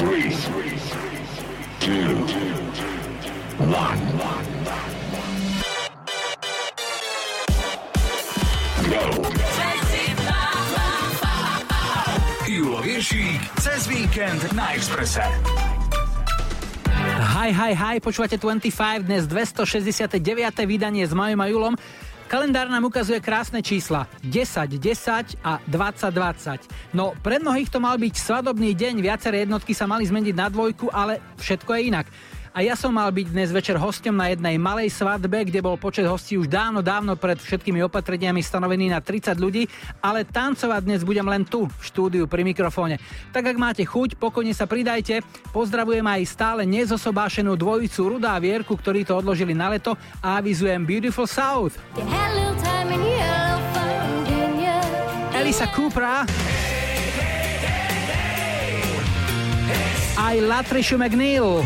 Julo Viršík cez víkend na Expresse. Hi, počúvate 25, dnes 269. vydanie s Majom a Julom. Kalendár nám ukazuje krásne čísla 10, 10 a 20, 20. No, pre mnohých to mal byť svadobný deň, viaceré jednotky sa mali zmeniť na dvojku, ale všetko je inak. A ja som mal byť dnes večer hosťom na jednej malej svadbe, kde bol počet hostí už dávno pred všetkými opatreniami stanovený na 30 ľudí, ale tancovať dnes budem len tu, v štúdiu pri mikrofóne. Tak ak máte chuť, pokojne sa pridajte. Pozdravujem aj stále nezosobášenú dvojicu Ruda a Vierku, ktorí to odložili na leto, a avizujem Beautiful South. Elisa Coopera aj Latricia McNeil.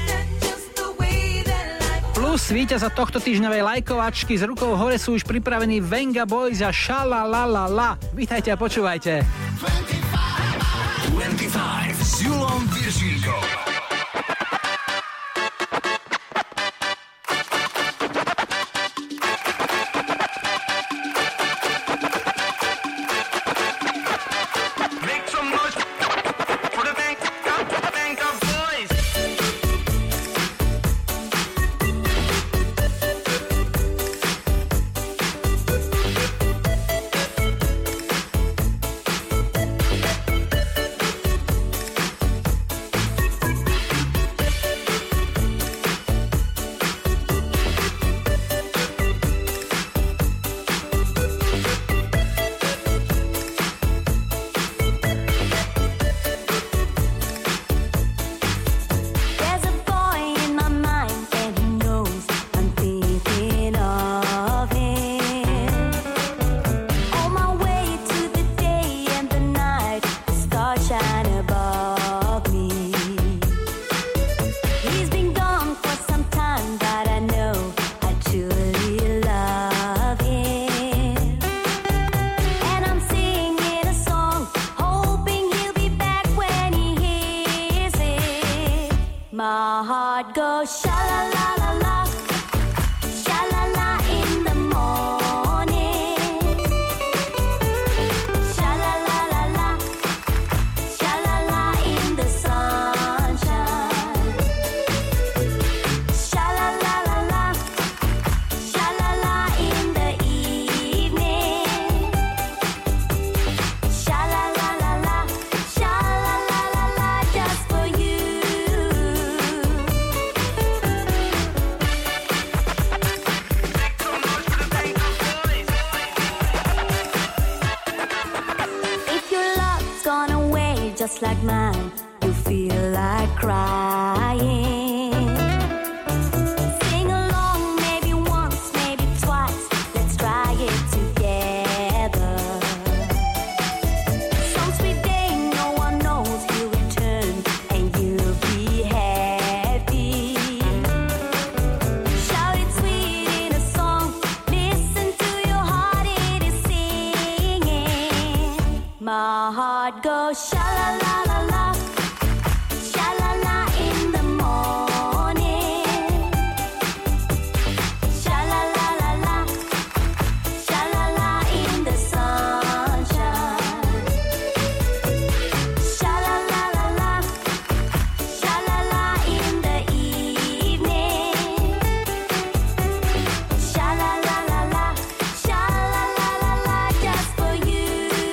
Plus víťaza tohto týždňovej lajkovačky s rukou hore sú už pripravení Venga Boys a Šalalalala. Vítajte a počúvajte. 25 s Julom Viršíkom. Just like mine, you feel like crying. Sing along, maybe once, maybe twice. Let's try it together. Some sweet day, no one knows he'll return, and you'll be happy. Shout it sweet in a song. Listen to your heart, it is singing. My heart goes sha la la la la, sha la la in the morning, sha la la la la, sha la la in the sunshine, sha la la la la, sha la la in the evening, sha la la la la, sha la la la la, just for you.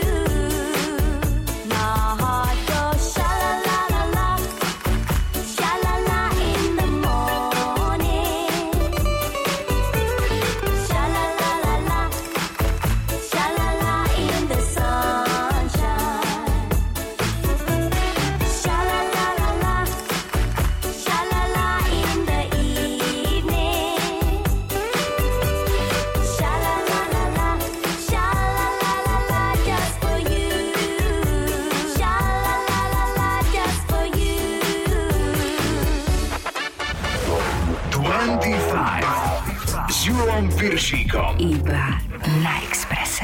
My heart goes sha la la la la, sha la la in the morning, sha la la la la, sha la la in the sunshine, sha la la la la, sha la la in the evening, sha la la la la, sha la la la la, just for you, sha la la la la, just for you. 25 s Julom Viršíkom. Iba na Expresse.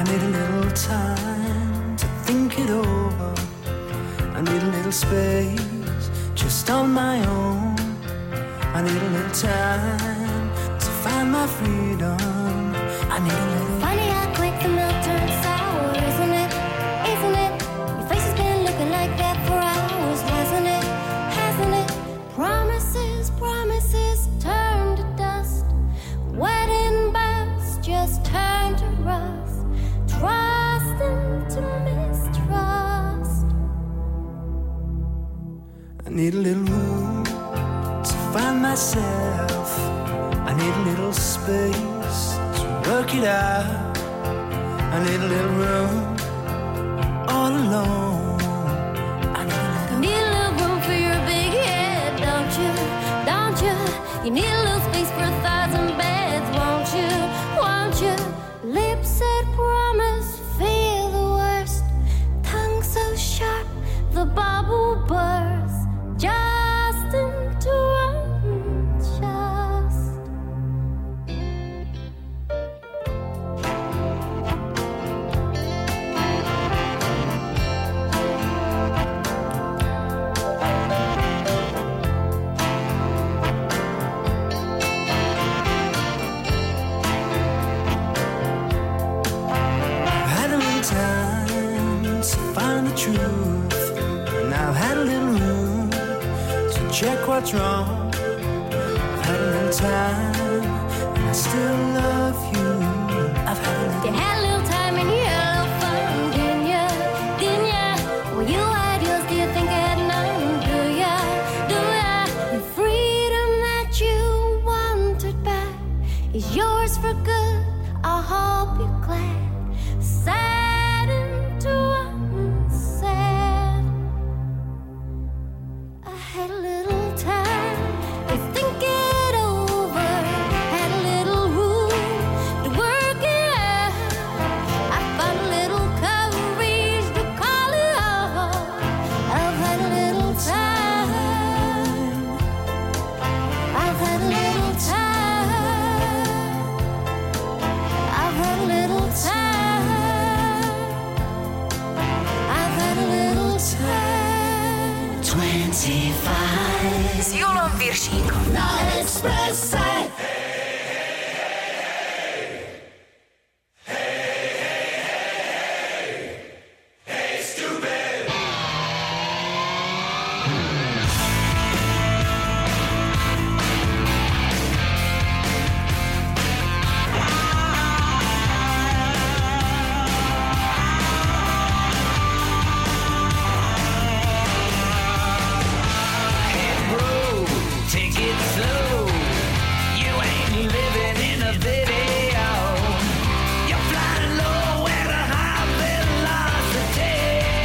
need a little time to think it over. I need a little space just on my own. I need a little time to find my freedom. I need a little. Funny how quick the milk turns sour, isn't it? Isn't it? Your face has been looking like that for hours, hasn't it? Hasn't it? Promises, promises turn to dust. Wedding bells just turn to rust. Trust into mistrust. I need a little room to find myself. I need a little space to work it out. I need a little room all alone. I need a little. You need a little room for your big head, don't you? Don't you? You need a little space for 1,000 beds, won't you? Won't you? Lips that promise feel the worst. Tongue so sharp, the bubble bursts. Just into unjust. I've had a little time to find the truth, and I've had a little room to check what's wrong. I've had a little time, and I still love you. I've had a little. You had a little time and you had a little fun, didn't ya? Didn't ya? Well, you had yours, do you think I had none? Do ya? Do ya? The freedom that you wanted back is yours for good. I hope you're glad. Sad into unsaid. I had a little time to think it over. Had a little room to work it out. I found a little courage to call it off. I've had a little time. I've had a little time. I've had a little time. I've had a little time. 25 s Julom Viršíkom Na Expresse. Take it slow. You ain't living in a video. You're flying low at a high velocity.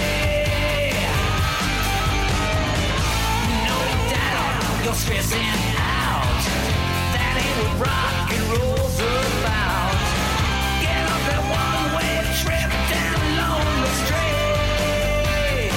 No doubt you're stressing out. That ain't what rock and roll's about. Get up that one-way trip down Lonely Street.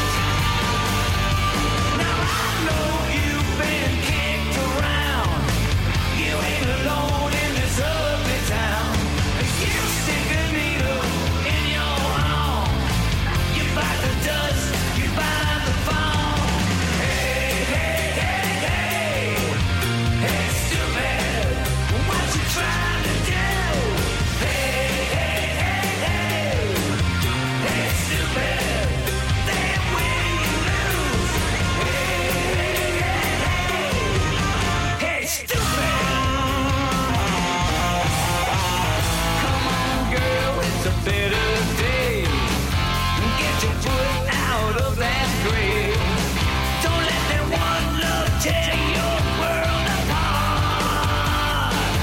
Now I know you've been kicked around. You ain't alone in this ugly town. You stick a needle in your arm. You bite the dust, you bite the foam. Hey, hey, hey, hey. Hey, stupid, what you trying to do? Hey, hey, hey, hey. Hey, stupid, then when you lose. Hey, hey, hey, hey. Hey, stupid. Come on, girl, it's a better day. Get your foot out of that grave. Don't let that one look tear your world apart.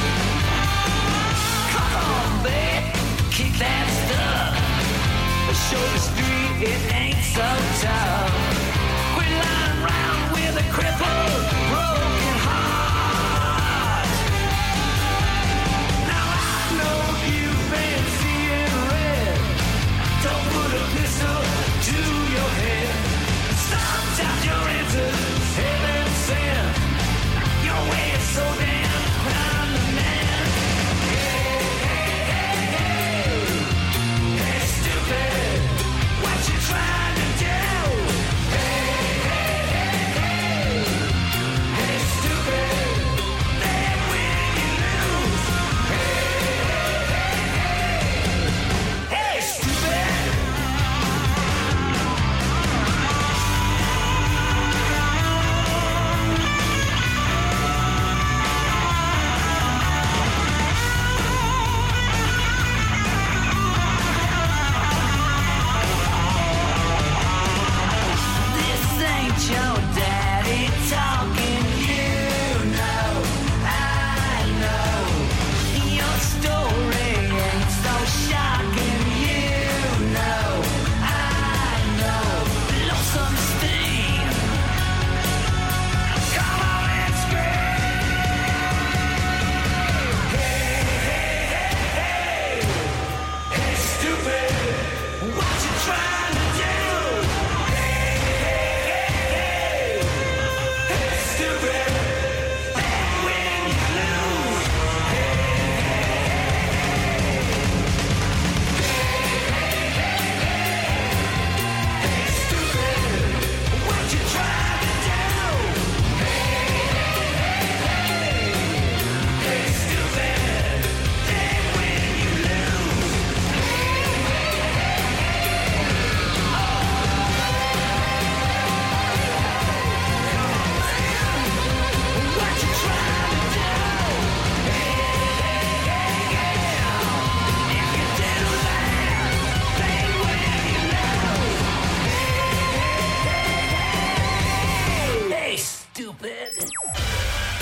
Come on, babe, kick that stuff. Show the street it ain't so tough. Quit lying around with a crippled, broken heart. Now I know you've been seeing red. Don't put a pistol to your head. Sometimes your answer's heaven sent.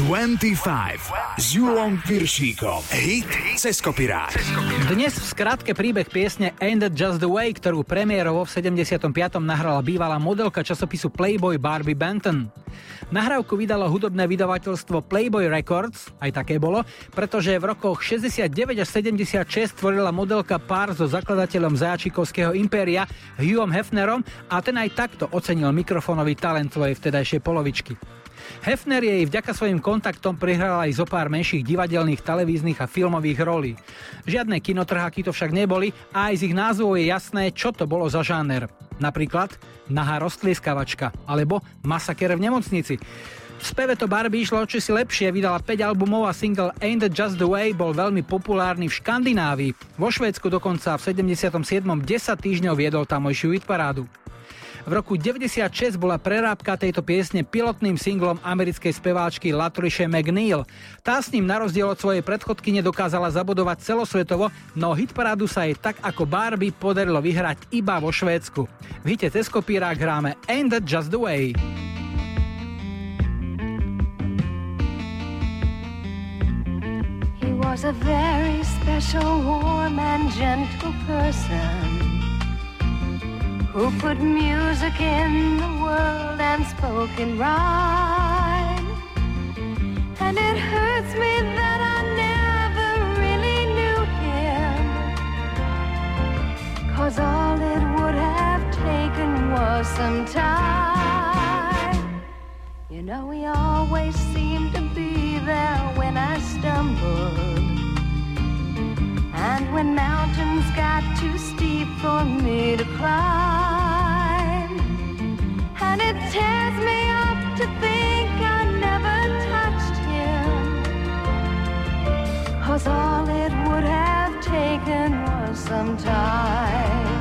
25 s Julom Piršíkom. Hit cez kopirát. Dnes v skratke príbeh piesne Ain't That Just The Way, ktorú premiérovo v 75. nahrala bývalá modelka časopisu Playboy Barbie Benton. Nahrávku vydalo hudobné vydavateľstvo Playboy Records, aj také bolo, pretože v rokoch 69 až 76 tvorila modelka pár so zakladateľom zajačikovského impéria Hughom Hefnerom a ten aj takto ocenil mikrofónový talent svojej vtedajšej polovičky. Hefner jej vďaka svojim kontaktom prihral aj zo pár menších divadelných, televíznych a filmových rolí. Žiadne kinotrháky to však neboli a aj z ich názvov je jasné, čo to bolo za žáner. Napríklad Nahá roztlieskavačka alebo Masaker v nemocnici. V speve to Barbie išlo oči si lepšie, vydala 5 albumov a single Ain't That Just The Way bol veľmi populárny v Škandinávii. Vo Švédsku dokonca v 77. 10 týždňov viedol tamojšiu hitparádu. V roku 96 bola prerábka tejto piesne pilotným singlom americkej speváčky Latrice McNeil. Tá s ním na rozdiel od svojej predchodkyne dokázala zabodovať celosvetovo, no hitparádu sa jej tak ako Barbie podarilo vyhrať iba vo Švédsku. V hite cez kopírák hráme Ain't That Just The Way. He was a very special, warm and gentle person who put music in the world and spoke in rhyme. And it hurts me that I never really knew him, 'cause all it would have taken was some time. You know, he always seemed to be there when I stumbled, and when mountains got too steep for me to climb. And it tears me up to think I never touched him, 'cause all it would have taken was some time.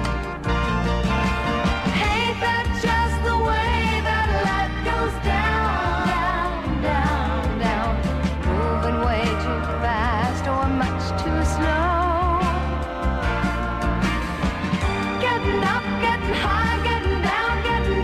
Ain't that just the way that life goes down, down, down, down, moving way too fast or much too slow? Up, getting high, getting down, getting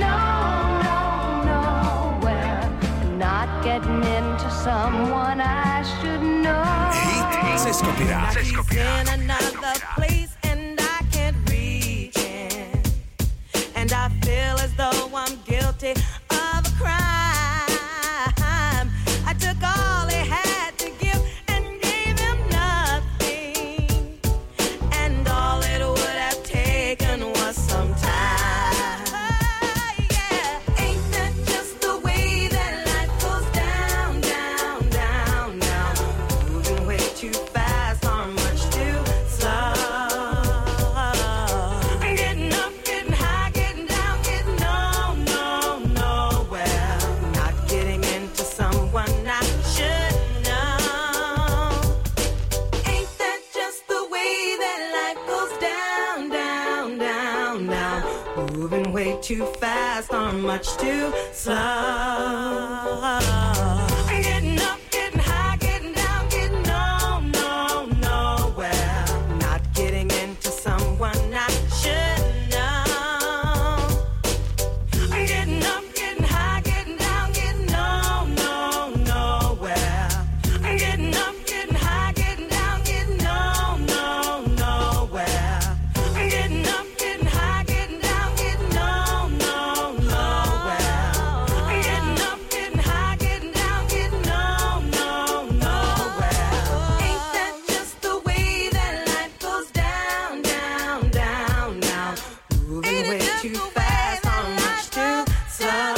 nowhere, not getting into someone I should know. Hit cez kopirát. In another place and I can't reach it, and I feel as though I'm guilty of a crime. I took all he had to give and gave him nothing, and all it would have taken was some time. Yeah. Ain't that just the way that life goes down, down, down, down, moving way too fast or much too slow. Getting up, getting high, getting down, getting nowhere, not getting into someone I should know. Ain't that just the way that life goes down, down, down, down, moving way too fast or much too slow. Getting up, getting high, getting down, getting nowhere, not getting into someone I should know. Getting up, getting high, getting down, getting nowhere. Getting up, getting high, getting down, getting nowhere. Getting up, getting high, getting down, getting nowhere. Getting up, getting high, getting down, getting nowhere. Ain't that just the way that life goes down, down, down, down, moving way too fast or much too slow.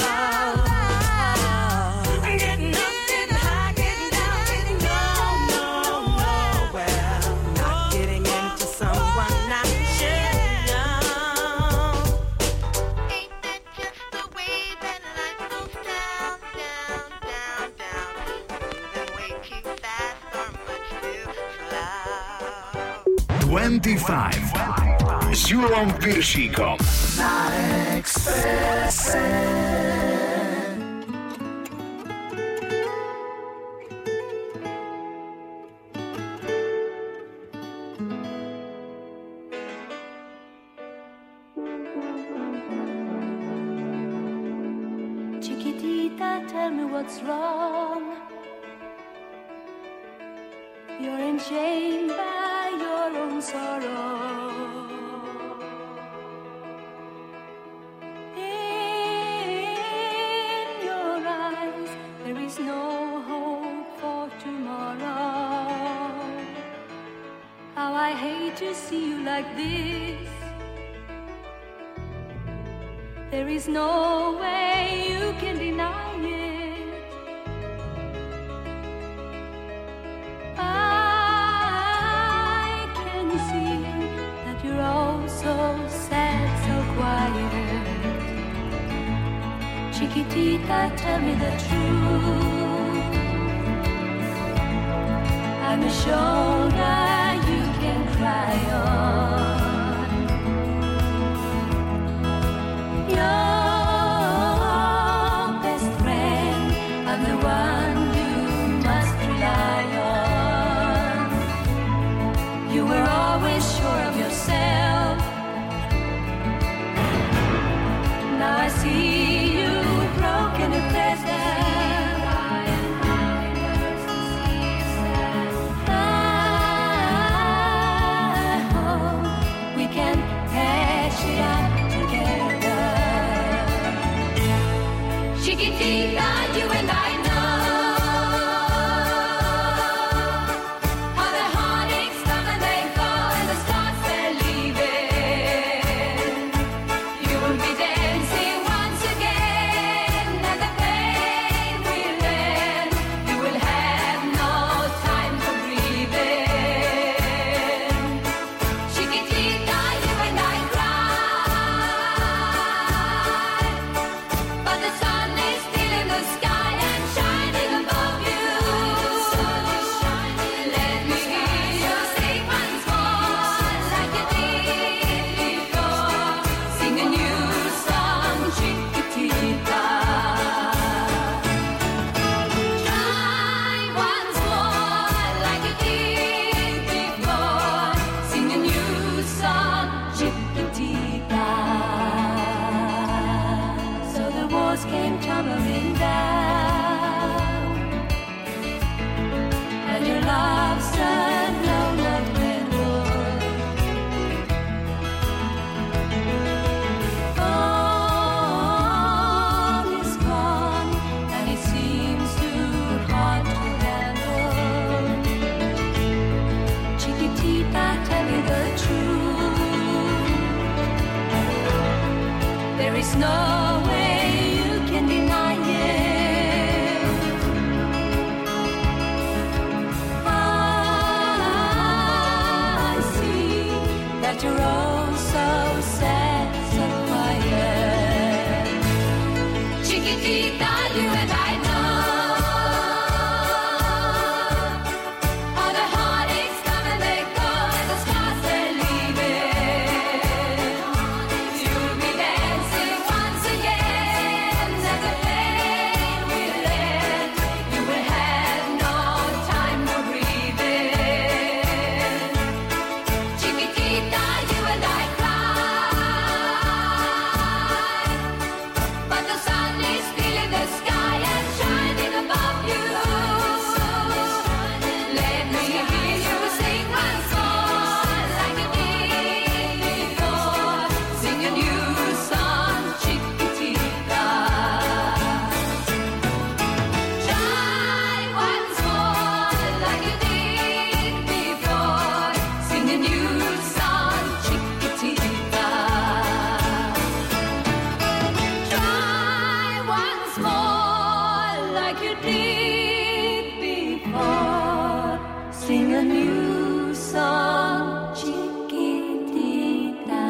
Getting up, getting high, getting down, getting nowhere, not getting into someone I should know. Ain't that just the way that life goes down, down, down, down, moving way too fast or much too slow. 25 s Julom Piršíkom. Na Expresse. Chiquitita, tell me what's wrong. You're enchained by your own sorrow. In your eyes, there is no hope for tomorrow. How I hate to see you like this. There is no way you can deny it. I can see that you're all so sad, so quiet. Chiquitita, tell me the truth. I'm a shoulder you can cry on. Your best friend, I'm the one you must rely on. You were always sure of yourself. Now I see you broken and pleasant. I hope we can patch it up together. Chiquitita, you and I know how the heartaches come and they go and the stars they're leaving. You will be dancing once again and the pain will end. You will have no time for breathing. Chiquitita, you and I cry, but the sun is still in the sky and shining above you. Let me hear you sing once more like you did before. Sing a new song, Chiquitita. Try once more like you did before. Sing a new song, Chiquitita. So the walls came tumbling down, and your love's turned no love redwood. All is gone, and it seems too hard to handle. Chiquitita, tell me the truth. There is no way you can deny it. I see that you're all so sad, so quiet. Chiquitita, you and I know how the heartaches come and they go and the stars they're leaving. You'll be dancing once again and the pain will end. You will have no time for breathing. Chiquitita, you and I cry, but the sun is still in the sky and shining above you. Let me hear you sing once more like you did before. Sing a new song, Chiquitita. Try once more like you did before. Sing a new song, Chiquitita. Try once more like you did before. Sing a new song, Chiquitita.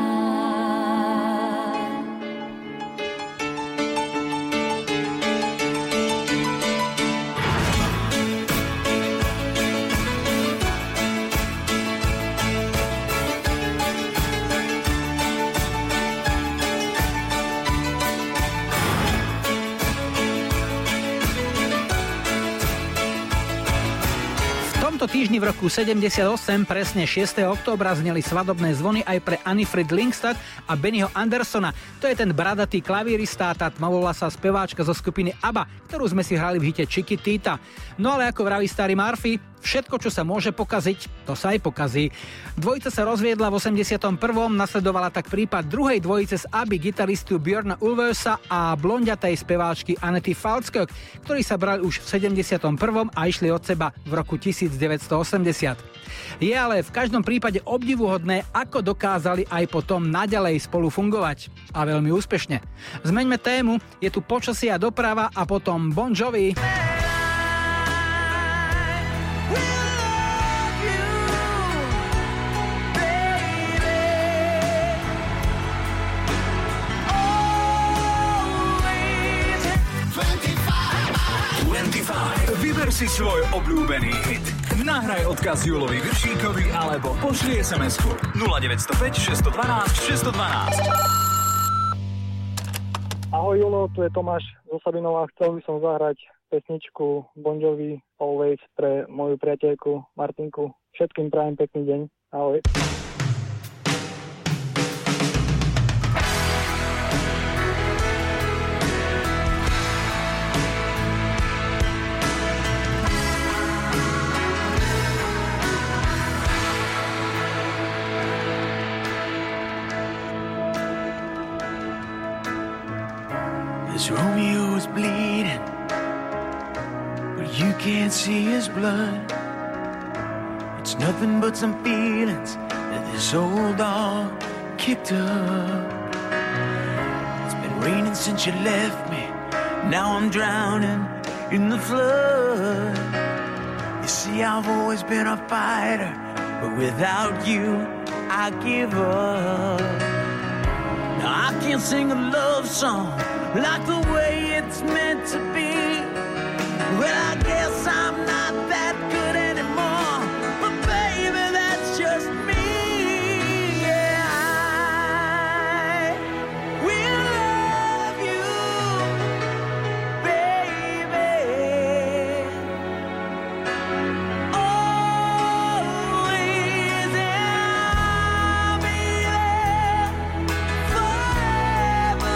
V tomto týždni v roku 78, presne 6. októbra, zneli svadobné zvony aj pre Annifrid Lyngstad a Bennyho Andersona. To je ten bradatý klavírista, tá tmavovlasá speváčka zo skupiny ABBA, ktorú sme si hrali v hite Chiquitita. No ale ako vraví starý Murphy, Všetko, čo sa môže pokaziť, to sa aj pokazí. Dvojica sa rozviedla v 81. Nasledovala tak prípad druhej dvojice z ABBY gitaristu Björna Ulvaeøsa a blondiatej speváčky Anety Falskök, ktorí sa brali už v 71. a išli od seba v roku 1980. Je ale v každom prípade obdivuhodné, ako dokázali aj potom naďalej spolu fungovať. A veľmi úspešne. Zmeňme tému, je tu počasie a doprava a potom Bon Jovi. Vyber si svoj obľúbený hit. Nahraj odkaz Julovi Vršíkovi alebo pošli SMS-ku 0905 612 612. Ahoj Julo, tu je Tomáš zo Sabinova. Chcel by som zahrať pesničku Bon Jovi Always pre moju priateľku Martinku. Všetkým prajem pekný deň. Ahoj. This Romeo is bleeding, but you can't see his blood. It's nothing but some feelings that this old dog kicked up. It's been raining since you left me, now I'm drowning in the flood. You see, I've always been a fighter, but without you, I give up. Now I can't sing a love song like the way it's meant to be. Well, I guess I'm not that good anymore, but baby, that's just me. Yeah, I will love you, baby, always, and I'll be there forever.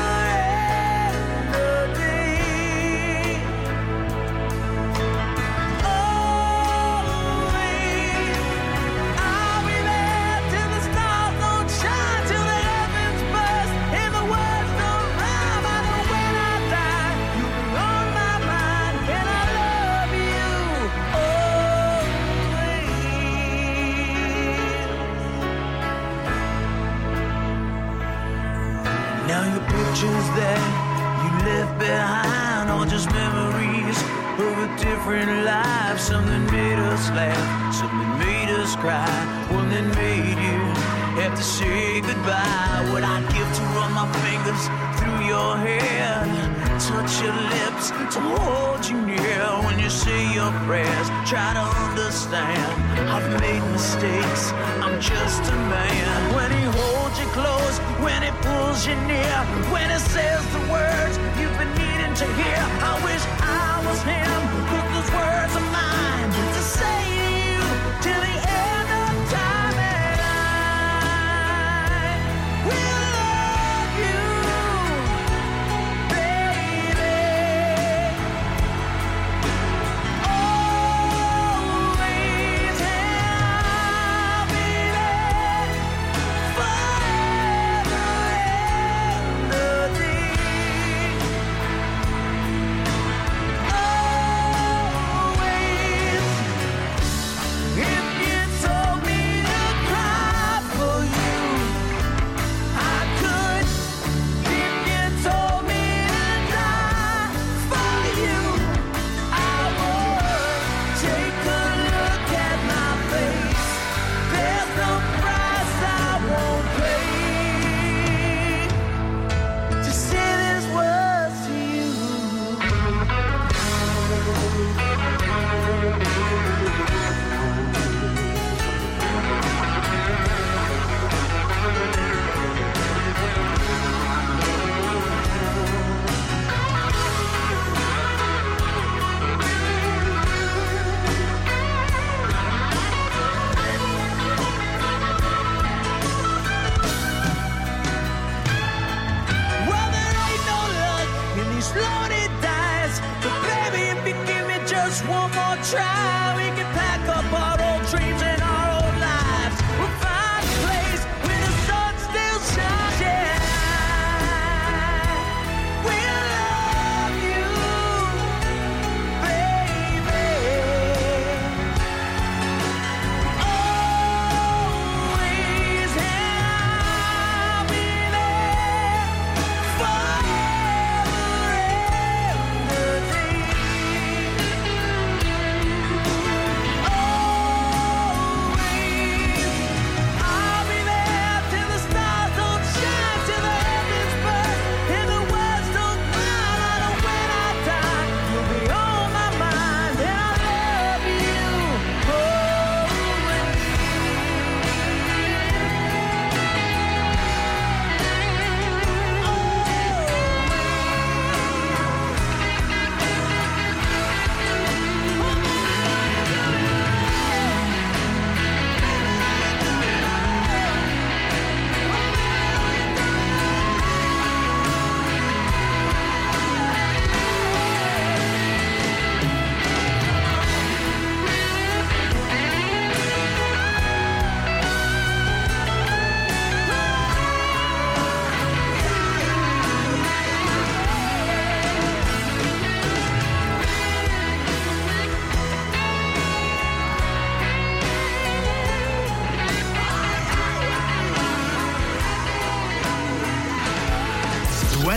Now your pictures that you left behind are just memories of a different life. Something made us laugh, something made us cry, one that made you have to say goodbye. What I'd give to run my fingers through your hair, touch your lips, to hold you near when you say your prayers. Try to understand, I've made mistakes, I'm just a man. When he holds you close, when he pulls you near, when he says the words you've been needing to hear, I wish I was him, but those words are mine to say to you till the end of time. And I will love you, baby, always, and I'll be there forever and a day. try, we can pack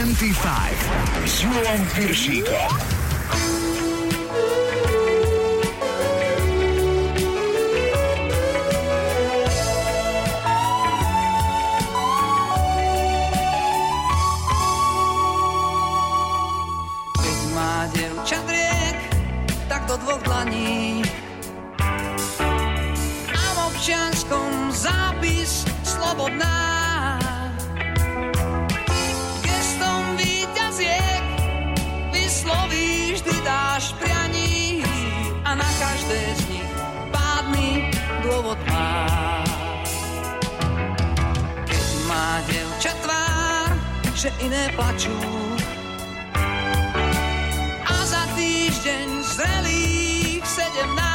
25 s Julom Piršíkom. Keď má dievča driek, tak do 2 dlaní a v občianskom zápis slobodná. Gestom víťaziek vyslovíš, ty dáš prianí a na každé z nich pádny dôvod má. Keď má dievča tvár, že iné plačú a za týždeň zrelých 17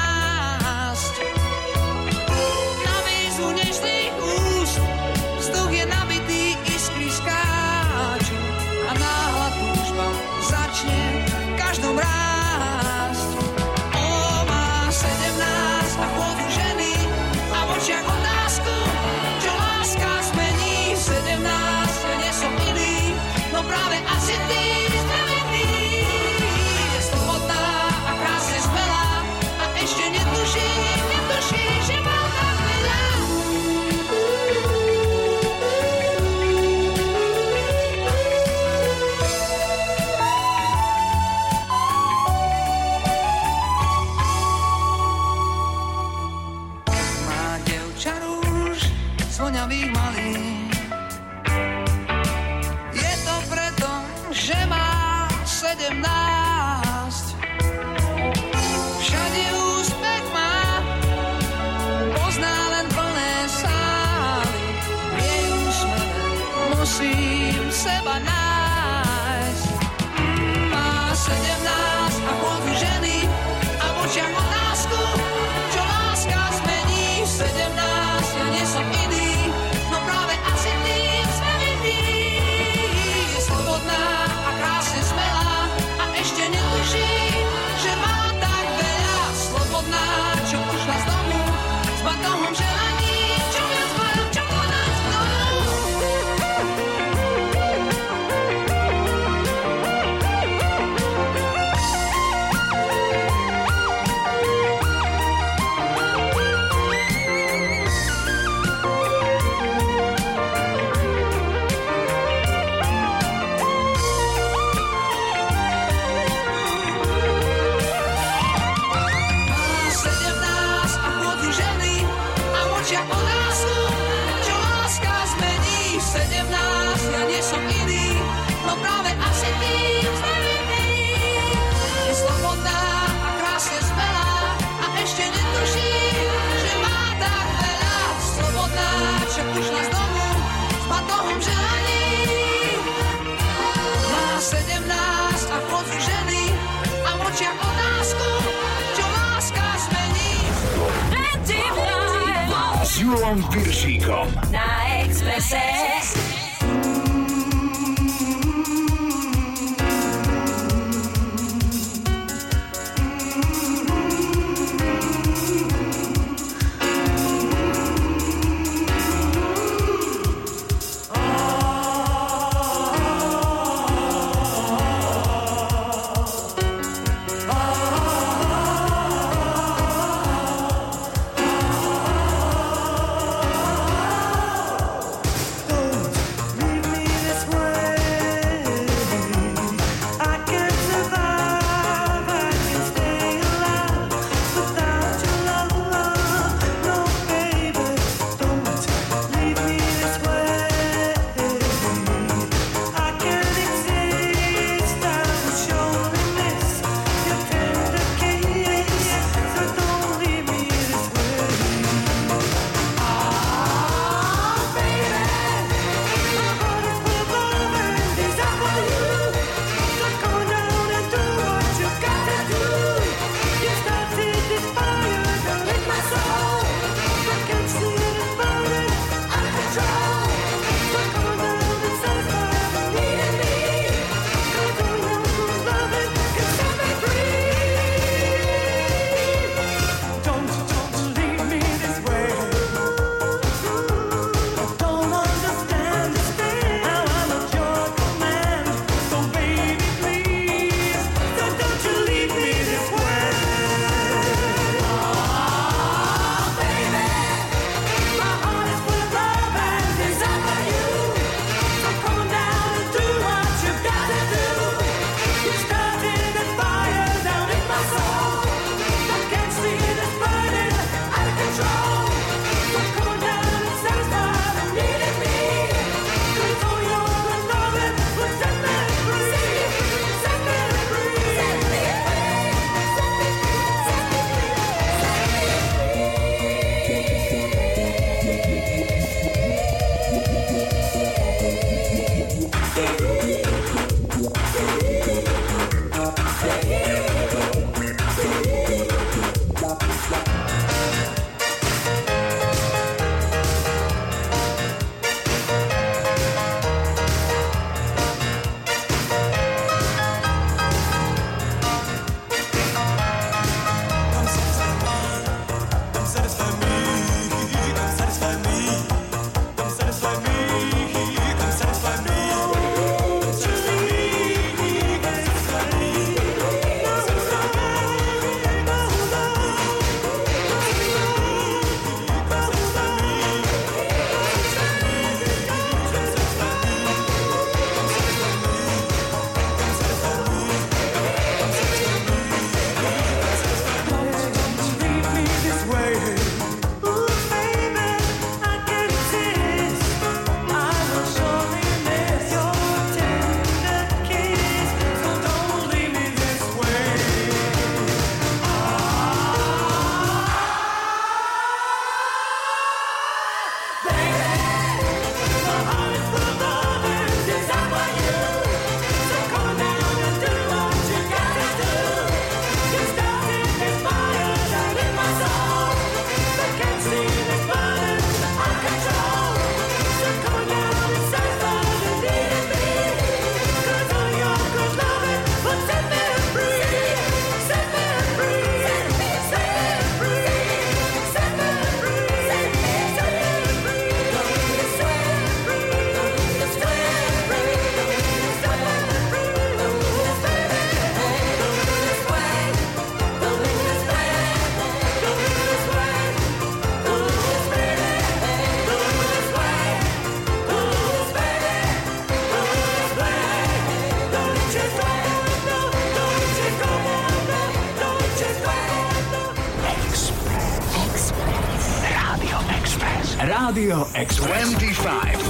na výzvu nežných úst vzduch je nabitý, iskry skáču a náhla túžba začne v každom rásť. O, má 17 a chôdzu ženy a v očiach otázku, čo láska zmení. 17, ja nie som iný, no práve asi ty zmenený. Je slobodná a krásne smelá a ešte netuší, že má tak veľa. Má dievča rúž z voňavých malín. Je to preto, že má 17. Všade úspech má, pozná len plné sály. V jej úsmeve musím seba nájsť. Má 17 a chôdzu ženy a v očiach otázku, čo láska zmení. 17, ja nie som iný, no práve asi ty zmenený. Je slobodná a krásne smelá a ešte netuší, že má tak veľa. Slobodná, čo ušla z domu s batohom želaní, čo viac majú čokoládť v domu. Má 17 a chôdzu ženy a v očiach otázku, čo láska zmení. 17, ja nie som iný, no práve asi ty zmenený. Je slobodná a krásne smelá a ešte netuší, že má tak veľa. Slobodná, čo ušla z domu s batohom želaní. Má 17 a chôdzu ženy a v očiach otázku, čo láska zmení. S Julom Piršíkom. Na Expresse. Rádio X25.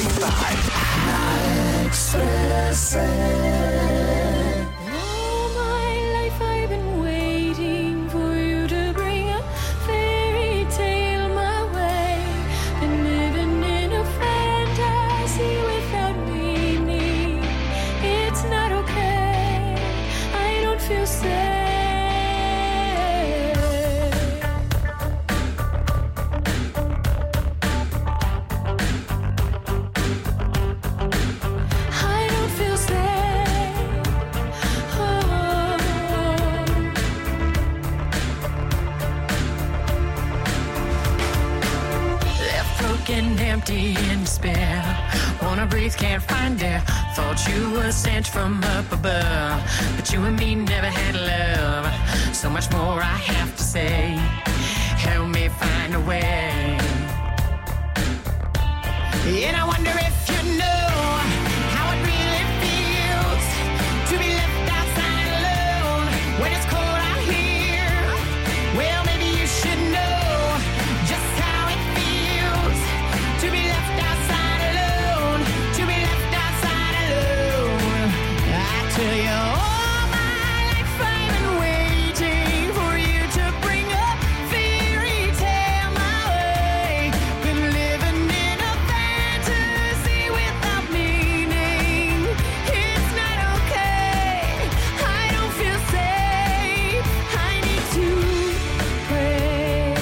All my life I've been waiting for you to bring a fairy tale my way. Been living in a fantasy without meaning. It's not okay. I don't feel safe. I don't feel safe. Oh. Left broken, empty, in despair. Wanna breathe, can't find air. Thought you were sent from up above, but you and me never had love. So much more I have to say. Help me find a way. And I wonder if you know how it really feels to be left outside alone when it's cold out here. Well, maybe you should know just how it feels to be left outside alone, to be left outside alone. I tell you, all my life I've been waiting for you to bring a fairy tale my way. Been living in a fantasy without meaning. It's not okay. I don't feel safe. I need to pray.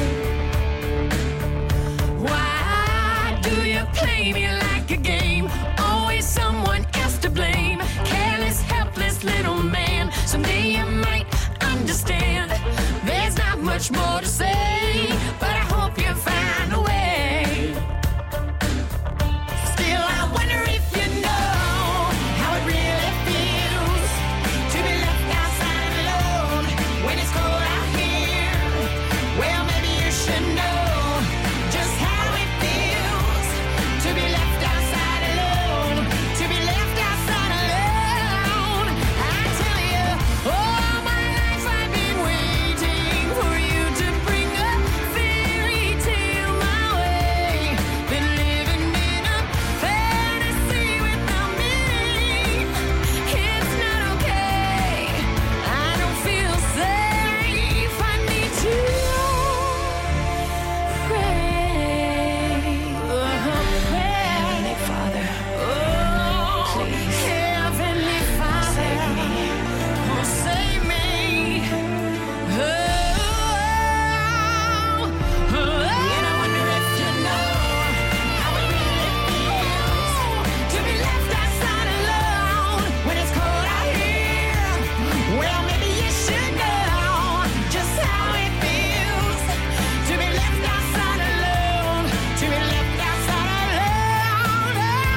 Why do you play me like a game? Always someone else to blame. Careless, helpless little man. Someday you might understand. There's not much more to say, but I hope you find a way. Still, I wonder if you know how it really feels to be left outside alone when it's cold out here. Well, maybe you should know just how it feels to be left outside alone, to be left outside alone. I tell you, all my life I've been waiting for you to bring a fairy tale my way. Been living in a fantasy without meaning. It's not okay. I don't feel safe. I need to Heavenly Father, please, Heavenly Father, save me. Oh, save me. And I wonder if you know how it really feels to be left outside alone when it's cold out here. Well, maybe you should know just how it feels to be left outside alone, to be left outside alone.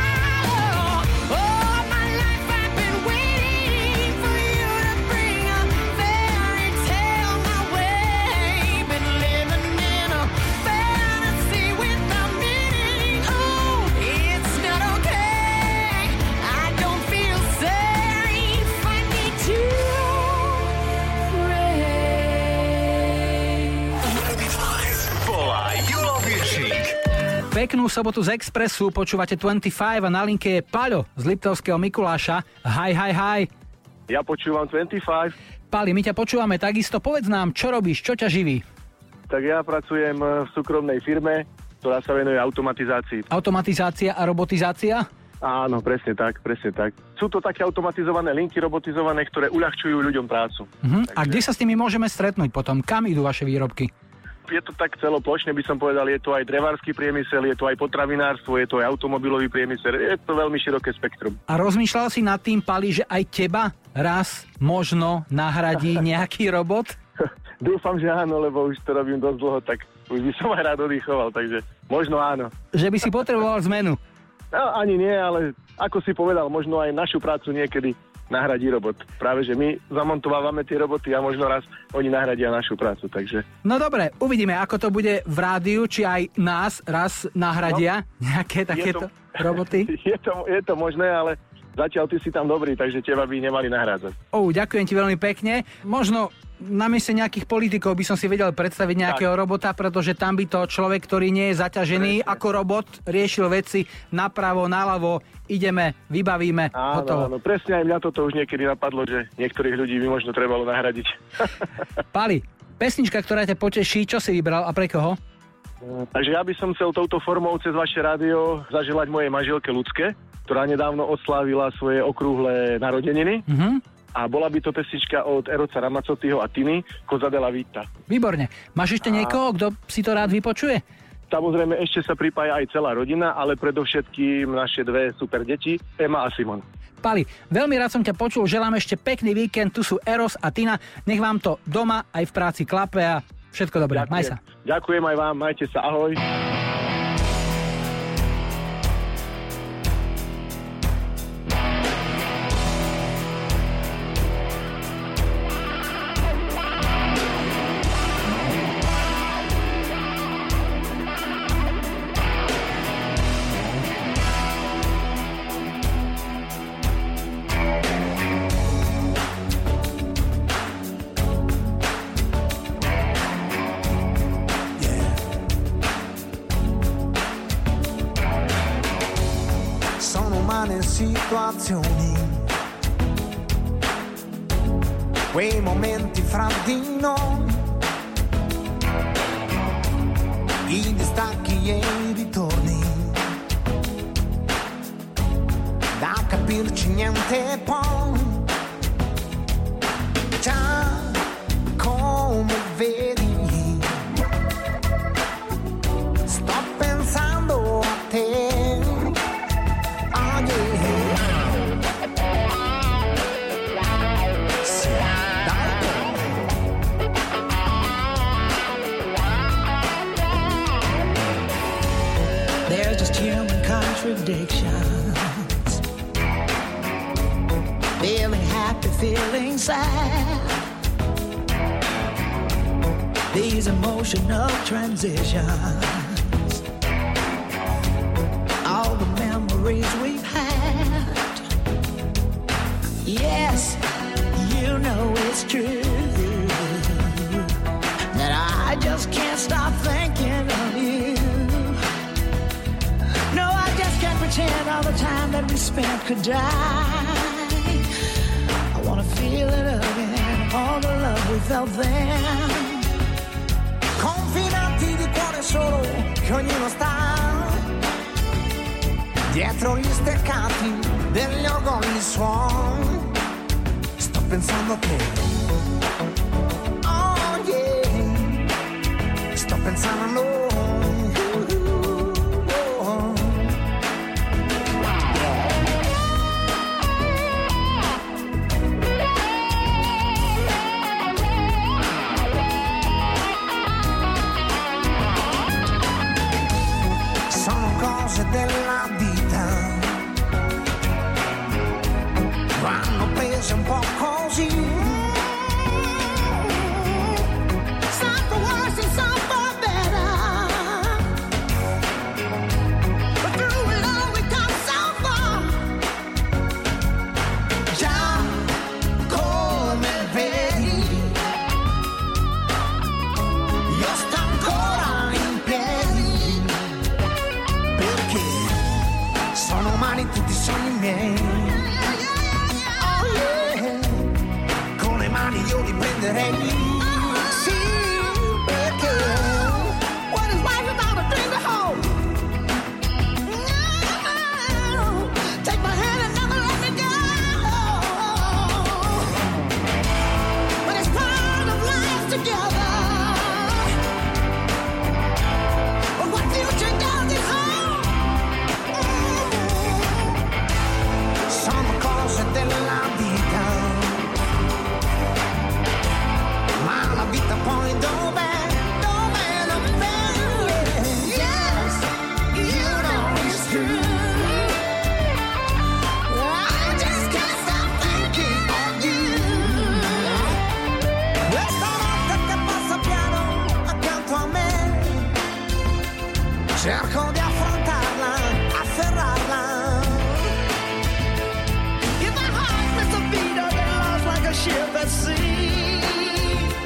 All my life I've been waiting for you to bring a fairy tale my way. Been living in a fantasy without meaning. Oh, it's not okay. I don't feel safe. I need to pray. Volaj Julo Viršík. Peknú sobotu z Expressu, počúvate 25 a na linke je Paľo z Liptovského Mikuláša. Hi. Ja počúvam 25, Pali, my ťa počúvame takisto. Povedz nám, čo robíš, čo ťa živí? tak ja pracujem v súkromnej firme, ktorá sa venuje automatizácii. Automatizácia a robotizácia? Áno, presne tak. Sú to také automatizované linky, robotizované, ktoré uľahčujú ľuďom prácu. A kde sa s nimi môžeme stretnúť potom? Kam idú vaše výrobky? Je to tak celoplošne, by som povedal, je to aj drevársky priemysel, je to aj potravinárstvo, je to aj automobilový priemysel, je to veľmi široké spektrum. A rozmýšľal si nad tým, Pali, že aj teba raz možno nahradí nejaký robot? Dúfam, že áno, lebo už to robím dosť dlho, tak už by som aj rád oddychoval, takže možno áno. Že by si potreboval zmenu? No, ani nie, ale ako si povedal, možno aj našu prácu niekedy nahradí robot. Práve, že my zamontovávame tie roboty a možno raz oni nahradia našu prácu, takže... No dobre, uvidíme, ako to bude v rádiu, či aj nás raz nahradia nejaké takéto roboty. Je to možné, ale zatiaľ ty si tam dobrý, takže teba by nemali nahrádzať. Ďakujem ti veľmi pekne. Možno na mieste nejakých politikov by som si vedel predstaviť nejakého robota, pretože tam by to človek, ktorý nie je zaťažený ako robot, riešil veci napravo, naľavo, ideme, vybavíme, hotovo. Áno, presne aj mňa toto už niekedy napadlo, že niektorých ľudí by možno trebalo nahradiť. Pali, pesnička, ktorá ťa poteší, čo si vybral a pre koho? Takže ja by som chcel touto formou cez vaše rádio zaželať mojej manželke Ľudske, ktorá nedávno oslávila svoje okrúhle narodeniny. A bola by to pesnička od Erosa Ramazzotiho a Tiny, Cosa della Vita. Výborne. Máš ešte niekoho, kto si to rád vypočuje? Samozrejme, ešte sa pripája aj celá rodina, ale predovšetkým naše dve super deti, Ema a Simon. Pali, veľmi rád som ťa počul, želám ešte pekný víkend, tu sú Eros a Tina, nech vám to doma aj v práci klape a všetko dobré. Ďakujem. Maj sa. Ďakujem aj vám, majte sa, ahoj. Situazioni, quei momenti fra di noi, i distacchi e i ritorni, da capirci niente poi, già come vedi, sto pensando a te. There's just human contradictions. Feeling happy, feeling sad. These emotional transitions. All the memories we've had. Yes, you know it's true that I just can't stop thinking of you. No, I just can't pretend all the time that we spent could die. I wanna feel it again, all the love we felt then. Confinati di cuore solo, che ognuno sta dietro gli steccati degli orgogli suoni. Sto pensando a te. Oh yeah, sto pensando a noi. Della vita vanno prese un po' così, some for worse and some for better, but through it all we come so far. Già come vedi io sto ancora in piedi, sono umani tutti i sogni miei. Oh yeah, con le mani io li prenderei. Sì, perché what is life without a dream to hold? No, take my hand and never let me go. But it's part of life together. But what future does it hold? Sono cose della vita, ma la vita poi dov'è? Dov'è? Dov'è? Yes, you know it's true. I just can't stop thinking of you. Questa notte che passa piano accanto a me, cerco di affrontarla, afferrarla. Ship at sea,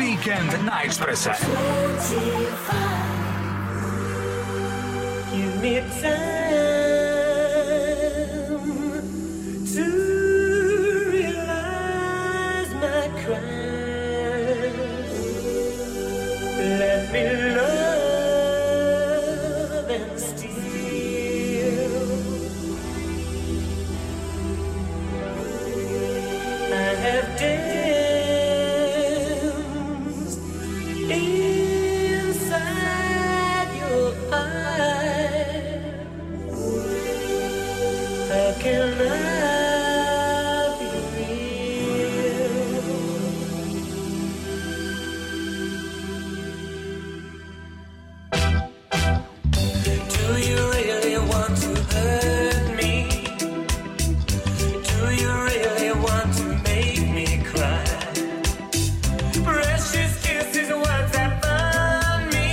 Víkend na Expresse. Give me time to realize my crime. Let me love and steal. I have danced inside your eyes. How can I be real? Do you really want to hurt me? Do you really want to make me cry? Precious kisses, words that burn me.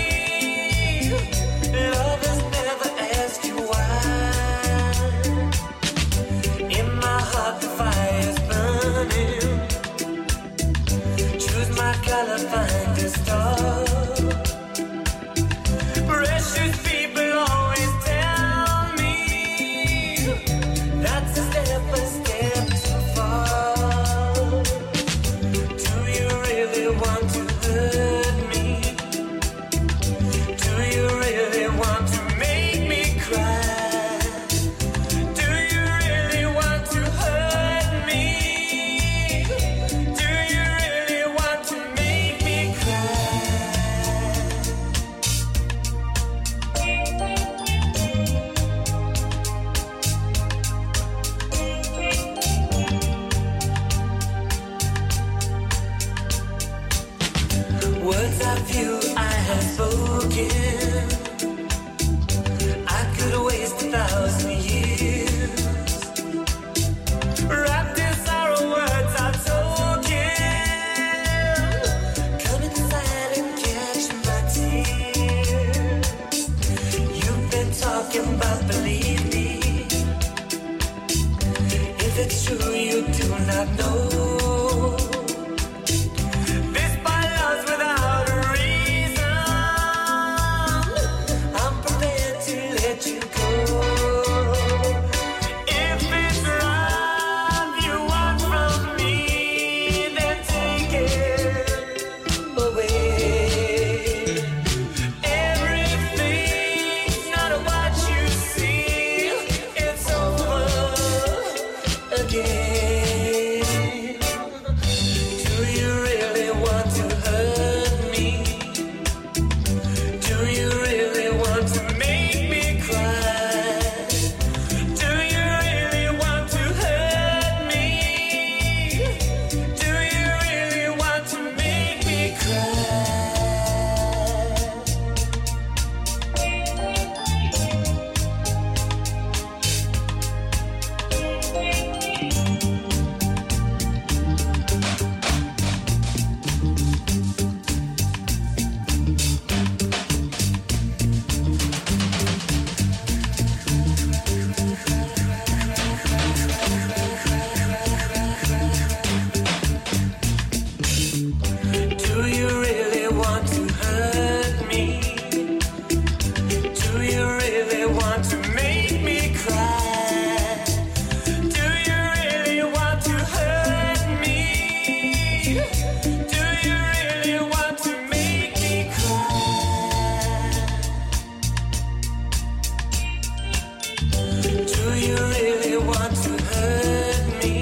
Lovers never ask you why. In my heart the fire's burning. Choose my color, find a star. Precious people always tell me that's a step too far. Do you really want to hurt me? Do you really want to make me cry? Do you really want to hurt me? Do you really want to make me cry? Words of you I have spoken, I could waste 1,000 years. Wrapped in sorrow, words are token. Come inside and catch my tears. You've been talking about believe me. If it's true you do not know. This by love's without a reason. I'm prepared to let you go. If it's love you want from me, then take it away. Everything's not what you see. It's over again. Do you really want to hurt me? Do you really want to make me cry? Do you really want to hurt me? Do you really want to make me cry? Do you really want to hurt me? Do you really want to make me cry? Do you really want to hurt me? Do you really want to make me cry? Do you really want to hurt me?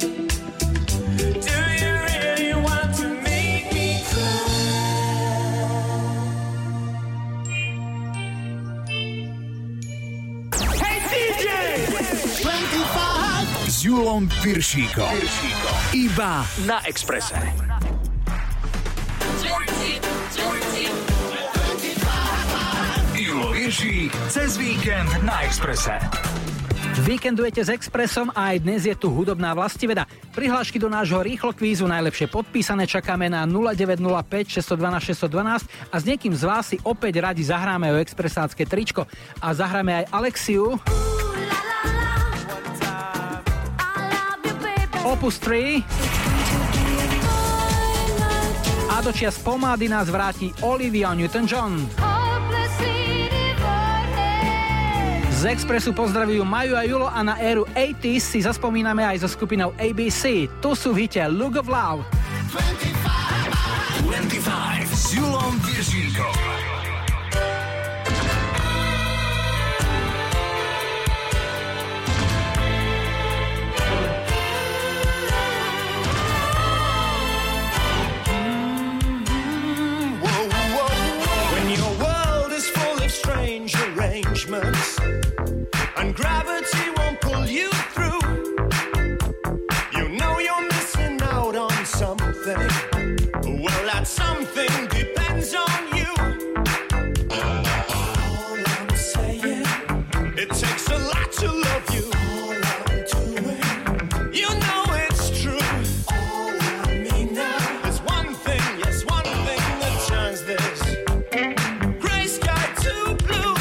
Do you really want to make me cry? Hey DJ! 25 s Julom Piršíkom. Iba na Expresse. Julo Piršík cez víkend na Expresse. Víkendujete s Expressom a aj dnes je tu hudobná vlastiveda. Prihlášky do nášho rýchlo kvízu najlepšie podpísané čakáme na 0905 612 612 a s niekým z vás si opäť radi zahráme o expresácké tričko. A zahráme aj Alexiu, Opus 3 a do čias pomády nás vráti Olivia Newton-John. Z Expressu pozdravujú Maju a Julo a na éru 80s si zaspomíname aj so skupinou ABC. Tu sú v hite Look of Love. 25 s Julom Viršíkom. And gravity won't pull you through. You know you're missing out on something. Well, that something depends on you. All I'm saying, it takes a lot to love you. All I'm doing, you know it's true. All I mean now is one thing, yes, one thing that turns this gray sky to blue.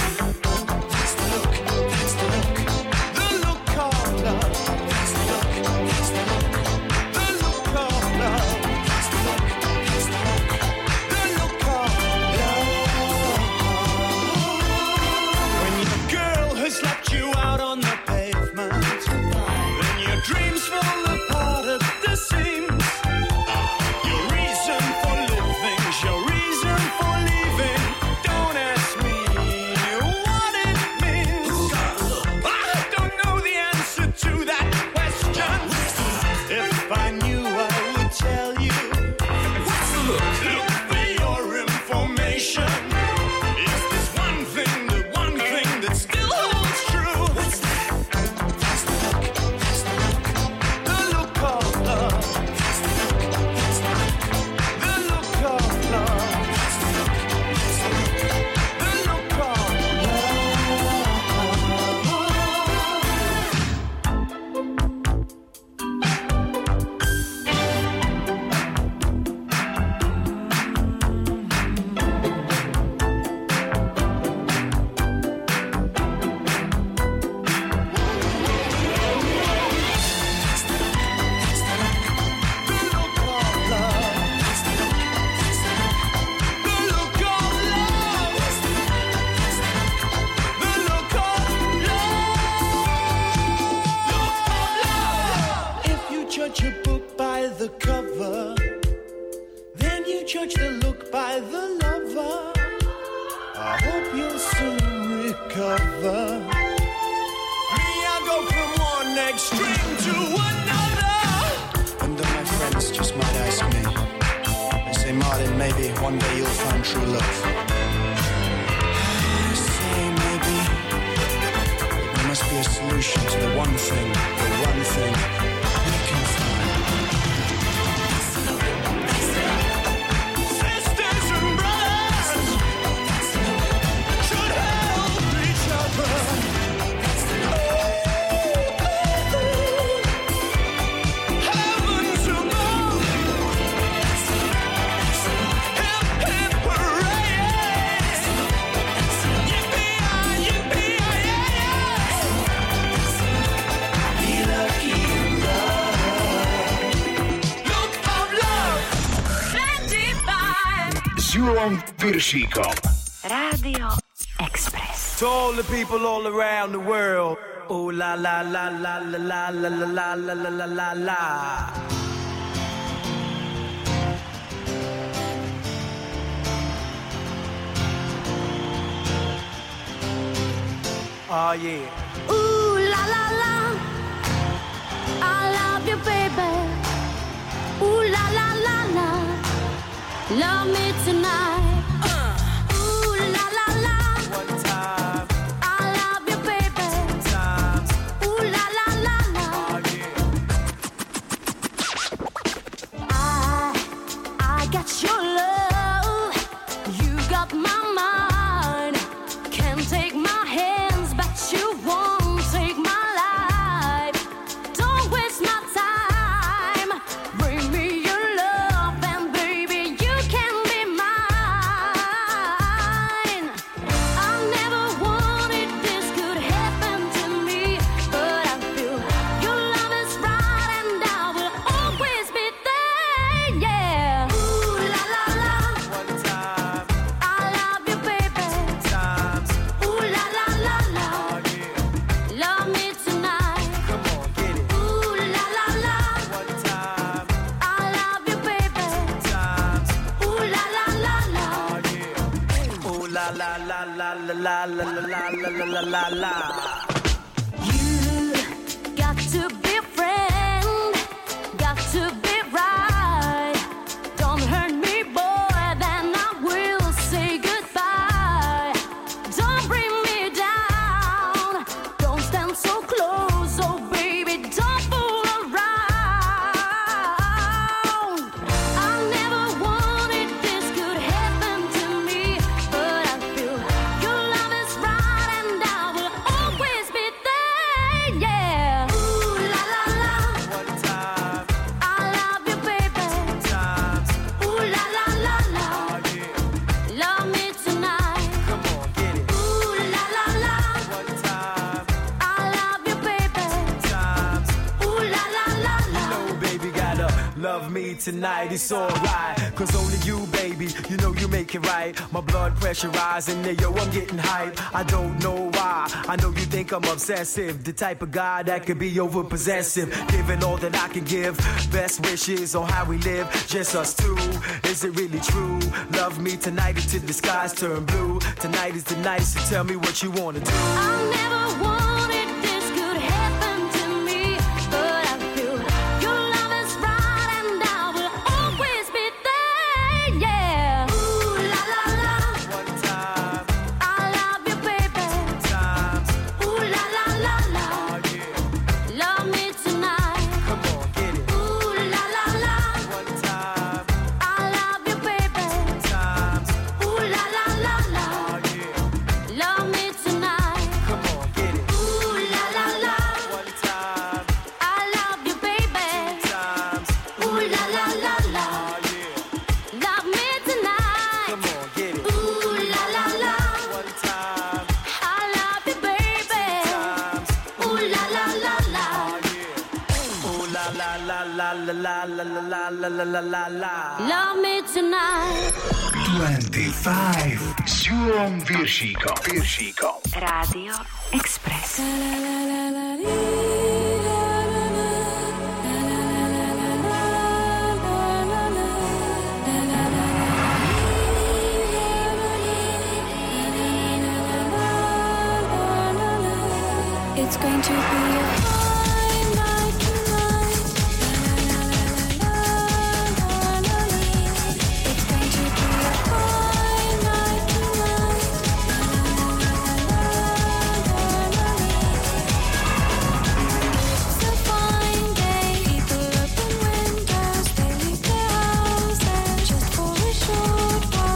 Viršíkom. Rádio Express. To all the people all around the world. Oh la la la la la la la la la la la la la. Oh yeah. Ooh la la la, I love you, baby. Ooh la la la la, love me tonight. Ooh la la la, one time. I love you, baby. Two times. Ooh la la la la. Oh yeah. I got your love, you got my mind. Can't take my hands, but you won't take my life. Don't waste my time. Bring me your love, and baby, you can be mine. la la la la la la la la. You got to be a friend, got to be right. Don't hurt me, boy, then I will say goodbye. Don't bring me down, don't stand so close, oh baby, don't fool around. I never wanted this could happen to me, but I feel your love is right and I will always be there, yeah. Ooh la la la, One time, I love you, baby. times, Ooh la la la la, oh yeah. love me tonight. Come on, get it. Ooh la la la, One time, I love you, baby. times. Ooh la la la la. No, baby, gotta love me tonight, it's alright. Cause only you, baby, you know you make it right. My blood pressure rising, yo, I'm getting hype. I don't know why, I know you think I'm obsessive. The type of guy that could be over possessive. Giving all that I can give, best wishes on how we live, just us two. Is it really true? Love me tonight until the skies turn blue. Tonight is the night, so tell me what you wanna do. I never wanted this could happen to me, but I feel your love is right and I will always be there, yeah. Ooh la la la, One time, I love you, baby. times, Ooh la la la la, oh yeah. love me tonight. Come on, get it. Ooh la la la, One time, I love you, baby. times, Ooh la la la la, oh yeah. love me tonight. Come on, get it. Ooh la la la, One time, I love you, baby. times, Ooh la la la la, oh yeah. love me tonight. Come on, get it. Ooh la la la, One time, I love you, baby. times, Ooh la la la la, oh yeah. Ooh la la la la la la la la la la la la la. love me tonight. 25 s Julom Viršíkom. Rádio Express. It's going to be a fine night tonight. It's going to be a fine night tonight. It's a fine day. People open windows, they leave their houses just for a short while.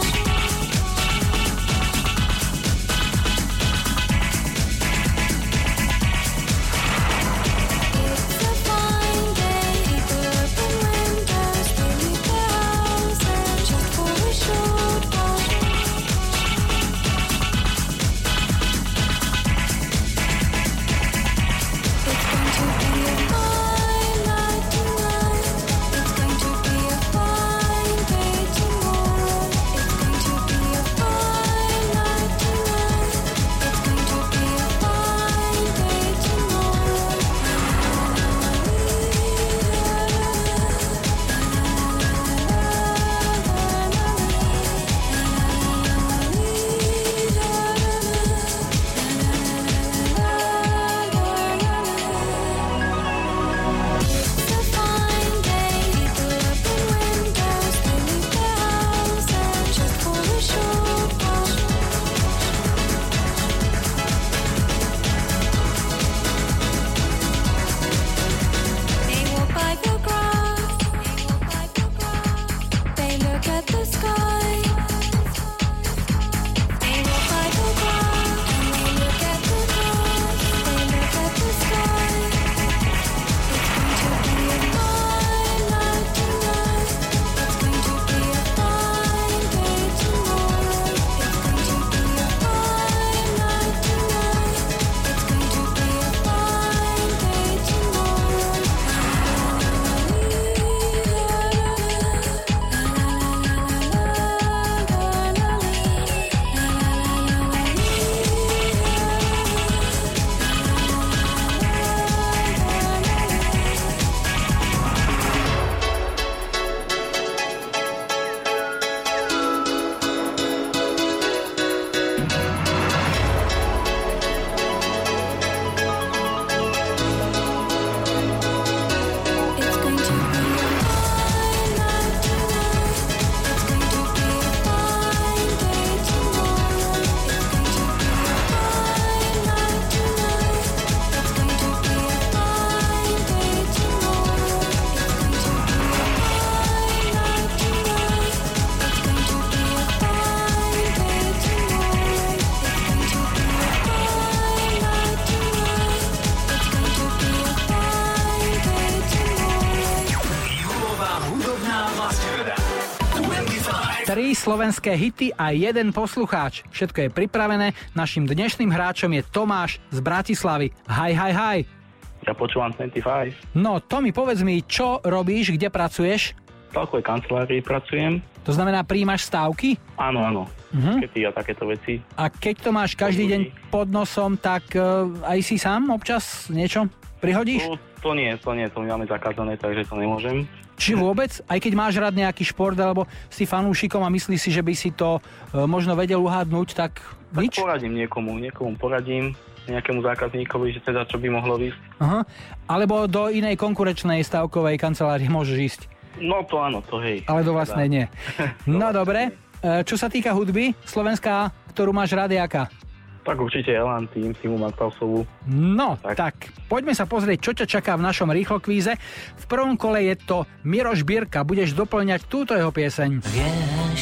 3 slovenské hity a 1 poslucháč. Všetko je pripravené. Našim dnešným hráčom je Tomáš z Bratislavy. Hi. Ja počúvam 25. No, Tomi, povedz mi, čo robíš, kde pracuješ? V stavkovej kancelárii pracujem. To znamená, prijímaš stávky? Áno. Mhm. Kety a takéto veci. A keď to máš každý deň pod nosom, tak aj si sám občas niečo prihodíš? To nie, to my máme zakázané, takže to nemôžem. Či vôbec? Aj keď máš rád nejaký šport, alebo si fanúšikom a myslíš si, že by si to možno vedel uhádnuť, tak nič? Tak poradím niekomu poradím, nejakému zákazníkovi, že teda čo by mohlo ísť. Aha. Alebo do inej konkurenčnej stavkovej kancelárie môžeš ísť. No to áno, to hej. Ale do vlastnej nie. No dobre, čo sa týka hudby, slovenská, ktorú máš rád, jaká? Tak určite Elan Tým, Simu Magtausovú. No, tak poďme sa pozrieť, čo ťa čaká v našom rýchlokvíze. V prvom kole je to Miroš Birka, budeš doplňať túto jeho pieseň. Vieš,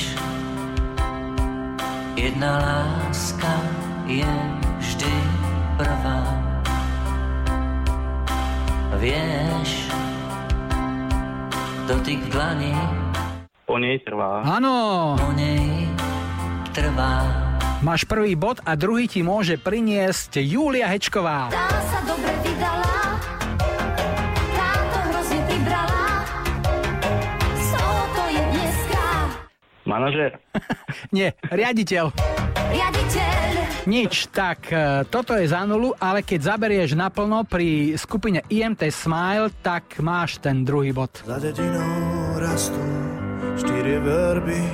jedna láska je vždy prvá. Vieš, dotyk dlani po nej trvá. Áno. Po nej trvá. Máš prvý bod a druhý ti môže priniesť Julia Hečková. Tá sa dobre vydala, táto hrozne pribrala, z toho to je dneska. Manažér? Nie, riaditeľ. Riaditeľ. Nič, tak toto je za nulu, ale keď zaberieš naplno pri skupine IMT Smile, tak máš ten druhý bod. Za dedinou rastú 4 verby,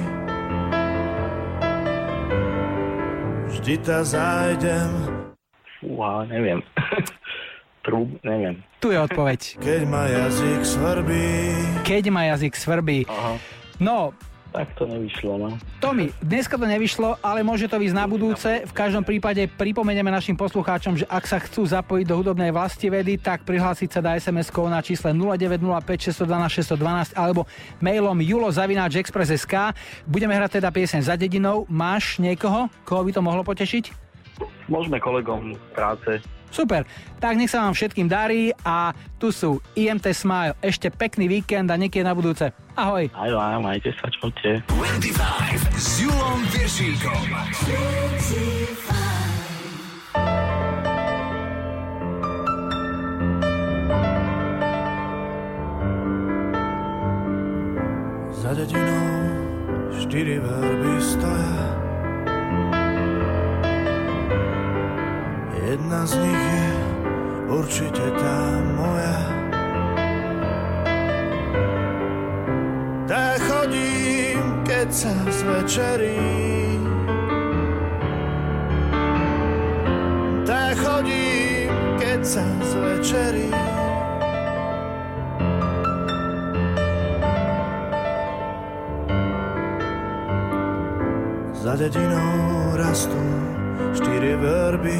vždy ta zájdem. Fúha, neviem. Neviem. Tu je odpoveď. Keď ma jazyk svrbí. Keď ma jazyk svrbí. Aha. No. Tak to nevyšlo, no. Tomi, dneska to nevyšlo, ale môže to ísť na budúce. V každom prípade pripomenieme našim poslucháčom, že ak sa chcú zapojiť do hudobnej vlastivedy, tak prihlásiť sa dá SMS-kou na čísle 0905 612 612 alebo mailom julo@express.sk. Budeme hrať teda pieseň Za dedinou. Máš niekoho, koho by to mohlo potešiť? Môžeme kolegom z práce. Super, tak nech sa vám všetkým darí a tu sú IMT Smile. Ešte pekný víkend a niekedy na budúce. Ahoj. Aj, majte sa, čaute. 25 s Julom Viršíkom. Za dedinou 4 verby stoja. Jedna z nich je určite tá moja. Tak chodím, keď sa zvečerí. Tak chodím, keď sa zvečerí. Za dedinou rastú 4 verby.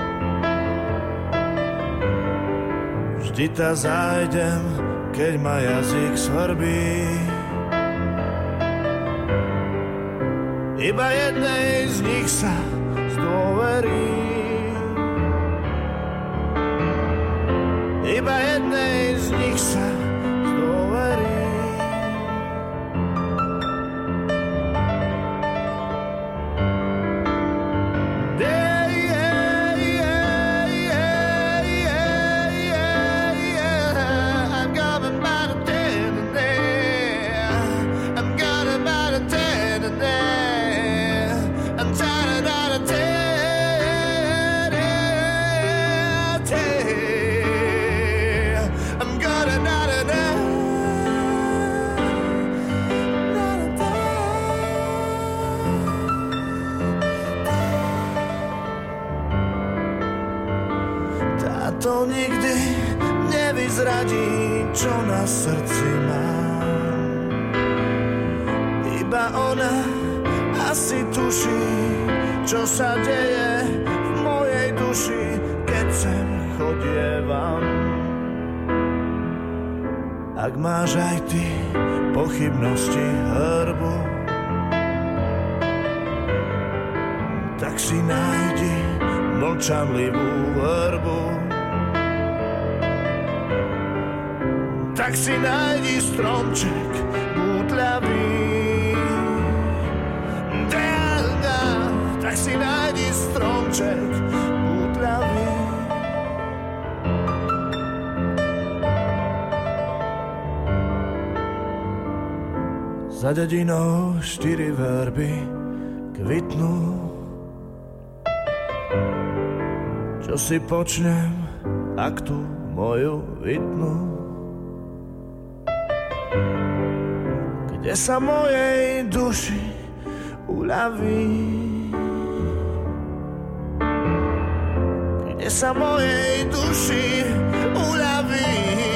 Vždy ta zájdem, keď ma jazyk svrbí. Iba jednej z nich sa zdôverí. Iba jednej z nich sa zdôverí. To nikdy nevyzradí, čo na srdci mám. Iba ona asi tuší, čo sa deje v mojej duši, keď sem chodievam. Ak máš aj ty pochybnosti hrbu, tak si nájdi mlčanlivú vrbu. Tak si nájdi stromček bútľavý tak si nájdi stromček útľavý. Za dedinou 4 verby kvitnú. Čo si počnem, ak tu moju vytnú? Kde sa mojej duši uľaví? Kde sa mojej duši uľaví?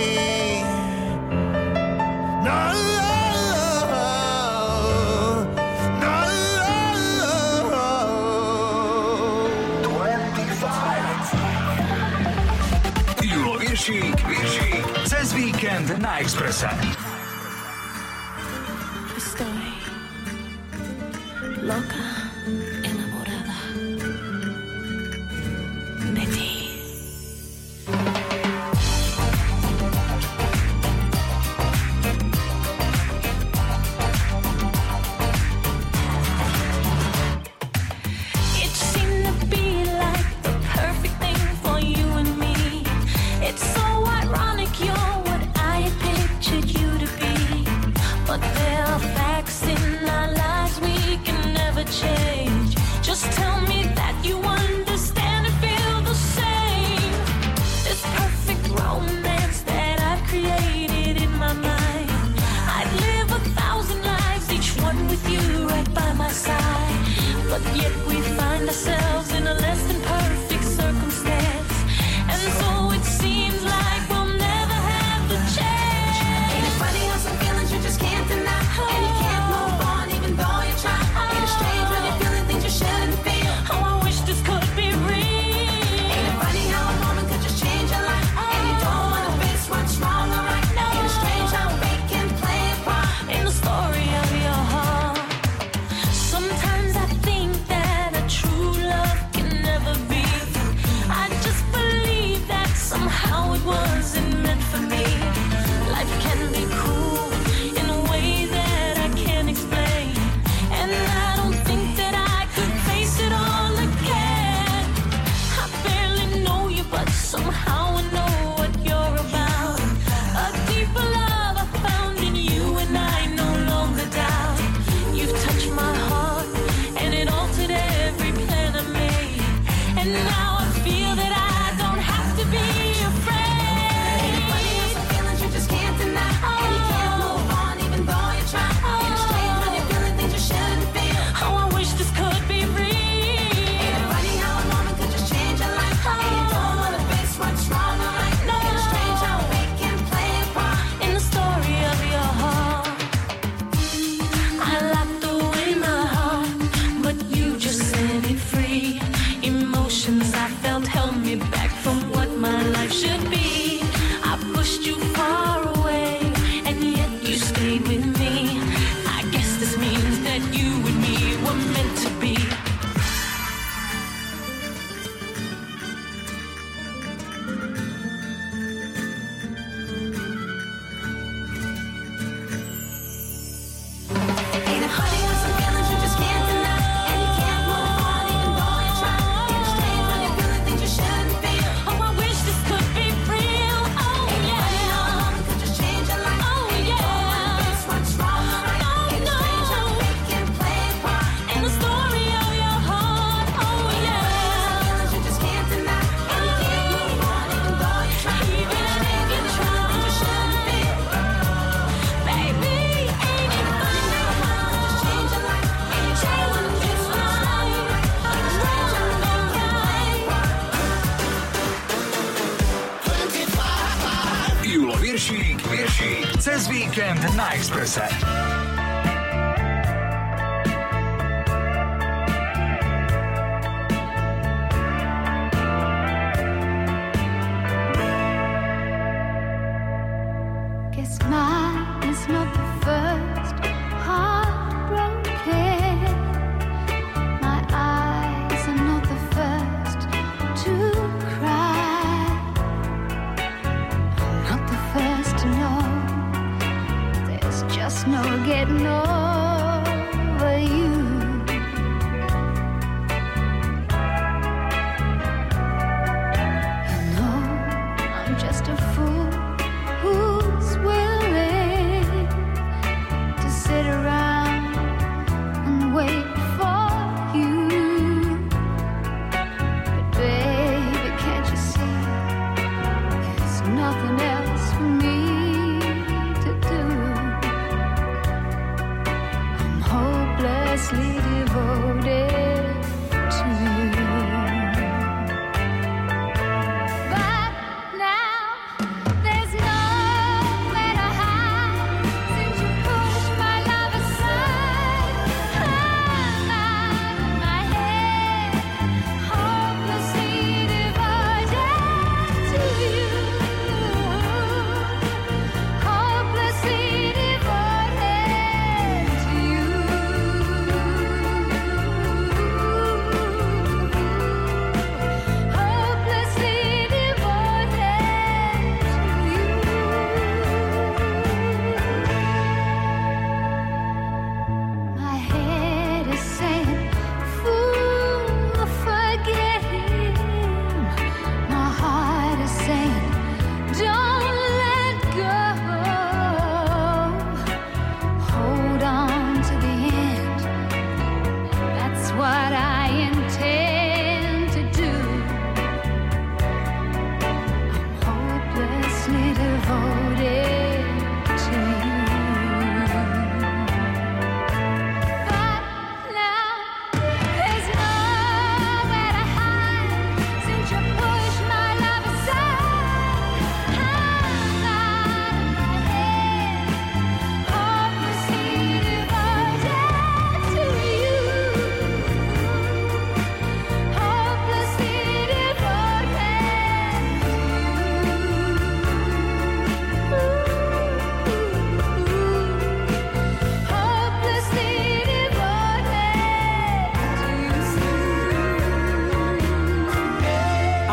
No, Viršík cez víkend na Expresse. Estoy loca, enamorada de ti. It seemed to be like the perfect thing for you and me. It's so ironic you're what I had pictured you to be. But there are facts in our lives we can never change. Just tell me that you understand and feel the same. This perfect romance that I've created in my mind, I'd live 1,000 lives, each one with you right by my side. But yet we find ourselves in a less than perfect circumstance. And so it seems like we'll never have the chance. Ain't it funny how some feelings you just can't deny? And you can't move on even though you try. Ain't it strange when you're feeling things you shouldn't feel? Oh, I wish this could be real. Ain't it funny how a moment could just change your life? And you don't want to face what's wrong or right. Ain't it strange how we can play a part in the story of your heart? Sometimes I think that a true love can never be. I just believe that somehow it wasn't meant for me. Life can be cruel in a way that I can't explain, and I don't think that I could face it all again. I barely know you, but somehow I know what you're about. A deeper love I found in you, and I no longer doubt. You've touched my heart, and it altered every plan I made. And now I feel that I don't have to be afraid. Ain't it funny how some feelings you just can't deny? And you can't move on even though you try. Ain't it strange when you're feeling things you shouldn't feel? Oh, I wish this could be real. Ain't it funny how a moment could just change your life? And you don't want to face what's wrong or right. Ain't it strange how we can play a part in the story of your heart? I locked away my heart, but you just set it free. Emotions I felt held me back from what my life should be. I pushed you far away, and yet you stayed with me. I guess this means that you and me were meant to be. Ain't it funny how some feelings you just can't deny? And you can't move on even though you try. Ain't it strange when you're feeling things you shouldn't feel? Oh, I wish this could be real. Oh, ain't it funny how a moment could just change your life? Oh, and you don't want to face what's wrong or right. Ain't it strange how we can play a part in the story of your heart? Oh, yeah. Some feelings you just can't deny. And you can't move on even though you try. Even if you try, things you shouldn't feel. Baby, ain't it funny how a moment could just change your life? And you don't want to face what's wrong or right. Ain't it strange how we can play a part. Julo Viršík cez víkend na Expresse. Guess mine is not the first heartbroken. My eyes are not the first to cry. I'm not the first to know. There's just no getting over you.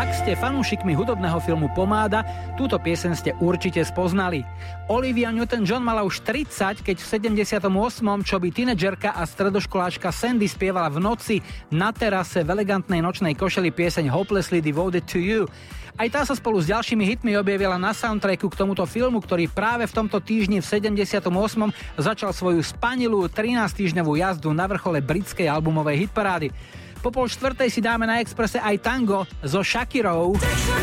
Ak ste fanúšikmi hudobného filmu Pomáda, túto pieseň ste určite spoznali. Olivia Newton-John mala už 30, keď v 78. čo by tínedžerka a stredoškoláčka Sandy spievala v noci na terase v elegantnej nočnej košeli pieseň Hopelessly Devoted to You. Aj tá sa spolu s ďalšími hitmi objavila na soundtracku k tomuto filmu, ktorý práve v tomto týždni v 78. začal svoju spanilú 13-týždňovú jazdu na vrchole britskej albumovej hitparády. Po 3:30 si dáme na Expresse aj tango so Shakirou.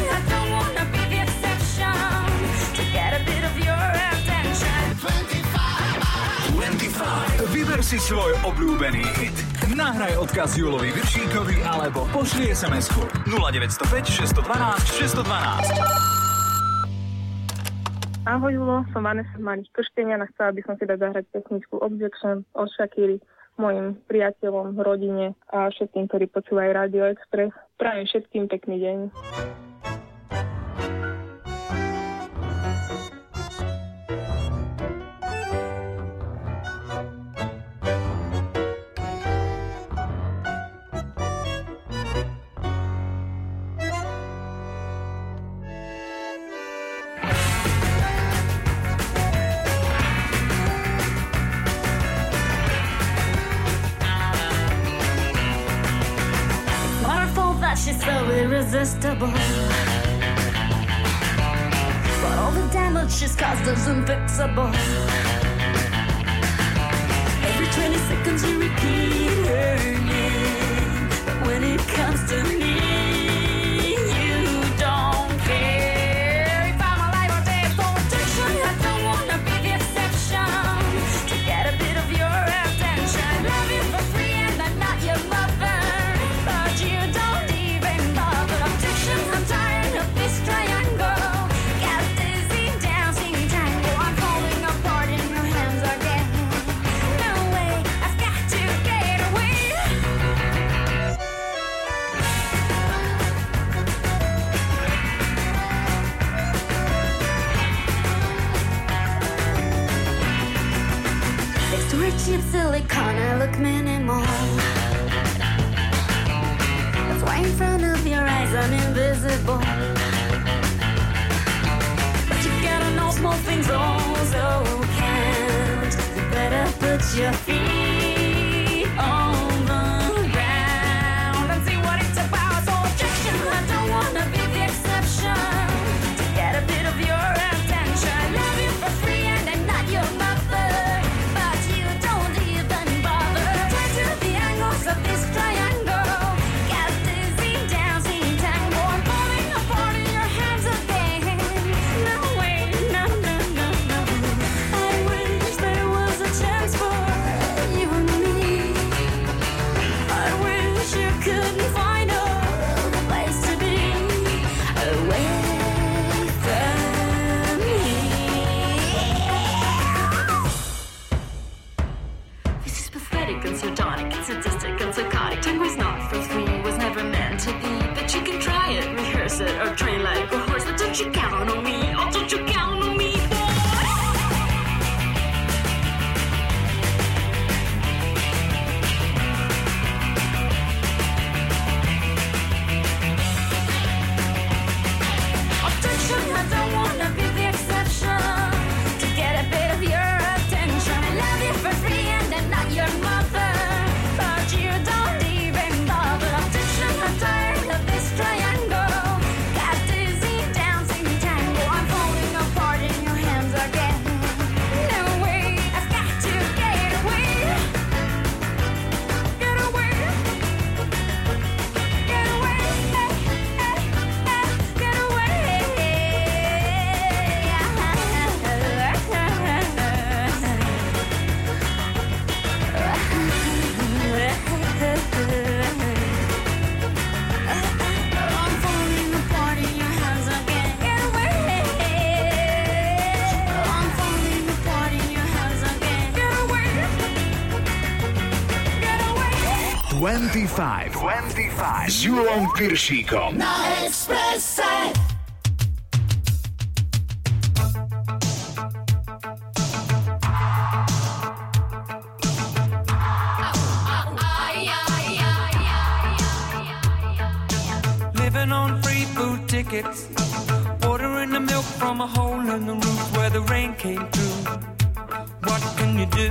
Vyber si svoj obľúbený hit. Nahraj odkaz Julovi Viršíkovi alebo pošli SMS-ku 0905 612 612. Ahoj Julo, som Vanessa Mariš Krštenian a chcela by som si dať zahrať pesničku Objection od Shakiry mojim priateľom, rodine a všetkým, ktorí počúvajú Radio Express. Prajem všetkým pekný deň. She's so irresistible, but all the damage she's caused is unfixable. Every 20 seconds you repeat her name, but when it comes to me, you don't care. If I'm alive or dead for protection, I don't wanna be the exception. To get a bit of your attention, love you for free and I'm not your mother, but you don't. I'm tired of this triangle. Got dizzy dancing tango. I'm falling apart in your hands again. No way, I've got to get away. Next to her cheap silicone, I look minimal. Right in front of your eyes, I'm invisible. But you gotta know small things also count. You better put your feet on the ground and see what it's about. So objection, I don't wanna be the exception. To get a bit of your attention, I love you for free and I'm not your mother, but you don't even bother. Try to the angles of this triangle. Or train like a horse, but don't you count on me, oh don't you count on me, Objection, I don't wanna be the exception. To get a bit of your attention, I love you for free and I'm not your mother, but you don't even bother. Objection, I'm tired of this triangle. S Julom Piršíkom na Expresse. living on free food tickets, ordering the milk from a hole in the roof where the rain came through. What can you do?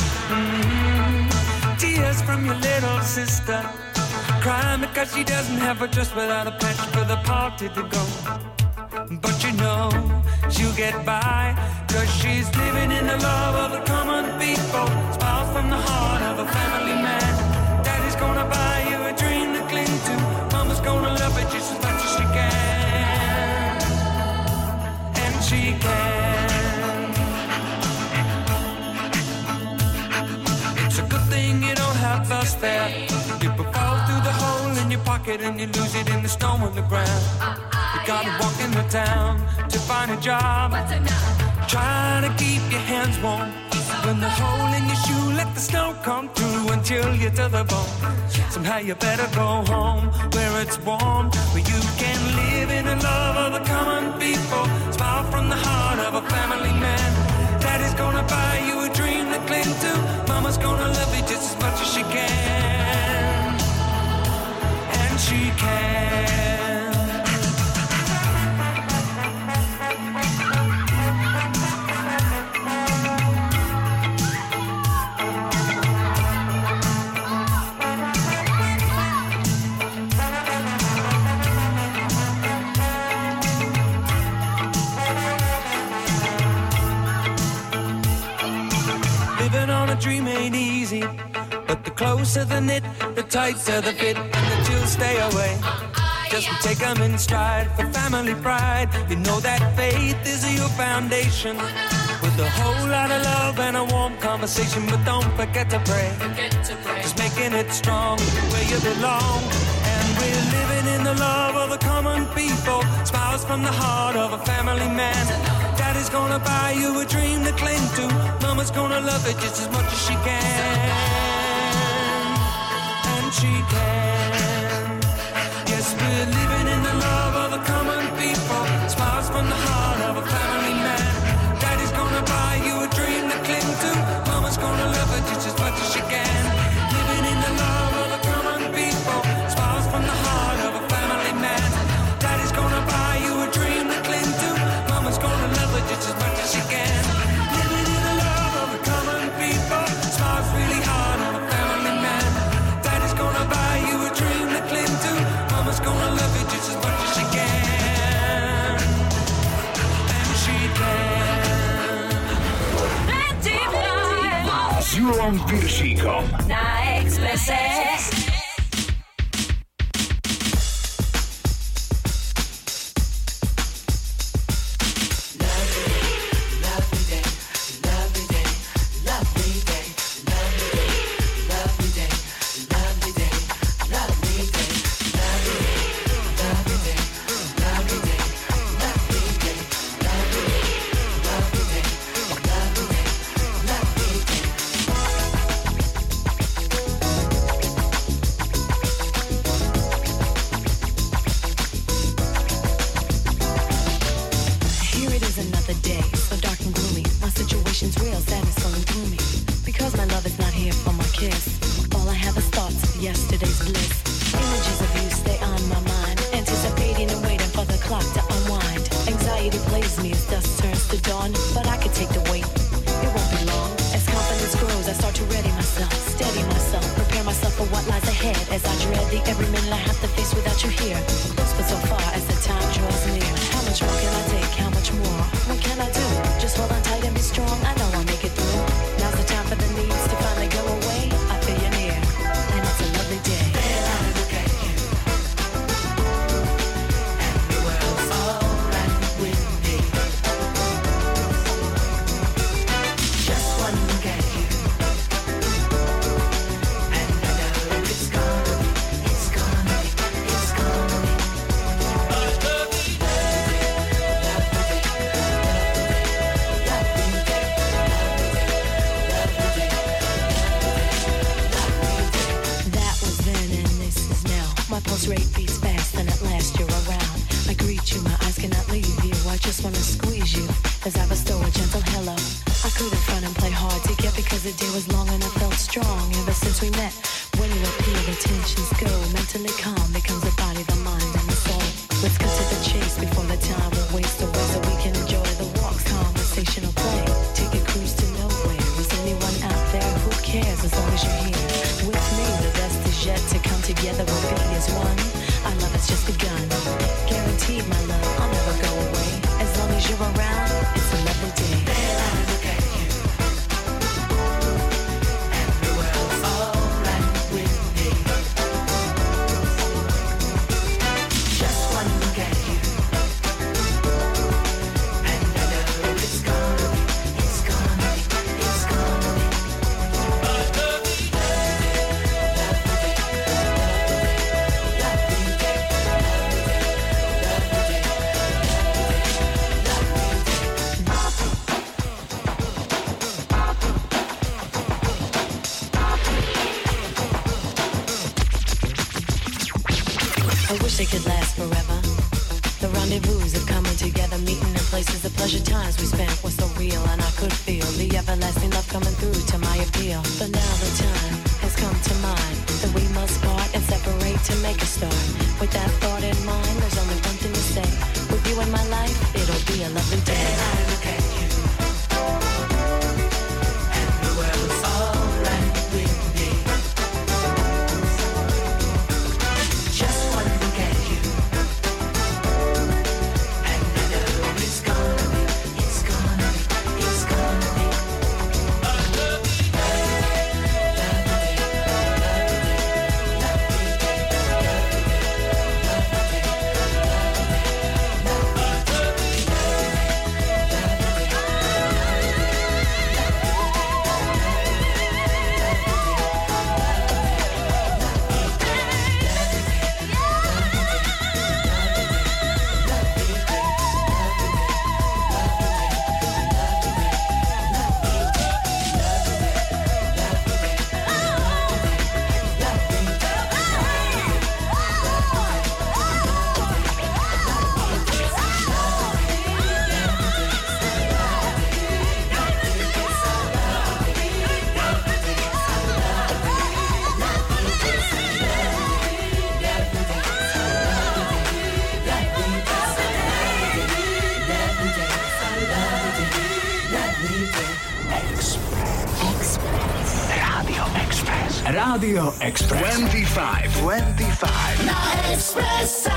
Tears from your little sister, crying because she doesn't have a dress without a patch for the party to go. But you know she'll get by, 'cause she's living in the love of the common people. Smiles from the heart of a family man. Daddy's gonna buy you a dream to cling to. Mama's gonna love it just as much as she can. And she can. It's a good thing you don't have us there. People fall through the hole in your pocket and you lose it in the snow on the ground. You gotta walk in the town to find a job. Trying to keep your hands warm. When the hole in your shoe, let the snow come through and chill you to the bone. Somehow you better go home where it's warm, where you can live in the love of the common people. Smile from the heart of a family man. Daddy's gonna buy you a dream to cling to. Mama's gonna love you just as much as she can. And she can. Dream ain't easy, but the closer the knit, the tighter the fit, and the chills stay away. Just take them in stride for family pride. You know that faith is your foundation, with a whole lot of love and a warm conversation. But don't forget to pray, just making it strong where you belong. And we're living in the love of the common people. Smiles from the heart of a family man. Daddy's gonna buy you a dream to cling to. Mama's gonna love it just as much as she can. And she can. Yes, we're living in the love of the common people. Smiles from the heart of a family man. Daddy's gonna buy you a dream to cling to. Mama's gonna love it just as much as she can. Living in the love of the common people. Smiles from the heart of a family man. Daddy's gonna buy you a dream to cling to. Mama's gonna love it just as much as she can. Living in the love of the common people. Smiles really hard on a family man. Daddy's gonna buy you a dream to cling to. Mama's gonna love it just as much as she can. And she can. S Julom Piršíkom na Expresse. When you appear, the tensions go. Mentally calm becomes the body, the mind, and the forever. The rendezvous of coming together, meeting in places, the pleasure times we spent were so real, and I could feel the everlasting love coming through to my appeal. But now the time has come to mind that we must part and separate to make a start. With that thought in mind, there's only one thing to say. With you in my life, it'll be a lovely day. Then I look at you, and the world's alright with me. Just one look at you, and I know it's gonna be, it's gonna be, it's gonna be. Rádio Express. 25 Na Expresse.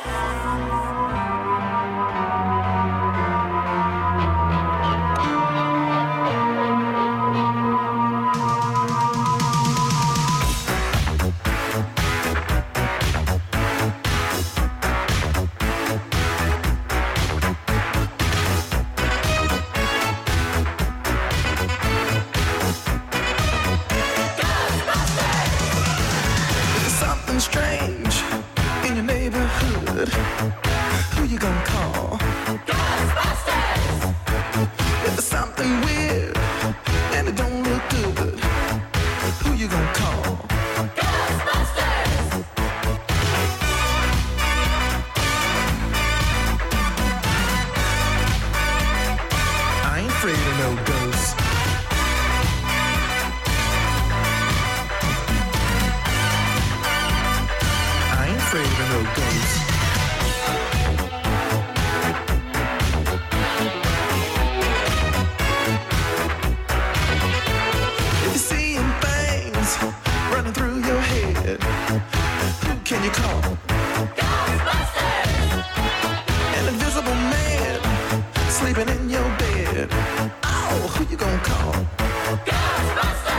Something strange in your neighborhood. Who you gonna call? Ghostbusters! If there's something weird and it don't look good, who you gonna call? Ghostbusters! I ain't afraid of no ghosts. Afraid of no ghosts. If you're seeing things running through your head, who can you call? Ghostbusters! An invisible man sleeping in your bed. Oh, who you gonna call? Ghostbusters!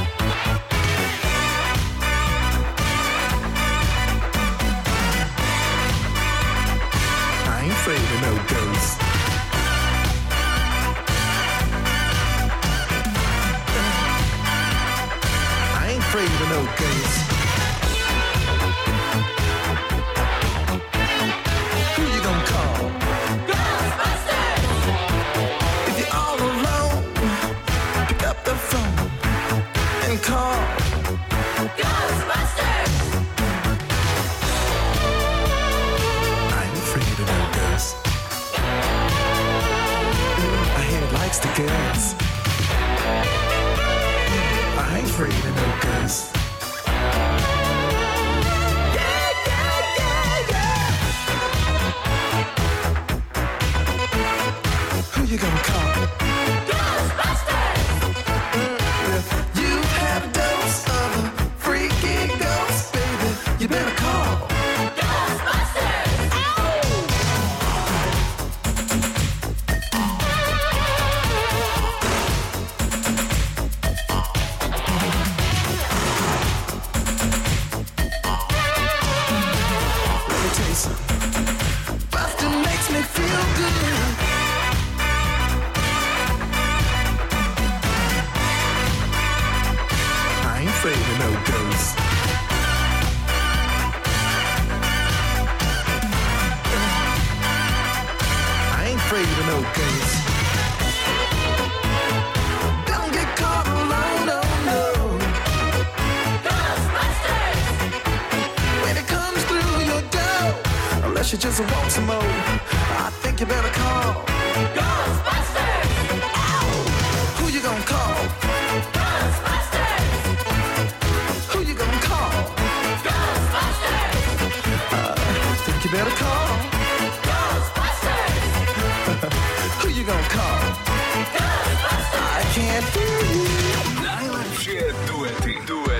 Afraid of no ghosts. I ain't afraid of no ghosts. Who you gonna call? Ghostbusters! If you're all alone, pick up the phone and call Ghostbusters! I ain't afraid of no ghosts. My head likes the girls. I ain't afraid of no ghosts. Who you gonna call? Ghostbusters! You have a dose of a freaky ghost, baby. You better call Ghostbusters! Buster makes me feel good. I ain't afraid of no ghosts. I ain't afraid of no ghosts. Don't get caught alone, no, no. Ghostbusters! When it comes through your door, unless she just wants some more. I think you better call Ghostbusters. Ow! Who you gonna call? Ghostbusters. Who you gonna call? Ghostbusters. I think you better call Ghostbusters. Who you gonna call? Ghostbusters. I can't hear you. Najlepšie duety.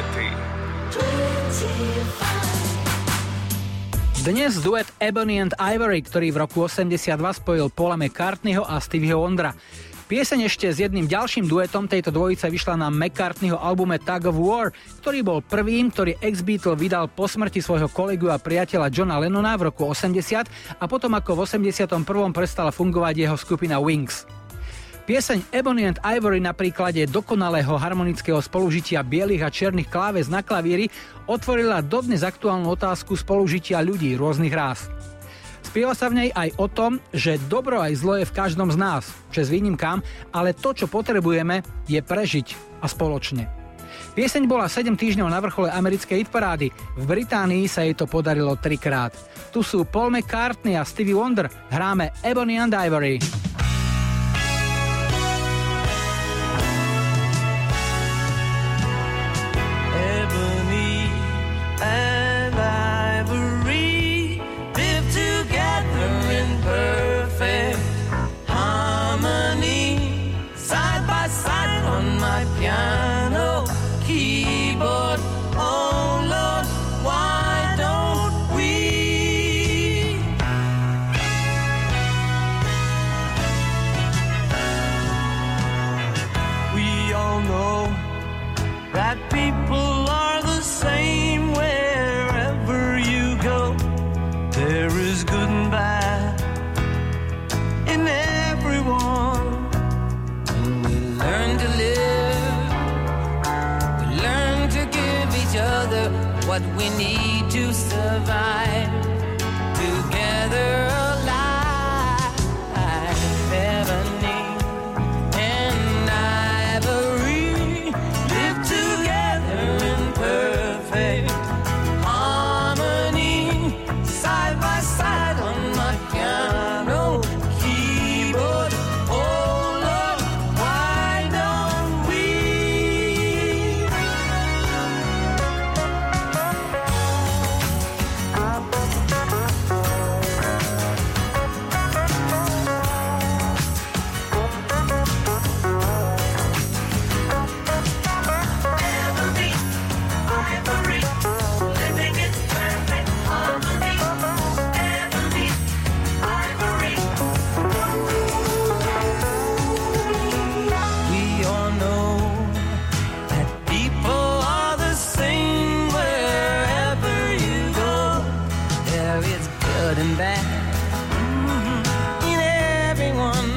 Dnes duet Ebony and Ivory, ktorý v roku 82 spojil Paula McCartneyho a Stevieho Wondera. Pieseň ešte s jedným ďalším duetom tejto dvojice vyšla na McCartneyho albume Tug of War, ktorý bol prvým, ktorý ex-Beatle vydal po smrti svojho kolegu a priateľa Johna Lennona v roku 80 a potom ako v 81. prestala fungovať jeho skupina Wings. Pieseň Ebony and Ivory na príklade dokonalého harmonického spolužitia bielých a čiernych kláves na klavíri otvorila dodnes aktuálnu otázku spolužitia ľudí rôznych rás. Spieva sa v nej aj o tom, že dobro aj zlo je v každom z nás, čes výnimkám, ale to, čo potrebujeme, je prežiť a spoločne. Pieseň bola 7 týždňov na vrchole americkej hitparády, v Británii sa jej to podarilo 3-krát. Tu sú Paul McCartney a Stevie Wonder, hráme Ebony and Ivory. And ivory live together in perfect harmony, side by side on my piano keyboard. Oh Lord, why don't we? We all know that people are the same wherever you go. There is good and bad in everyone. And we learn to live, we learn to give each other what we need to survive. Together alive, Ebony and Ivory live together in perfect harmony, side by side on my piano keyboard. Oh Lord, why don't we? We all know that people are the same wherever you go. There is good and bad in everyone.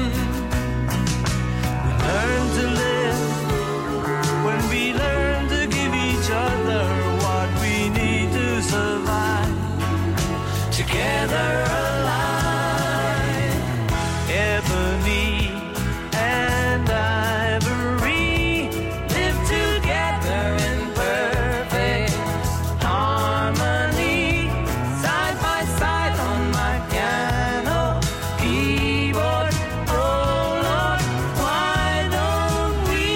We learn to live when we learn to give each other what we need to survive. Together alive, Ebony and Ivory live together in perfect harmony, side by side on my piano keyboard. Oh Lord, why don't we?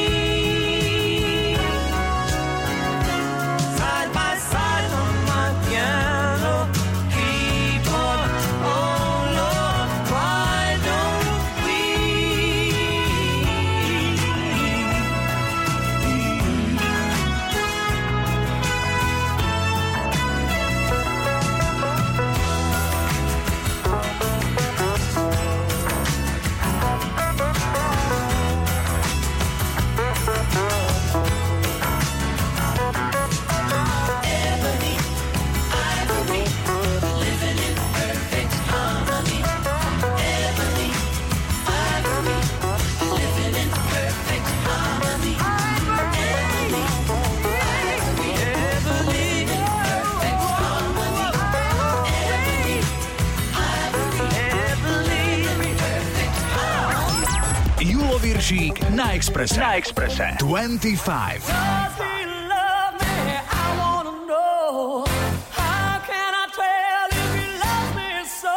Side by side on my piano keyboard. Oh Lord, why don't we? Ebony, Ivory, living in perfect harmony. Ebony, Ivory, living in perfect harmony. Ebony, Ivory, living in perfect harmony. Ebony, Ivory, living in perfect harmony. Julo Viršík na Expresse. 25. How can I tell if you love me so?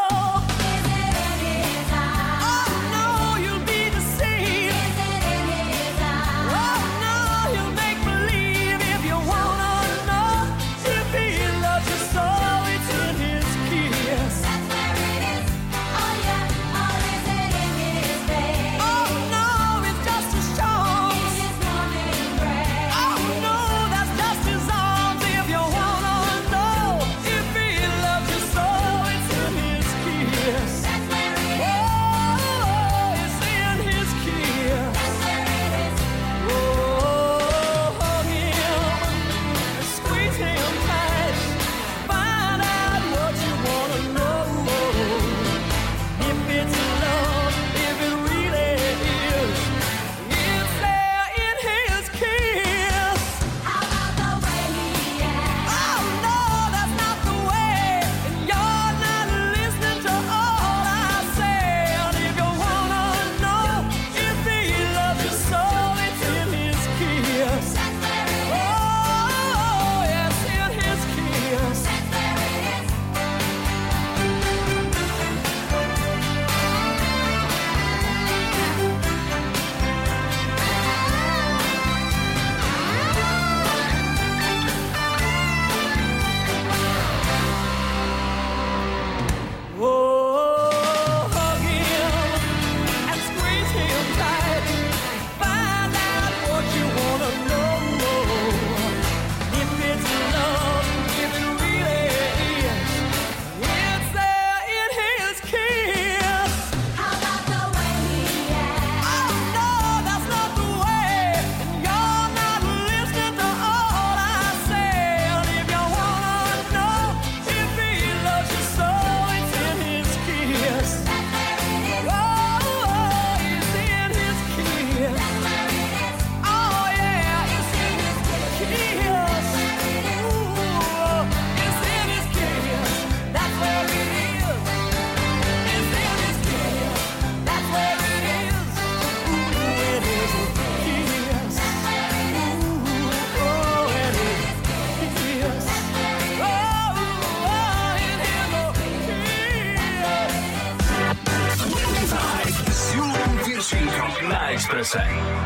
Expresse.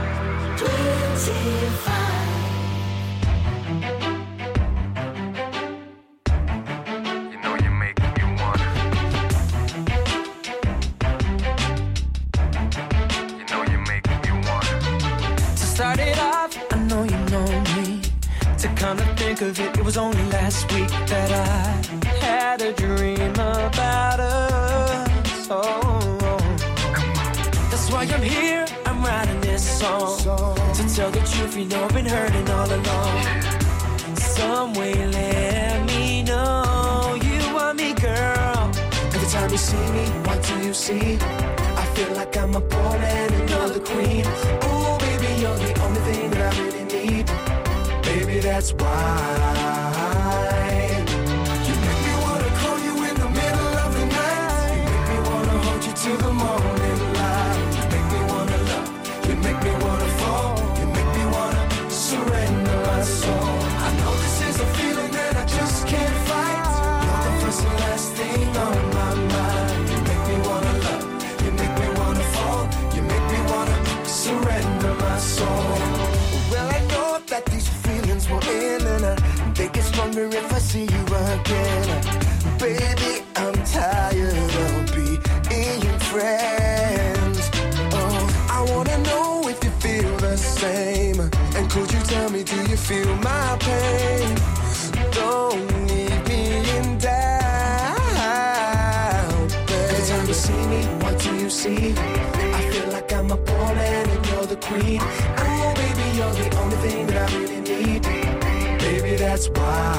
Started off, I know you know me. To kind of think of it, it was only last week that I had a dream about us. Oh, that's why I'm here, I'm writing this song. To tell the truth, you know I've been hurting all along. Some way let me know you want me, girl. Every time you see me, what do you see? I feel like I'm a pawn and you're the queen. Ooh, baby, you're the only thing that I really need. Baby, that's why you make me wanna call you in the middle of the night. You make me wanna hold you till the morning light. You make me wanna love. You make me wanna fall. You make me wanna surrender my soul. I know this is a feeling that I just can't fight. You're the first and last thing on my mind. You make me wanna love. You make me wanna fall. You make me wanna surrender my soul. Well, I know that these feelings will end, and they get stronger if I see you again. Baby, I'm tired of being friends. Oh, I wanna know if you feel the same. And could you tell me, do you feel my pain? Don't leave me in doubt, babe. Every time you see me, what do you see? I feel like I'm a pawn and you're the queen. Oh, baby, you're the only thing that I really need. Baby, that's why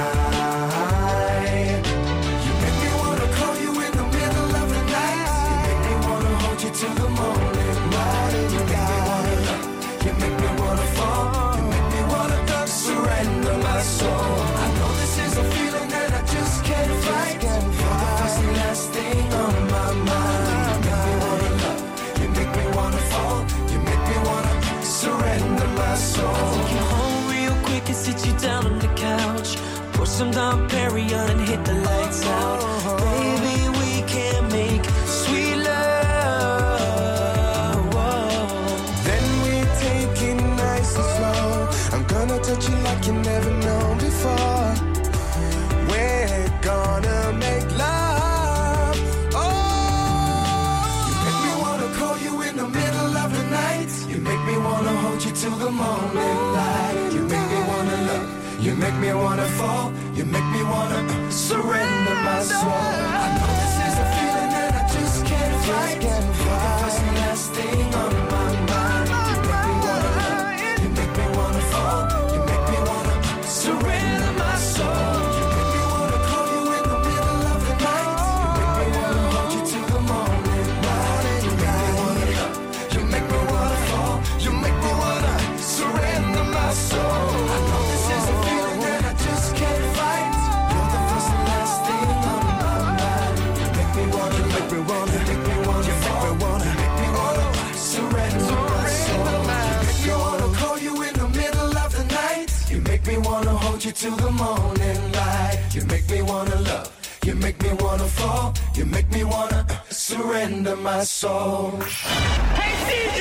you make me wanna call you in the middle of the night. You make me wanna hold you till the morning light. You make me wanna love. You make me wanna fall. You make me wanna surrender my soul. I know this is a feeling that I just can't fight. You're the first and last thing on my mind. You make me wanna love. You make me wanna fall. You make me wanna surrender my soul. I'll take you home real quick and sit you down on the couch. Pour some Dom Perignon and hit the lights out. Baby, we can make sweet love. Whoa. Then we take it nice and slow. I'm gonna touch you like you never known before. We're gonna make love. Oh, you make me wanna call you in the middle of the night. You make me wanna hold you till the morning light. You make me wanna love. You make me wanna fall. You make me wanna surrender my soul. I know this is a feeling that I just can't fight. You're the first and last thing on my mind. You make me wanna love. You make me wanna fall. You make me wanna surrender my soul. You make me wanna call you in the middle of the night. You make me wanna hold you till the morning light. You make me wanna love. You make me wanna fall. You make me wanna surrender my soul. I know this is a feeling that I just can't fight. You're the first and last thing on my mind. You make me wanna, you make me wanna, you make me wanna, you make me wanna, you make me wanna surrender my soul. You make me wanna call you in the middle of the night. You make me wanna hold you till the morning light. You make me wanna love. You make me wanna fall. You make me wanna surrender my soul. Hey DJ!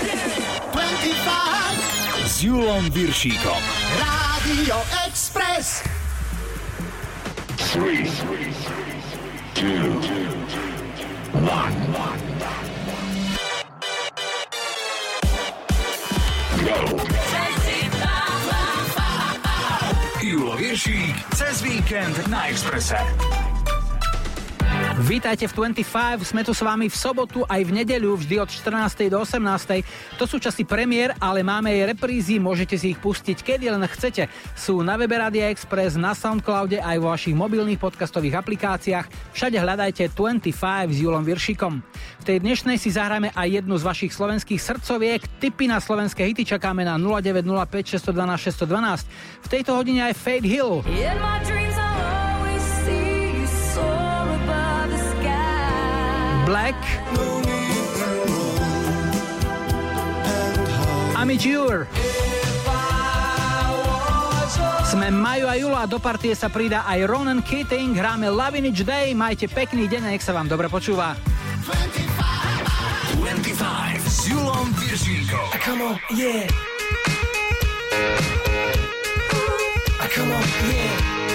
25 s Julom Viršíkom. Radio Express. 3, 2, 1. Go! Julo Viršík cez víkend na Expresse. Vítajte v 25, sme tu s vami v sobotu aj v nedeľu, vždy od 14. do 18. To sú časy premiér, ale máme aj reprízy, môžete si ich pustiť kedy len chcete. Sú na webe Radia Express, na Soundcloude aj vo vašich mobilných podcastových aplikáciách. Všade hľadajte 25 s Julom Viršíkom. V tej dnešnej si zahráme aj jednu z vašich slovenských srdcoviek. Tipy na slovenské hity čakáme na 0905 612 612. V tejto hodine aj Fade Hill. Black, Amijure. Sme Maju a Julo a do partie sa pridá aj Ronan Keating. Hráme Lovin' Each Day. Majte pekný deň, nech sa vám dobre počúva. 25 s Julom Viršíkom. Come on, yeah. Come on, yeah.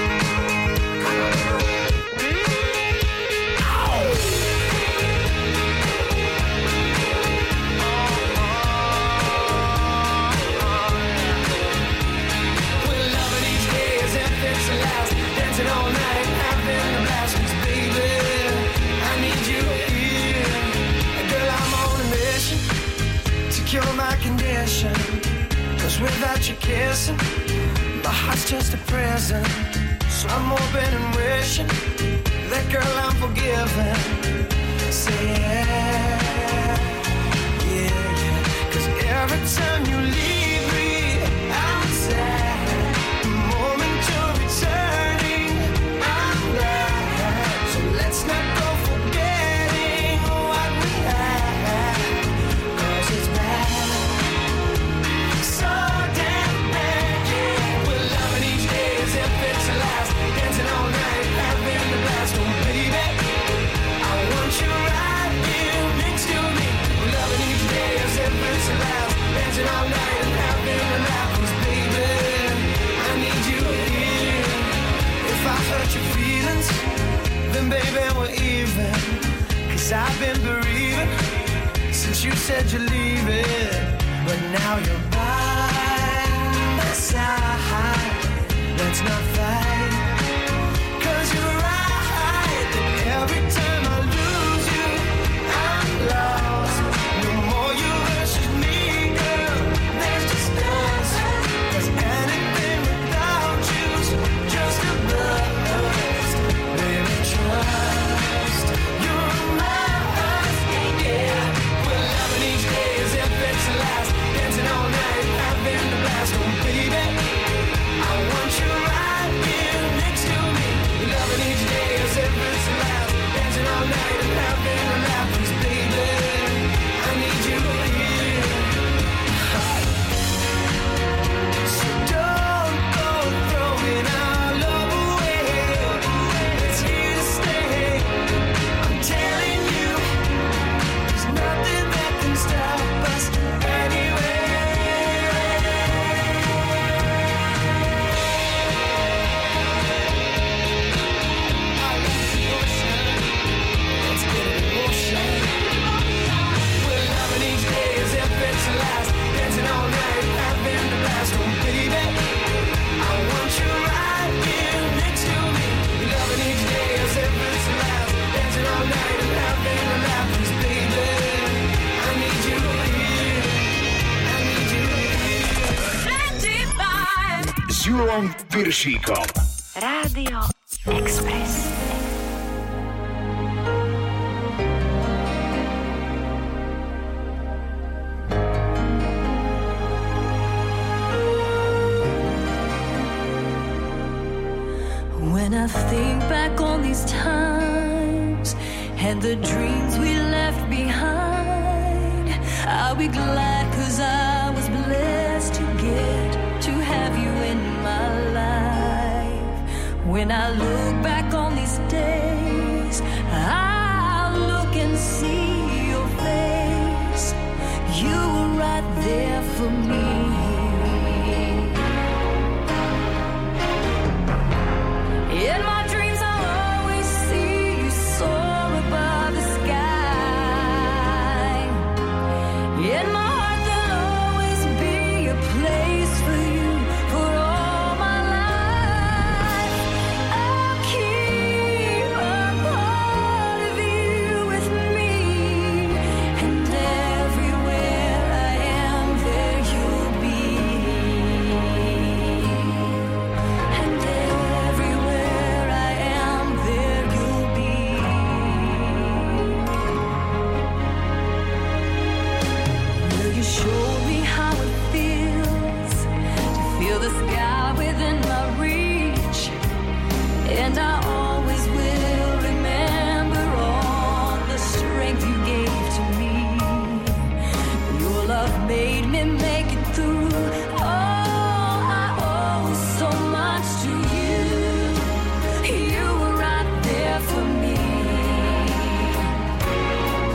We're loving each day as if it's the last. Dancing all night, having a blast. 'Cause baby, I need you here. Girl, I'm on a mission to cure my condition. 'Cause without you kissing, my heart's just a prison. So I'm hoping and wishing that girl I'm forgiven. Say yeah, yeah, yeah. 'Cause every time you leave me, I'm sad. The moment you're returning, I'm glad. So let's not go forgetting what we had. 'Cause it's bad. So damn bad, yeah. We're loving each day as if it's the last. Dancing all night, having the blast. Oh baby, I want you right here next to me. We're loving each day as if it's the last. Dancing all night and having a laugh. 'Cause baby, I need you here. If I hurt your feelings, then baby we're even. 'Cause I've been bereaving since you said you're leaving. But now you're by my side. Let's not fight. 'Cause you're right that every time I lose you, I'm lost. No more you versus me, girl. There's just us. 'Cause anything without you's just a bust. Baby, trust. You're mine, yeah. We're loving each day as if it's the last. Dancing all night, having the blast. Oh baby, I want you right here next to me. We're loving each day as if it's the last. Dancing all night and having a laugh. 'Cause baby, I need you here. So don't go throwing our love away. It's here to stay. I'm telling you, there's nothing that can stop us anyway. Let's get in motion. We're loving each day as if it's the last. Dancing all night, having the blast. Oh baby, I want you right here next to me. We're loving each day as if it's the last. Dancing all night and having a laugh. 'Cause baby, I need you here. I need you here. 25 s Julom Viršíkom. Rádio Express. When I think back on these times and the dreams we left behind, I'll be glad 'cause I was blessed to get to have you in my life. When I look back on these days, I'll look and see your face. You were right there for me. In my dreams I'll always see you soar above the sky. In my heart there'll always be a place for you for all my life. I'll keep a part of you with me. And everywhere I am, there you'll be. And everywhere I am, there you'll be. Will you show me how it feels to feel the sky within my reach? And I always will remember all the strength you gave to me. Your love made me make it through. Oh, I owe so much to you. You were right there for me.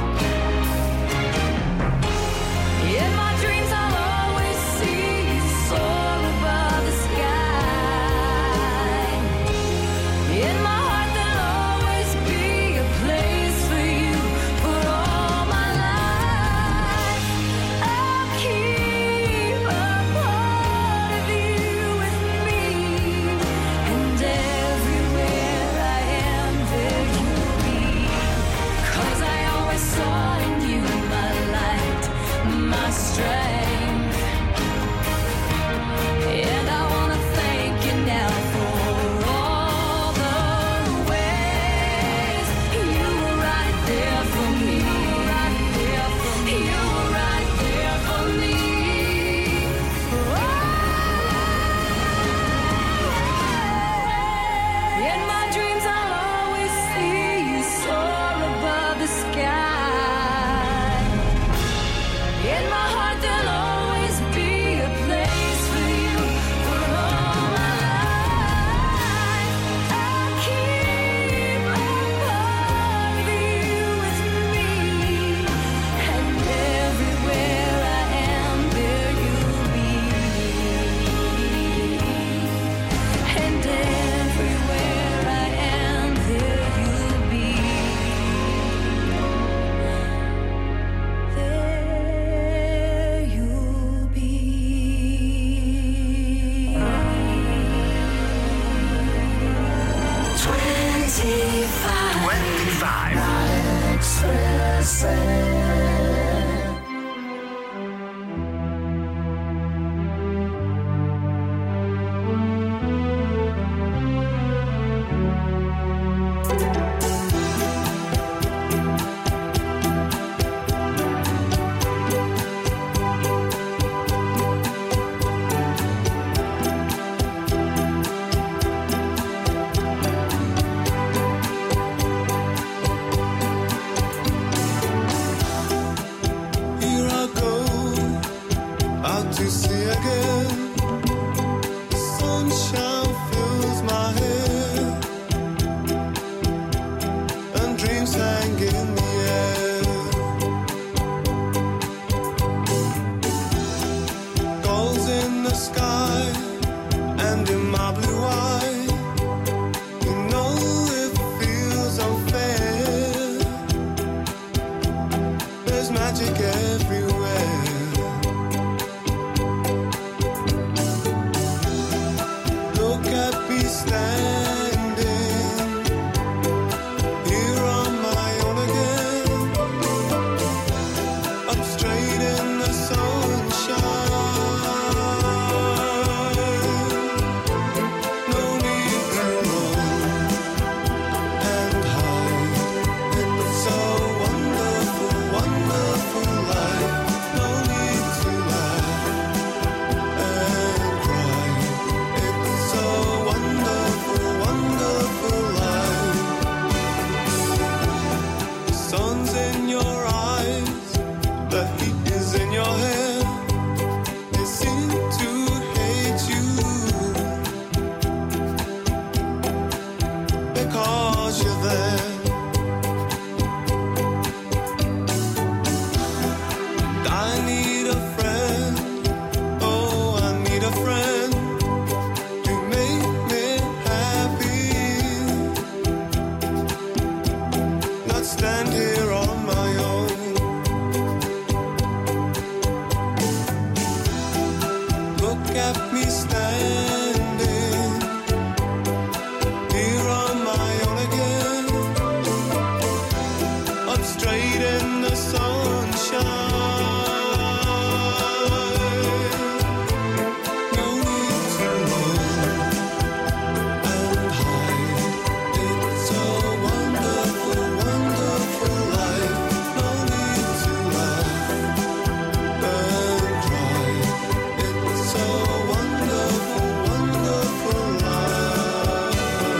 magic everywhere. Look at me standing here on my own again. Up straight in the sunshine. No need to run and hide. It's so wonderful, wonderful life. No need to laugh and cry. It's so wonderful, wonderful life. The sun's in your eyes, the heat is in your hair. They seem to hate you because you're there. I need a friend, oh, I need a friend to make me happy. Not stand here on my own. Look at me standing here on my own again. Up straight in the sunshine. No need to run and hide. It's a wonderful, wonderful life. No need to laugh and cry. It's a wonderful, wonderful life.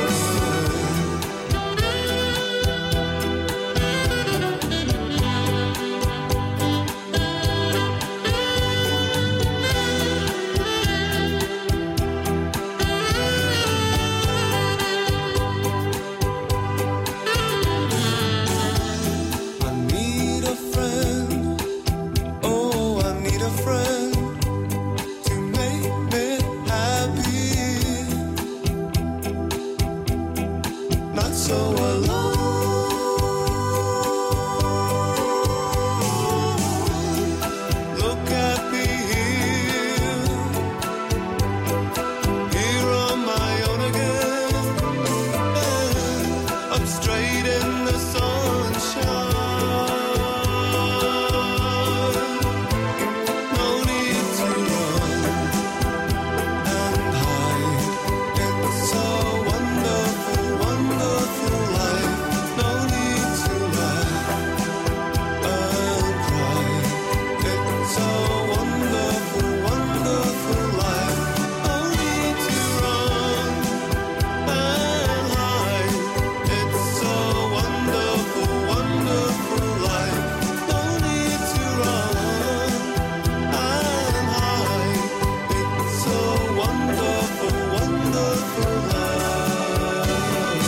I need a friend, oh, I need a friend to make me happy. Not so alone. Look at me here on my own again. Up straight in the sunshine. No need to run and hide. It's a wonderful, wonderful life. No need to laugh and cry. It's a wonderful, wonderful life. No need to run and hide. It's a wonderful, wonderful life. No need to run and hide. It's a wonderful, wonderful life.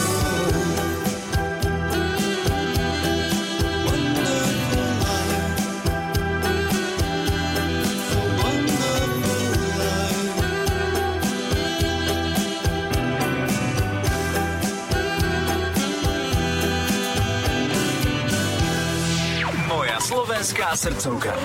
Wonderful life. It's a wonderful life. Moja slovenská srdcovka.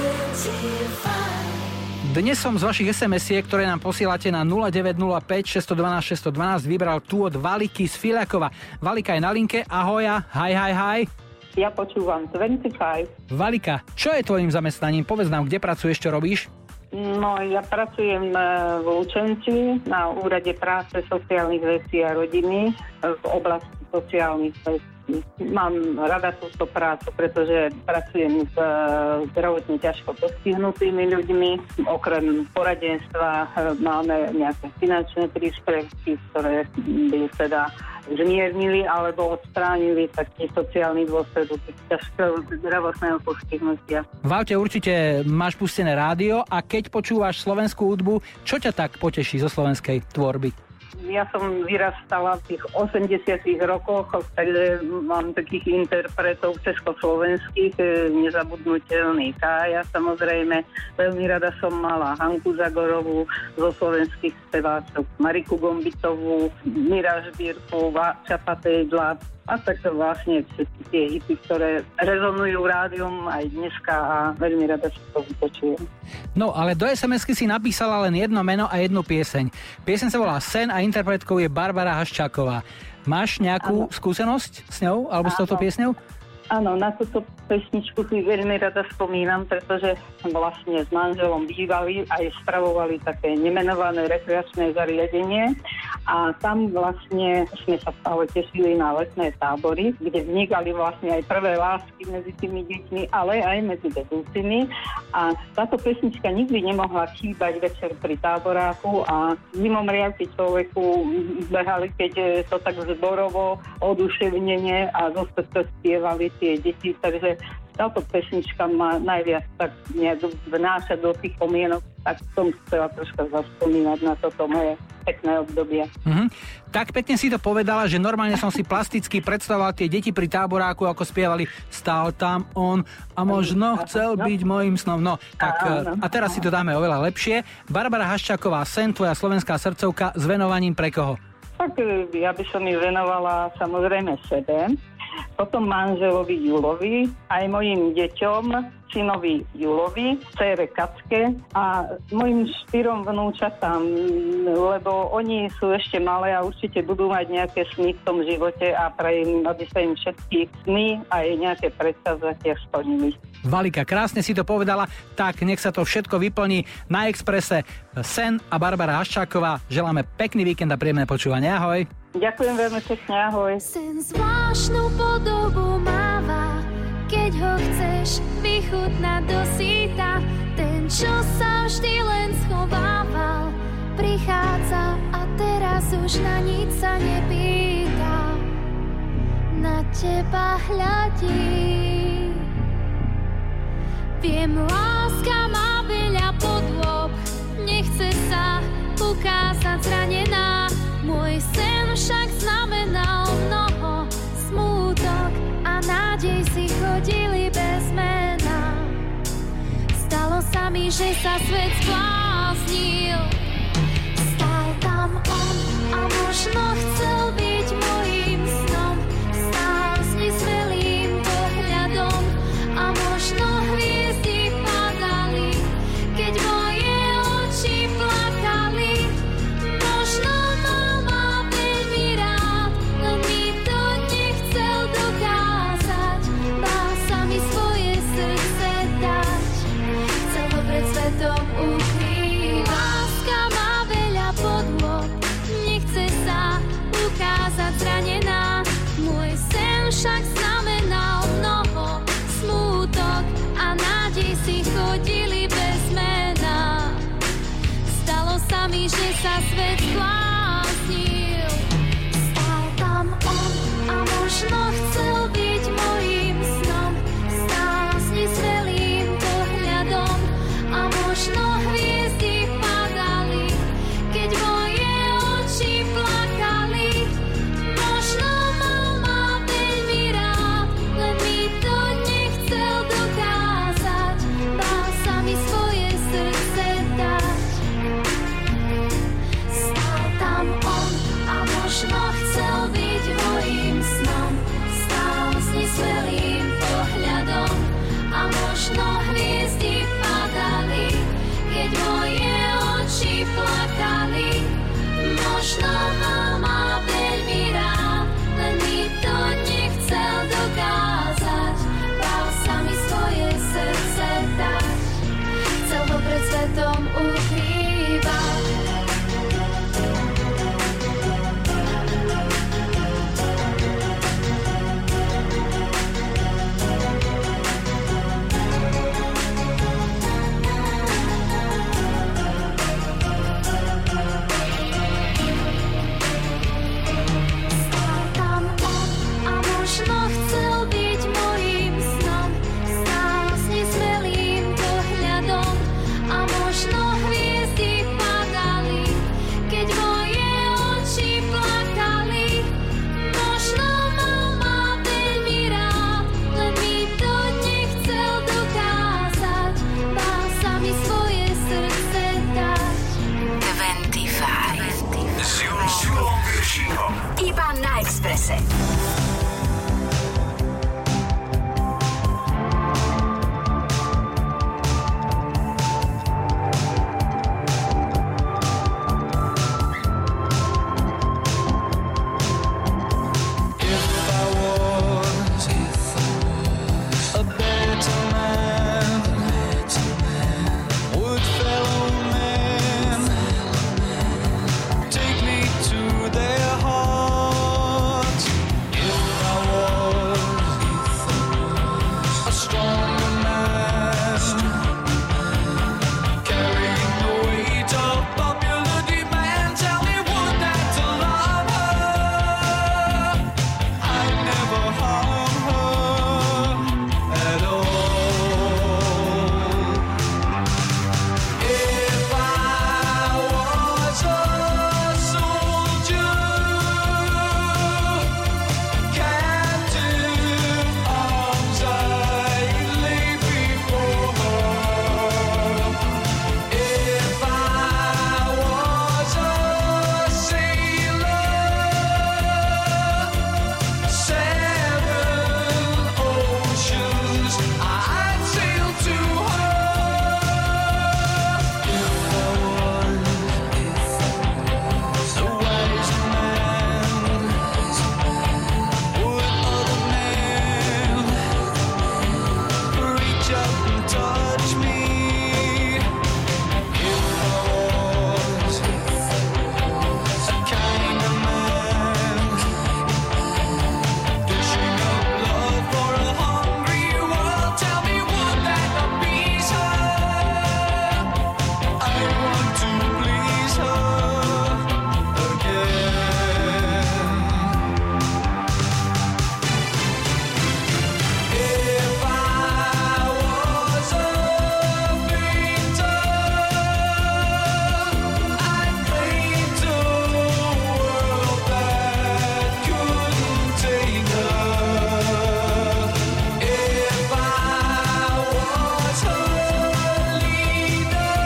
Dnes som z vašich SMS-iek, ktoré nám posielate na 0905 612 612, vybral tú od Valiky z Filiakova. Valika je na linke, ahoja, hi. Ja počúvam 25. Valika, čo je tvojim zamestnaním? Povedz nám, kde pracuješ, čo robíš? No, ja pracujem v Lučenci na úrade práce, sociálnych vecí a rodiny v oblasti sociálnych vecí. Mám rada túto prácu, pretože pracujem s zdravotne ťažko postihnutými ľuďmi. Okrem poradenstva máme nejaké finančné príspevky, ktoré by teda zmiernili alebo odstránili taký sociálny dôsledok ťažkého zdravotného postihnutia. V aute určite máš pustené rádio a keď počúvaš slovenskú hudbu, čo ťa tak poteší zo slovenskej tvorby? Ja som vyrastala v tých 80 rokoch, takže mám takých interpretov československých, nezabudnutelný Kája, samozrejme. Veľmi rada som mala Hanku Zagorovú, zo slovenských speváčok Mariku Gombitovú, Mira Žbírku, Čapatejdla. A tak to vlastne všetky tie hity, ktoré rezonujú rádiom aj dneska a veľmi rada si to vypočujem. No, ale do SMS-ky si napísala len jedno meno a jednu pieseň. Pieseň sa volá Sen a interpretkou je Barbara Haščáková. Máš nejakú skúsenosť s ňou alebo s touto piesňou? Áno, na túto pesničku si veľmi rada spomínam, pretože vlastne s manželom bývali aj spravovali také nemenované rekreačné zariadenie a tam vlastne sme sa stále tešili na letné tábory, kde vznikali vlastne aj prvé lásky medzi tými deťmi, ale aj medzi vedúcimi a táto pesnička nikdy nemohla chýbať večer pri táboráku a zimom riavky človeku behali, keď to tak zborovo, oduševnenie a zase spievali tie deti, takže táto pesnička ma najviac tak vnáša do tých pomienok, tak som chcela troška zaspomínať na toto moje pekné obdobie. Tak pekne si to povedala, že normálne som si plasticky predstavoval tie deti pri táboráku, ako spievali Stál tam on a možno chcel byť mojím snom. No, tak a teraz si to dáme oveľa lepšie. Barbara Haščáková, Sen, tvoja slovenská srdcovka s venovaním pre koho? Tak ja by som ju venovala samozrejme sebe, potom manželovi Julovi, aj mojim deťom, synovi Julovi, dcére Kacke a mojim 4 vnúčatám, lebo oni sú ešte malé a určite budú mať nejaké sny v tom živote a prajem, aby sa im všetky sny a aj nejaké predsavzatia splnili. Valika, krásne si to povedala, tak nech sa to všetko vyplní na Expresse. Sen a Barbara Haščáková, želáme pekný víkend a príjemné počúvanie. Ahoj. Ďakujem veľmi pekne, ahoj. Sen zvláštnu podobu máva, keď ho chceš vychutnať do síta. Ten, čo sa vždy len schovával, prichádza a teraz už na nič sa nepýta. Na teba hľadí. Viem, láska má veľa podôb, nechce sa ukázať zranená. Môj sen však znamenal mnoho, smútok a nádej si chodili bez mena. Stalo sa mi, že sa svet zbláznil. Stál tam on a možno chcel byť mojím snom. Stál s nesmelým pohľadom a možno hviezdy padali, keď moje oči plakali. Možno mal veľmi rád, len mi to nechcel dokázať. Bál sa mi svoje srdce dať, chcel ho pred svetom ukrývať. Láska má veľa podôb, nechce sa ukázať zranená. Môj sen však znamenal mnoho, smútok a nádej si chodili bez mena. Stalo sa mi, že sa svet zbláznil. Stál tam on a možno chcel byť mojím snom. Stál s nesmelým pohľadom a možno hviezdy padali, keď moje oči plakali. Možno mal ma veľmi rád, len mi to nechcel dokázať. Bál sa mi svoje srdce dať. Stál tam on a možno chcel byť mojím snom. Stál s nesmelým pohľadom a možno hviezdy padali, keď moje oči plakali. Možno mal ma veľmi rád, len mi to nechcel dokázať. Bál sa mi svoje srdce dať, chcel ho pred svetom ukrývať. Stál tam on a možno chcel byť mojím snom. Stál s nesmelým pohľadom a možno hviezdy touch me. If I was a kind of man, dishing up love for a hungry world, tell me would that appease her? I want to please her again. If I was a painter, I'd paint a world that couldn't take her. If I was a leader,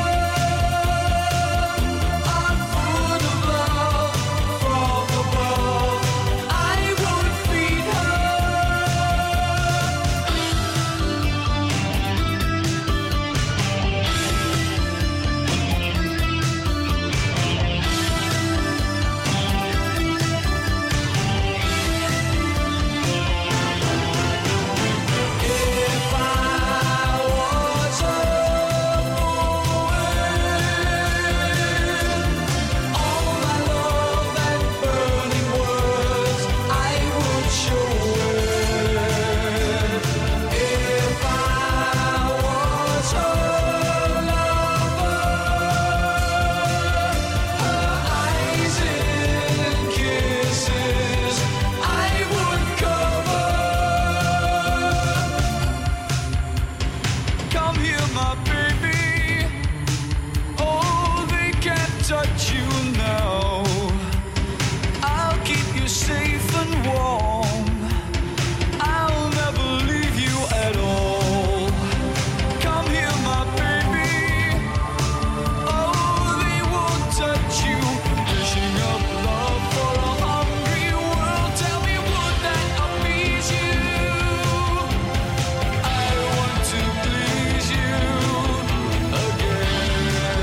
a food of love from above, I would feed her. If I was a poet, all my love and burning words I would show it. If I was her lover, her eyes in kisses I would cover. Come here, my baby. Oh, they can't touch you now. I'll keep you safe and warm. I'll never leave you at all. Come here, my baby. Oh, they won't touch you. Dishing up love for a hungry world. Tell me, would that appease you? I want to please you again.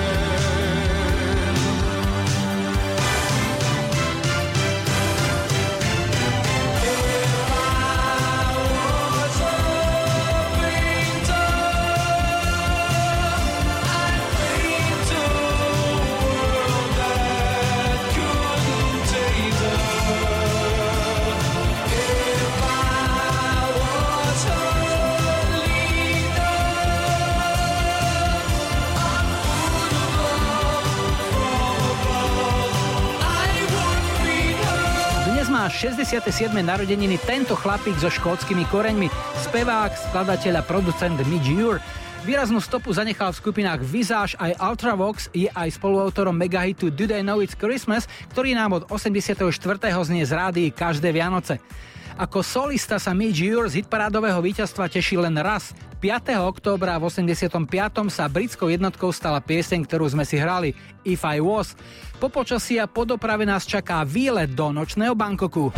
Dnes má 67. narodeniny tento chlapík so škótskymi koreňmi, spevák, skladateľ a producent Midge Ure. Výraznú stopu zanechal v skupinách Visage aj Ultravox, je aj spoluautorom megahitu Do They Know It's Christmas, ktorý nám od 84. znie z rádií každé Vianoce. Ako solista sa Midge Ure z hitparádového víťazstva teší len raz. 5. októbra v 85. sa britskou jednotkou stala pieseň, ktorú sme si hrali, If I Was. Po počasí a po doprave nás čaká výlet do nočného Bangkoku.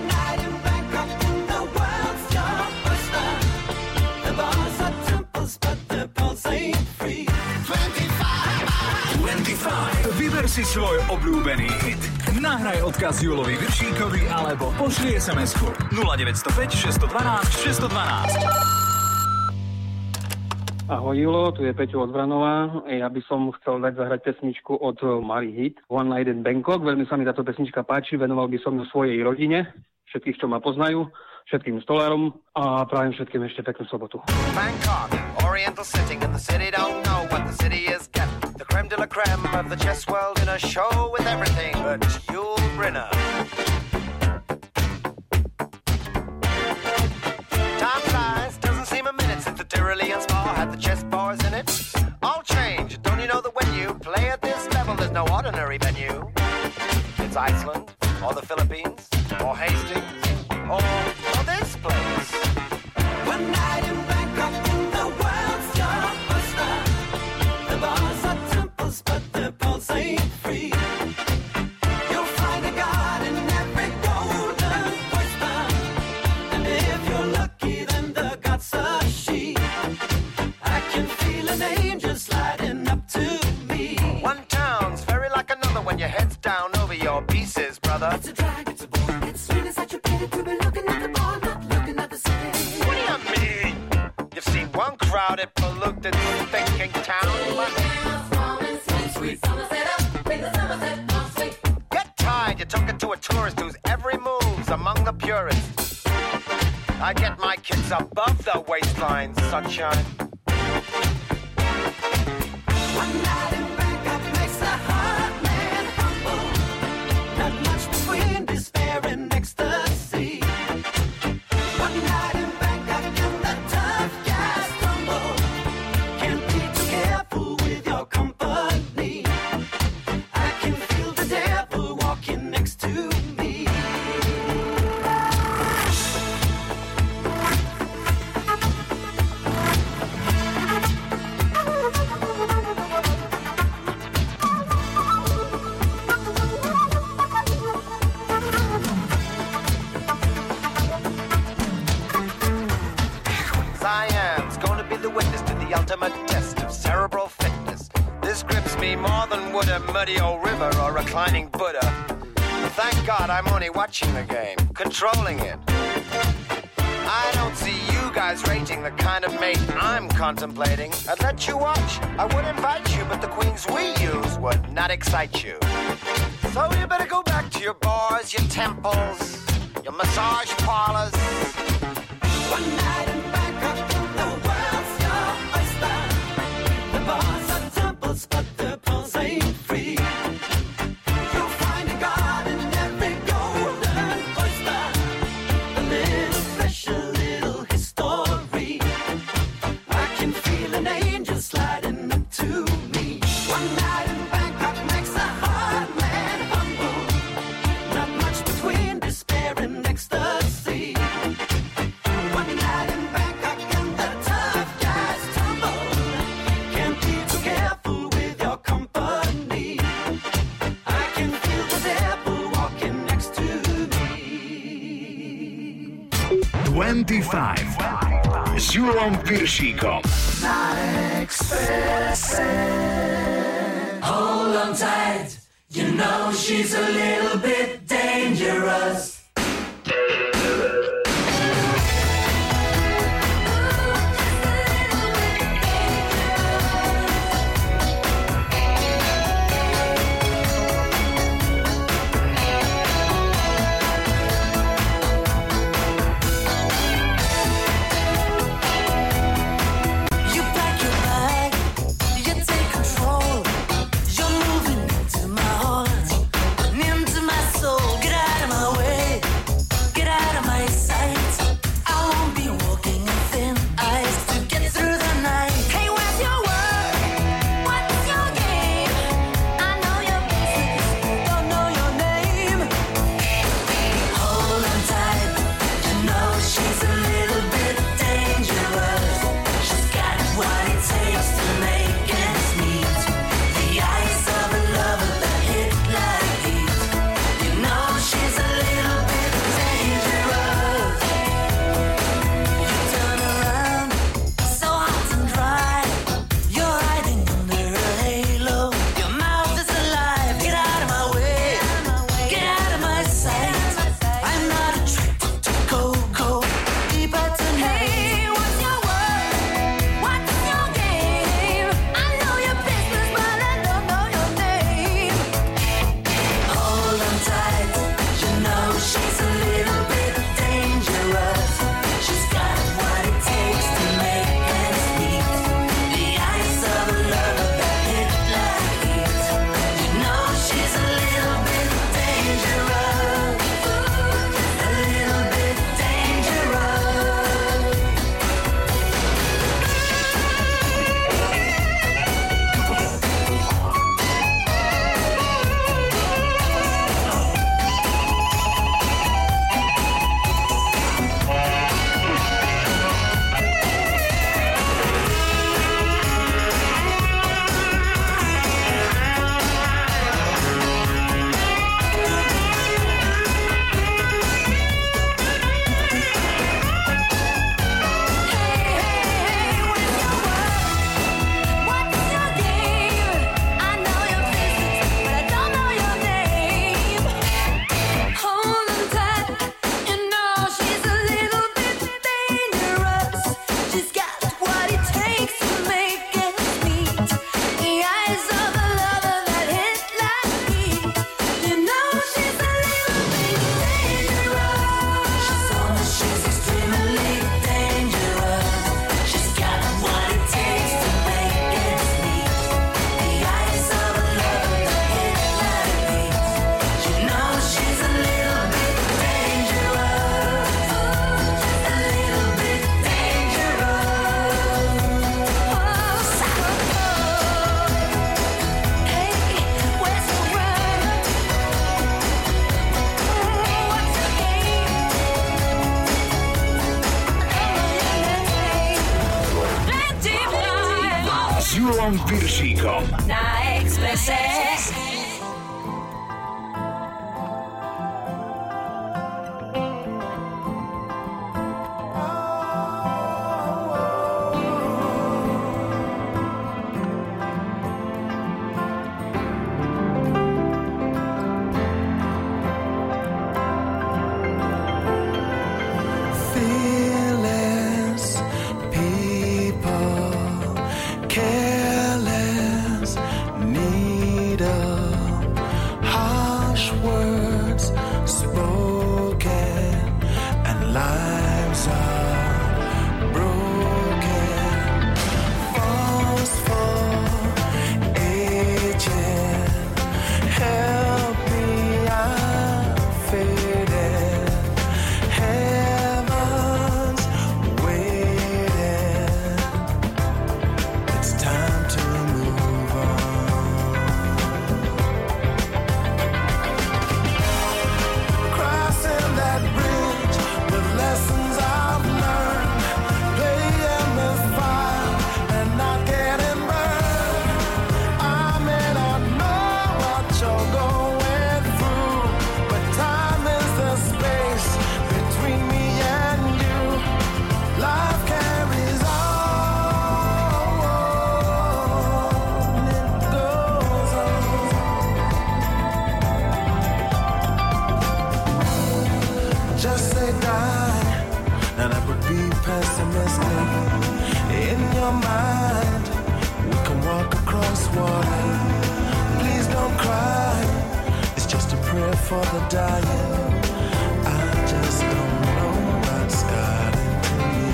Vyber si svoj obľúbený hit. Nahraj odkaz Julovi Viršíkovi alebo pošli SMS-ku 0905 612 612. Ahoj Julo, tu je Peťo od Vranova. Ja by som chcel dať zahrať pesničku od Mari Hit, One Night in Bangkok. Veľmi sa mi táto pesnička páči, venoval by som ju svojej rodine, všetkých, čo ma poznajú, všetkým stolárom a prajem všetkým ešte peknú sobotu. Bangkok, oriental setting and the city don't know what the city is getting. The creme de la creme of the chess world in a show with everything but Yul Brynner. Time flies, doesn't seem a minute since the Tyrolean Spa had the chess bars in it. All change, don't you know that when you play at this level there's no ordinary venue? It's Iceland, or the Philippines, or Hastings, or this place. One night in Bangkok, the world's your buster. The bars are temples, but the pulse ain't free. You'll find a god in every golden oyster, and if you're lucky, then the gods are she. I can feel an angel sliding up to me. One town's very like another when your head's down over your pieces, brother. It's a drag, it's a bore, it's really such a pity to be looking at the bar, not looking at the city. What do you mean? You've seen one crowd crowded, polluted, thinking town. Get tired, you're talking to a tourist whose every move's among the purists. I get my kids above the waistline, sunshine. One night in Bangkok makes a hard man humble. Not much between despair and ecstasy. One night in Bangkok and the tough guys stumble. Can't be too careful with your company. I can feel the devil walking next to me. Siam's gonna be the witness to the ultimate test of cerebral fitness. This grips me more than would a muddy old river or reclining Buddha. Thank God I'm only watching the game, controlling it. I don't see you guys rating the kind of mate I'm contemplating. I'd let you watch, I would invite you, but the queens we use would not excite you. So you better go back to your bars, your temples, your massage parlors. One night in Bangkok and the world's your oyster. The bars are temples, but the pearls ain't free. You'll find a god in every golden oyster. A little special, little history. I can feel an angel sliding into me. One night in Bangkok makes a hard man humble. Not much between despair and ecstasy. One night in Bangkok and the tough guys tumble. Can't be too careful with your company. I can feel the devil walking next to me. 25 s Julom Piršíkom. Hold on tight, you know she's a little bit dangerous. You pack your bag, you take control. You're moving into my heart and into my soul. Get out of my way. s Julom Piršíkom. Na Expresse. Fearless people, careless, need of harsh words spoken, and lives are broken. False for aging, help me, I'm faded. Heaven's waiting. It's time to move on. Crossing that bridge with lessons I've learned. Playing with fire and not getting burned. I may not know what you're going through, but time is the space between me and you. Life carries on, it goes on. Just say die, now that would be pessimistic. In your mind, we can walk across water. Please don't cry, it's just a prayer for the dying. I just don't know what's got into me.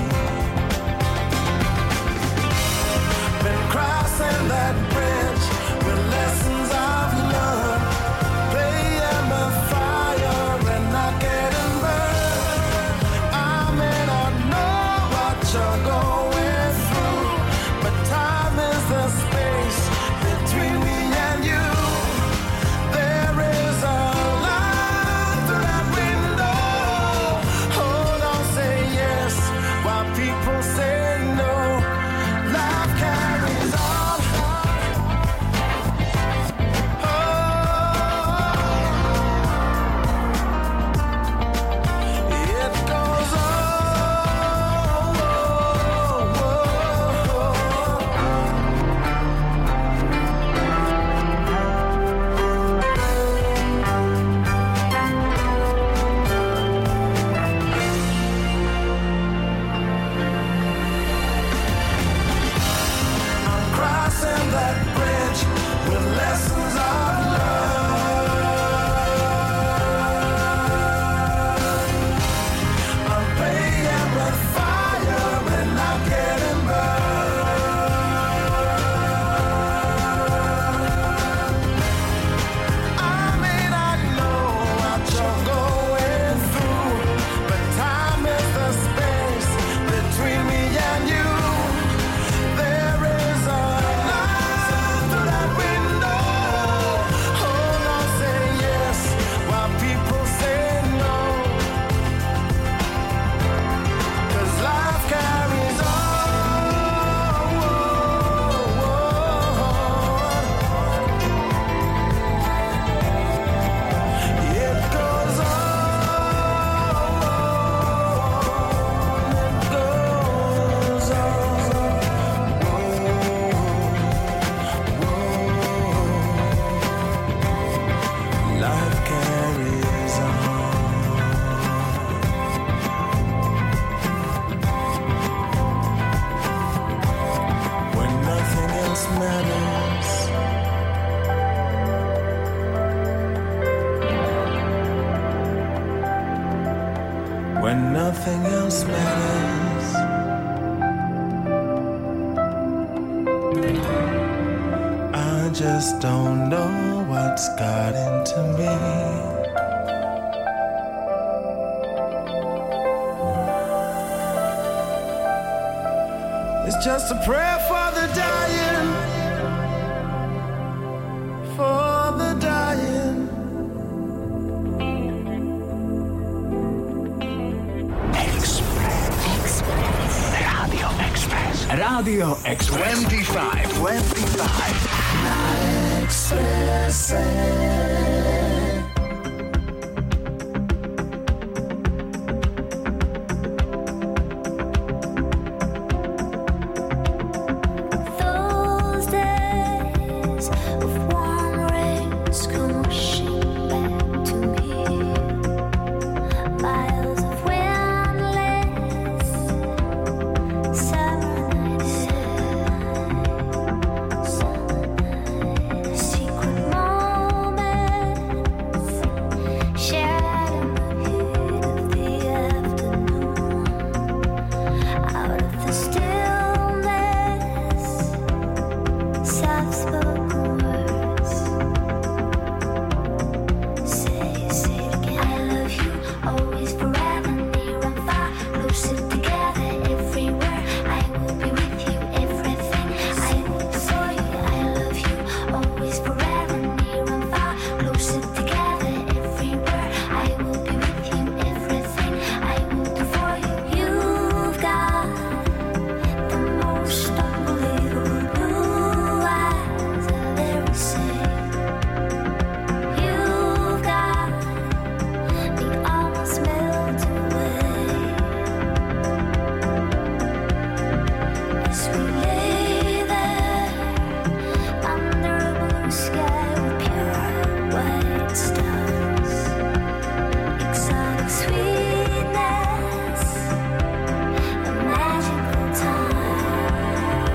Been crossing that bridge with lessons I've learned. Playing with fire and not getting burned. I may not know what you're going through, but time is the space between me and you. There is a light through that window. Hold on, say yes, while people say no. Life carries on. It goes on. I'm crossing that bridge with lessons I've learned. I'm playing with fire and not getting burned. I may not know what you're going through, but time is the space between me and you. There is a light through that window. Hold on, say yes, while people say no. 'Cause life carries on. It goes on. It goes on. Life carries on. When nothing else matters. When nothing else matters. I just don't know what's got into me. It's just a prayer for the dying. For the dying. Rádio Express. Rádio Express. 25. Na Expresse. Those days of warm rains come rushing back to me. Miles of windless summer nights, secret moments shared in the heat of the afternoon. Out of the stillness, soft-spoken words. Say it again. I love you, always, forever, near and far, closer together, everywhere. I will be with you, everything. I will do for you. I love you, always, forever, near and far, closer together, everywhere. I will be with you, everything. I will do for you. You've got the most unbelievable blue eyes I've ever seen. You've got me almost melted away as we lay there under a blue sky with pure white stars. Exotic sweetness, a magical time.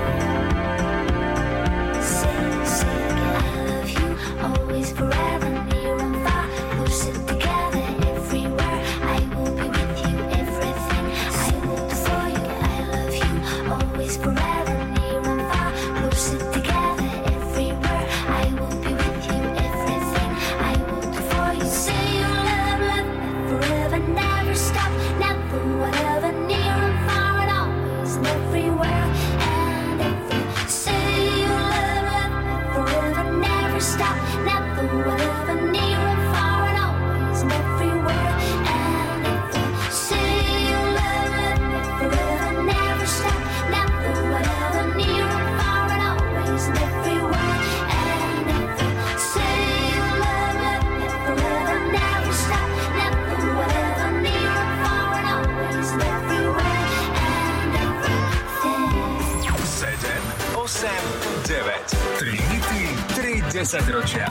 Say again. I love you, always, forever, near and far, closer together, everywhere. I will be with you, everything. I will do for you. I love you, always, forever, near and far, closer together, everywhere. I will be with you, everything. I will do for you. Say you love me forever, never stop, never, whatever, near and far, and always, and everywhere, and every. Say you love me forever, never stop, never, whatever, near and far, and always, and everywhere, and every. Say you love me forever, never stop, never, whatever, near and far, and always, and everywhere, and every. Say you love me forever, never stop, never, whatever, near and far, and always, and everywhere, and everything. 7, 8, 9. 3 hity, 3 desaťročia.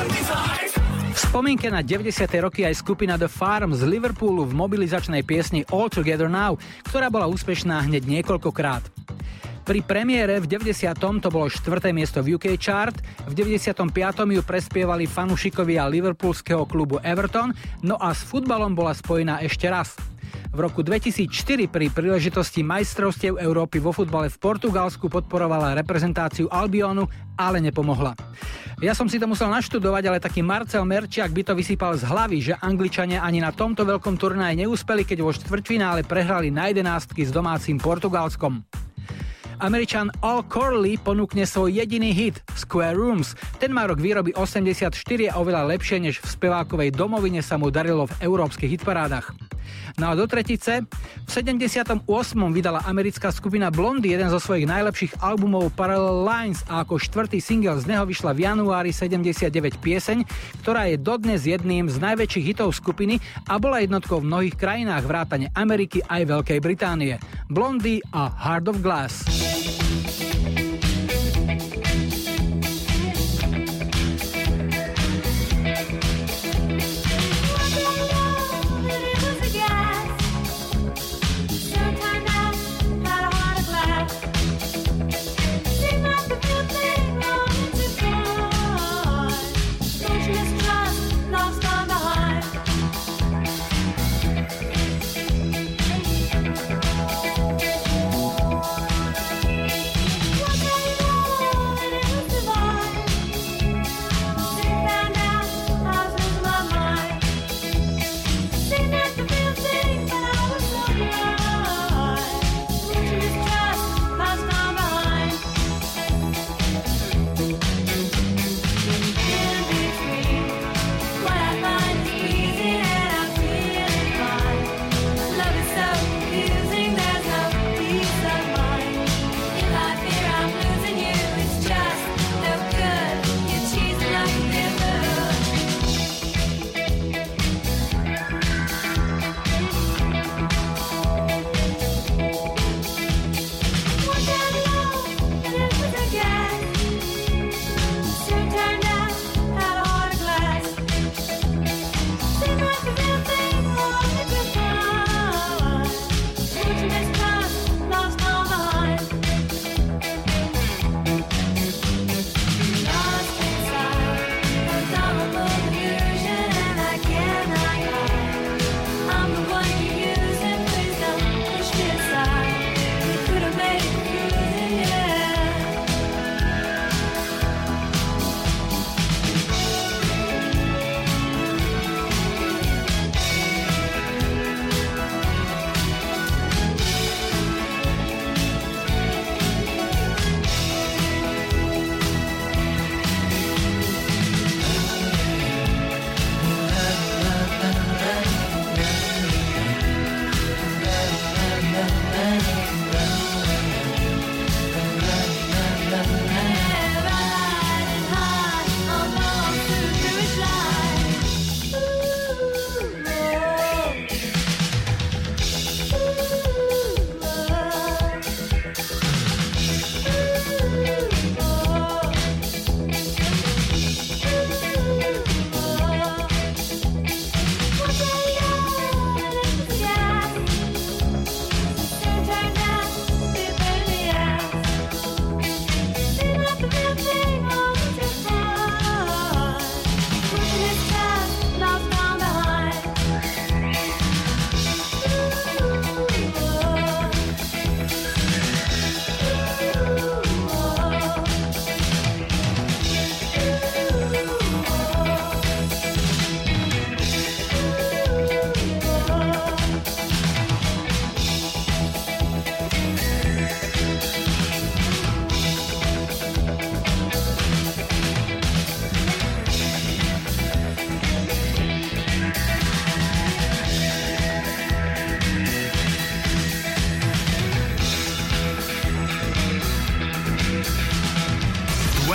25. V spomienke na 90. roky aj skupina The Farm z Liverpoolu v mobilizačnej piesni All Together Now, ktorá bola úspešná hneď niekoľkokrát. Pri premiére v 90. to bolo 4. miesto v UK chart, v 95. ju prespievali fanúšikovia liverpoolského klubu Everton, no a s futbalom bola spojená ešte raz. V roku 2004 pri príležitosti majstrovstiev Európy vo futbale v Portugalsku podporovala reprezentáciu Albionu, ale nepomohla. Ja som si to musel naštudovať, ale taký Marcel Merčiak by to vysypal z hlavy, že Angličania ani na tomto veľkom turnaji neúspeli, keď vo štvrťfinále prehrali na 11 s domácim Portugalskom. Američan Al Corley ponúkne svoj jediný hit Square Rooms. Ten má rok výroby 84 a oveľa lepšie než v spevákovej domovine sa mu darilo v európskych hitparádach. No a do tretice, v 78. vydala americká skupina Blondie jeden zo svojich najlepších albumov Parallel Lines a ako štvrtý single z neho vyšla v januári 79 pieseň, ktorá je dodnes jedným z najväčších hitov skupiny a bola jednotkou v mnohých krajinách vrátane Ameriky aj Veľkej Británie. Blondie a Heart of Glass.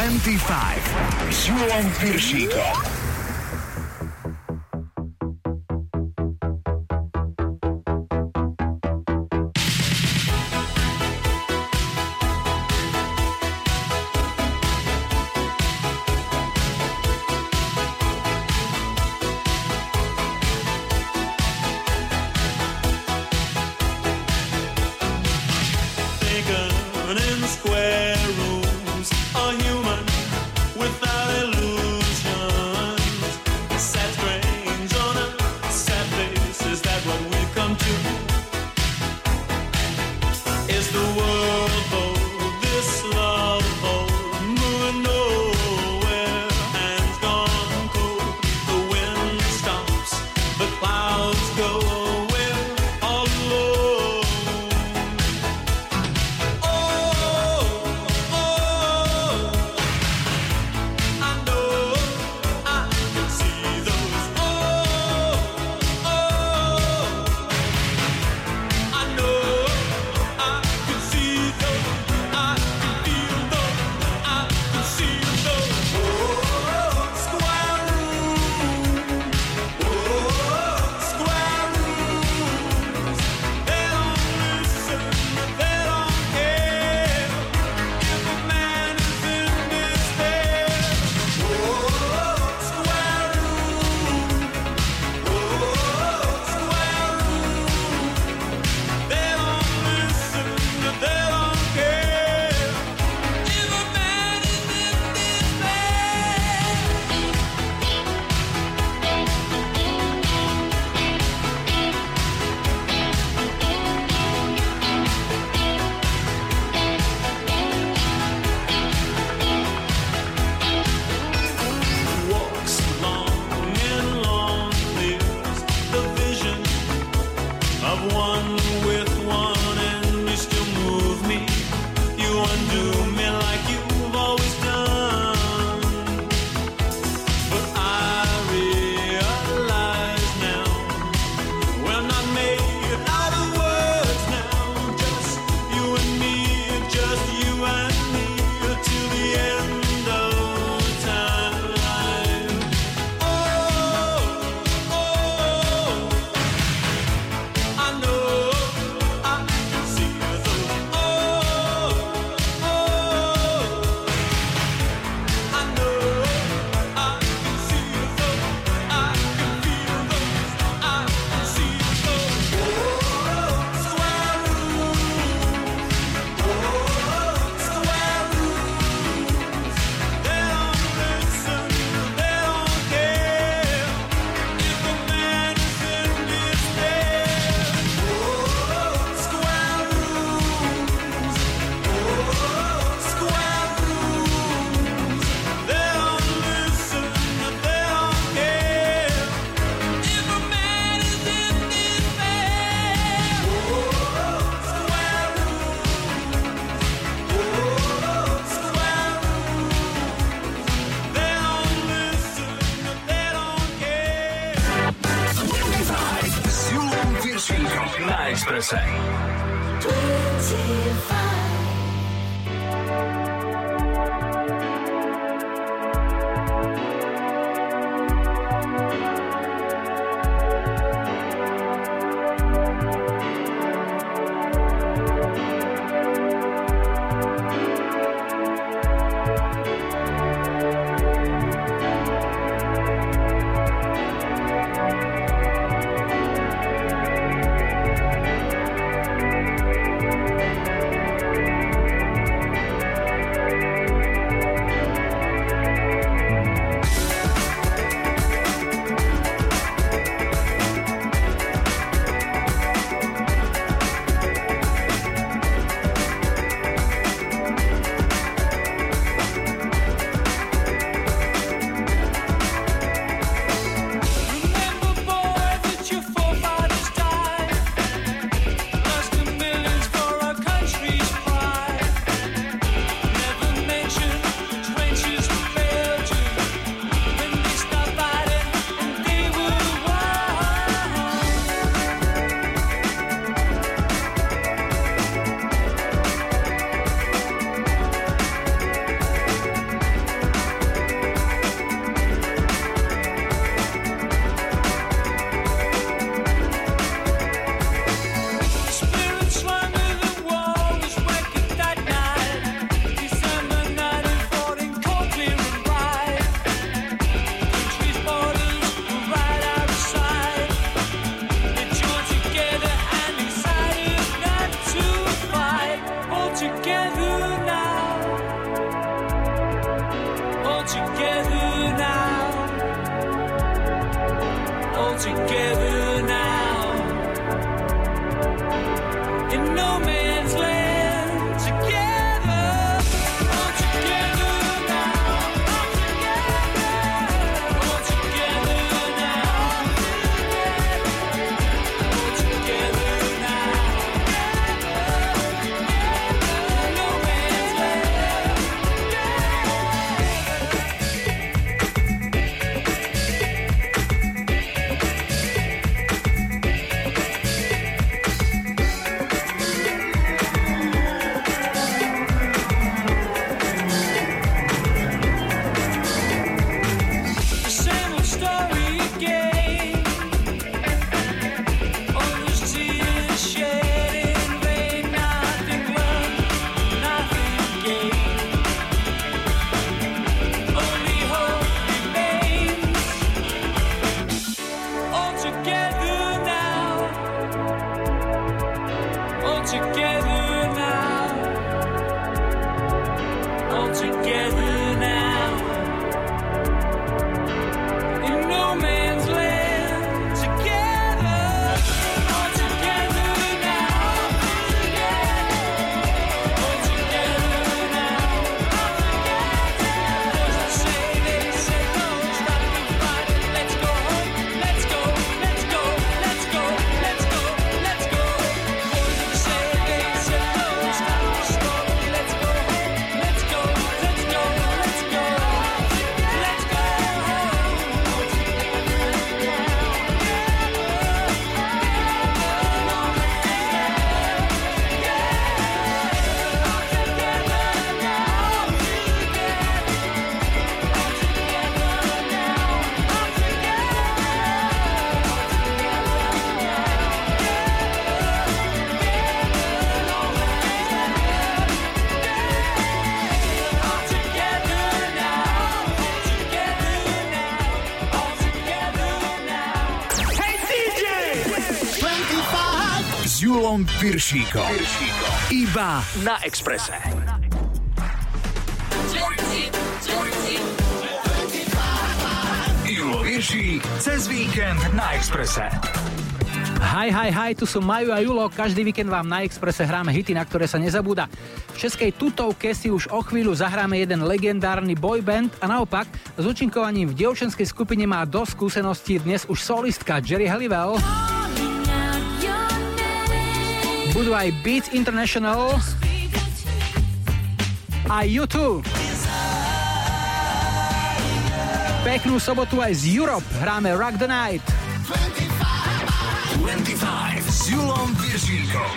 25 s Julom Piršíkom. Expresse. together now. In no man's land, together, all together now, all together now, all together now, in no man's land. The same old story again. All those tears shed in vain, nothing won, nothing gained. Only hope remains. All together now, all together now, all together now. In no man's land, together, all together now, all together now. Boys that say they said no, stop the fighting, let's go home, let's go, let's go, let's go, let's go, let's go. Boys that say they said no, stop the story, let's go home, let's go, let's go, let's go, let's go S Julom Piršíkom. Iba na Expresse. Julo Piršík cez víkend na Expresse. Hi, tu sú Maju a Julo. Každý víkend vám na Expresse hráme hity, na ktoré sa nezabúda. V českej tutovke si už o chvíľu zahráme jeden legendárny boyband a naopak s účinkovaním v dievčenskej skupine má dosť skúseností dnes už solistka Geri Halliwell. Budú aj Beats International a U2. Peknú sobotu aj z Europe hráme Rock the Night. 25 s Julom Piršíkom.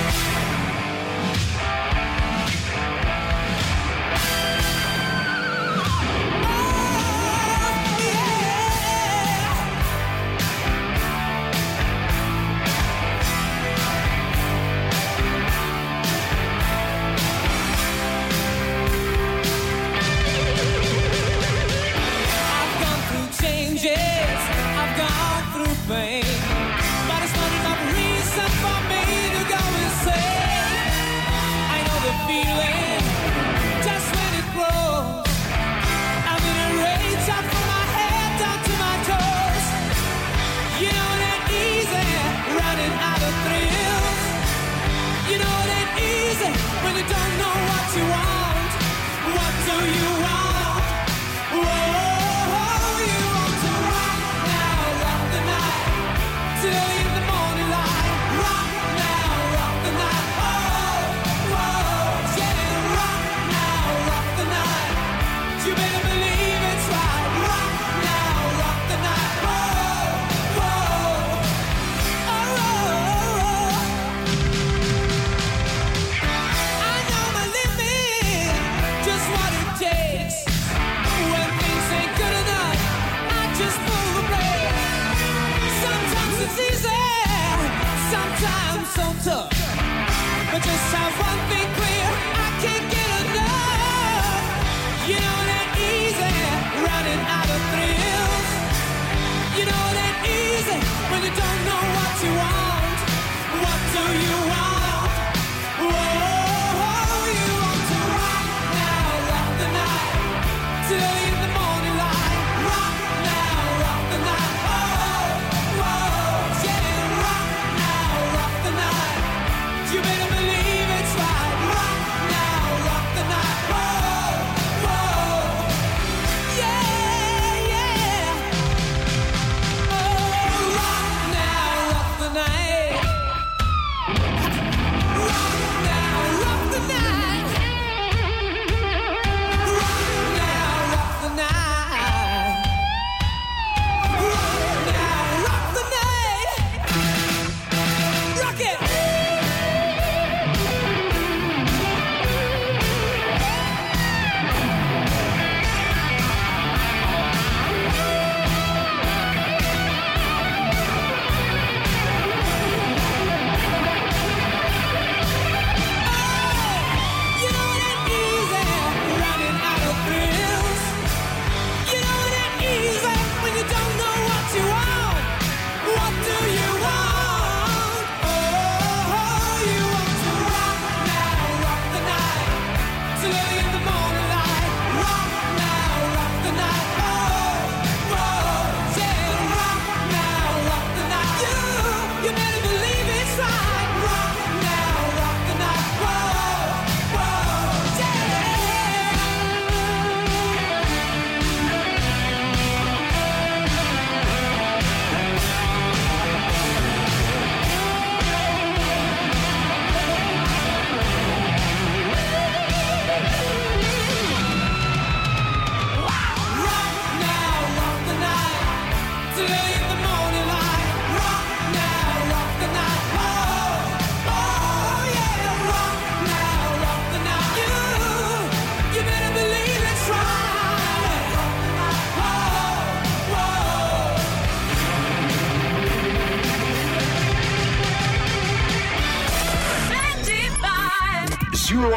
I've gone through pain, but it's not enough reason for me to go insane.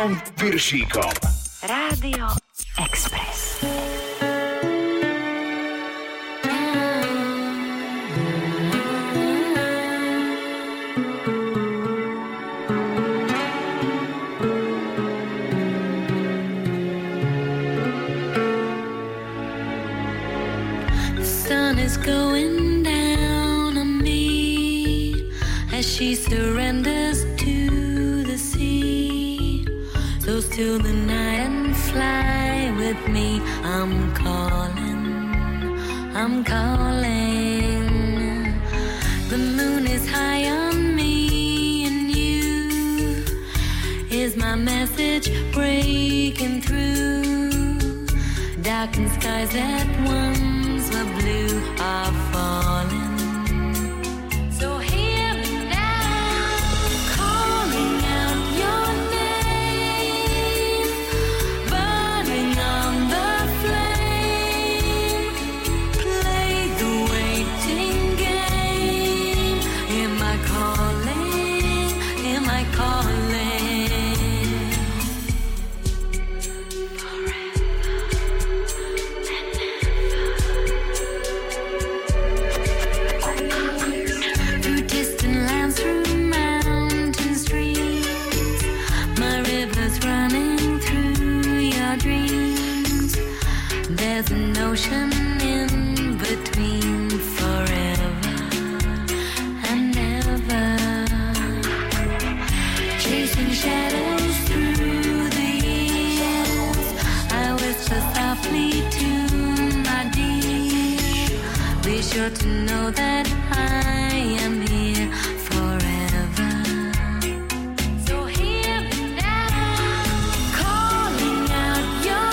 Julom Piršíkom. Rádio Express. Going down on me as she surrenders to the sea. So still the night and fly with me. I'm calling, I'm calling. The moon is high on me and you is my message breaking through. Darkened skies that once were blue are falling. So hear me now, calling out your name, burning on the flame. Play the waiting game. Am I calling? Am I calling? There's an ocean in between forever and ever, chasing shadows through the years. I whisper softly to my dear, be sure to know that I am here forever. So hear me now, calling out your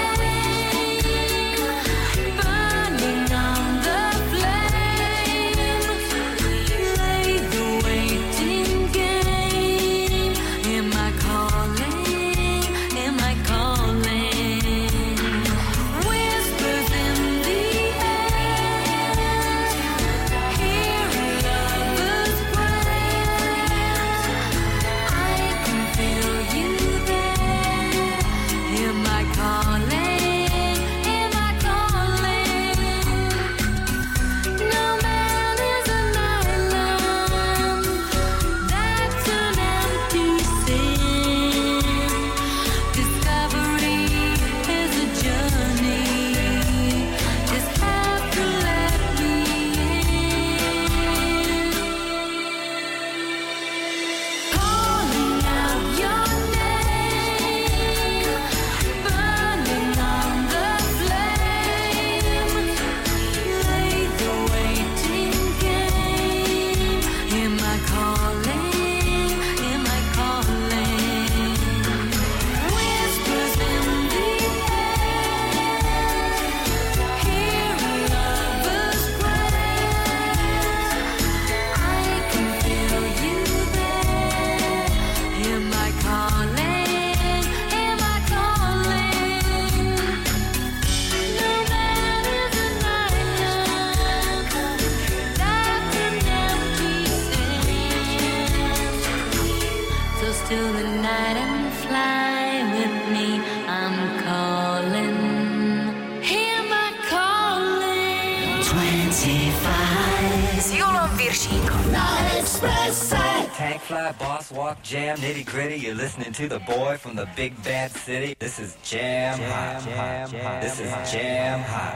Tank fly, boss walk, jam, nitty gritty. You're listening to the boy from the big bad city. This is Jam Hot. This is Jam Hot.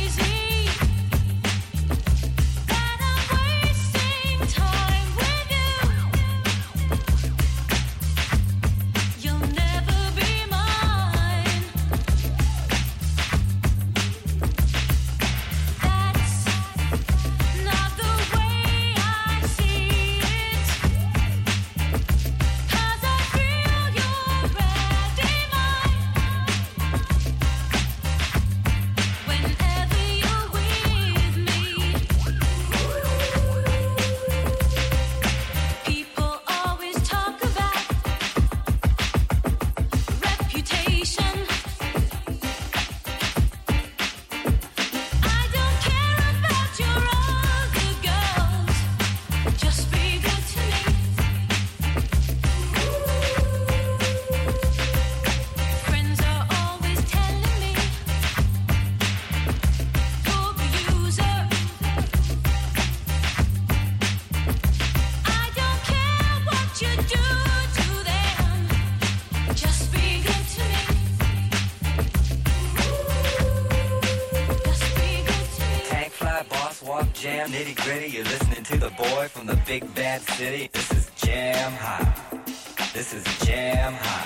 Crazy that I'm wasting time with you. Swap, jam, nitty gritty. You're listening to the boy from the big bad city. This is Jam Hot. This is Jam Hot.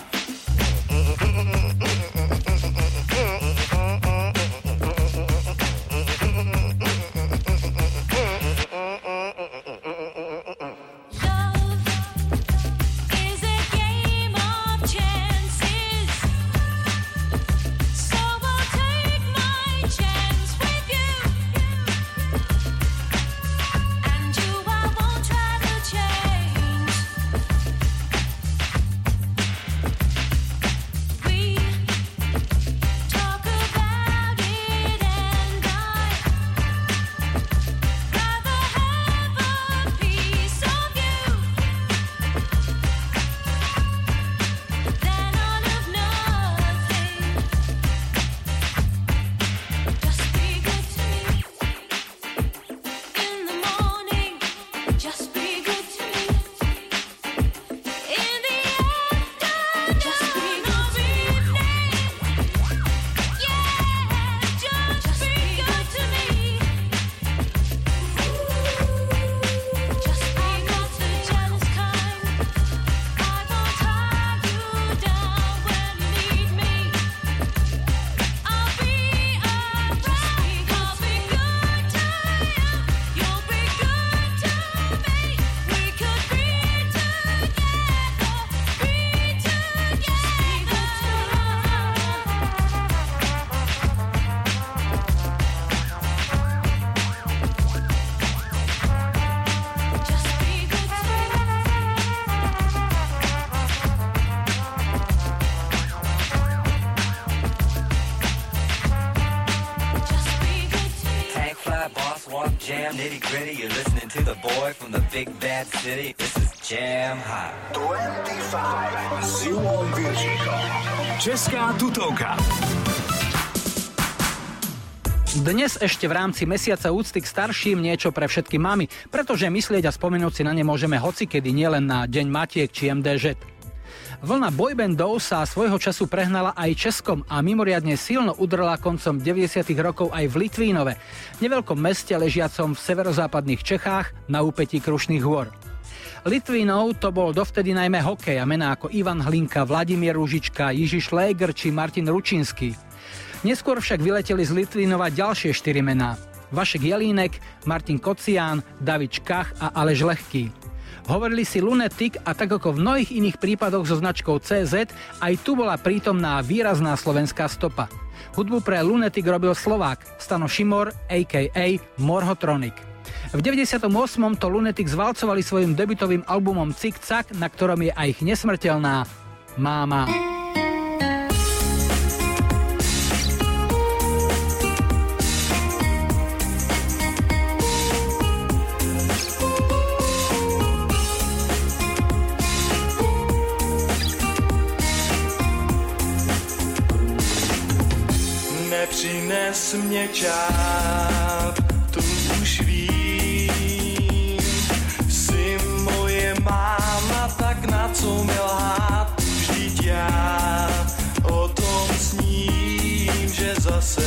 Jam, nitty gritty. You're listening to the boy from the big bad city. This is Jam Hot. 25 s Julom Virčíkom. Česká tutovka. Dnes ešte v rámci mesiaca úcty k starším niečo pre všetky mamy, pretože myslieť a spomenúť si na ne môžeme hocikedy, nielen na Deň matiek či MDŽ. Vlna boybandov sa svojho času prehnala aj Českom a mimoriadne silno udrela koncom 90. rokov aj v Litvínove, neveľkom meste ležiacom v severozápadných Čechách na úpetí Krušných hôr. Litvínov to bol dovtedy najmä hokej a mená ako Ivan Hlinka, Vladimír Ružička, Jiří Šléger či Martin Ručinský. Neskôr však vyleteli z Litvínova ďalšie 4 mená. Vašek Jelínek, Martin Kocián, David Škach a Aleš Lehký. Hovorili si Lunatic a tak ako v mnohých iných prípadoch so značkou CZ, aj tu bola prítomná výrazná slovenská stopa. Hudbu pre Lunatic robil Slovák Stano Šimor a.k.a. Morhotronic. V 98. to Lunatic zvalcovali svojim debutovým albumom Cik Cak, na ktorom je aj ich nesmrteľná Máma. Přines mě čáp, to už vím. Jsi moje máma, tak na co mi lhát? Vždyť já o tom sním, že zase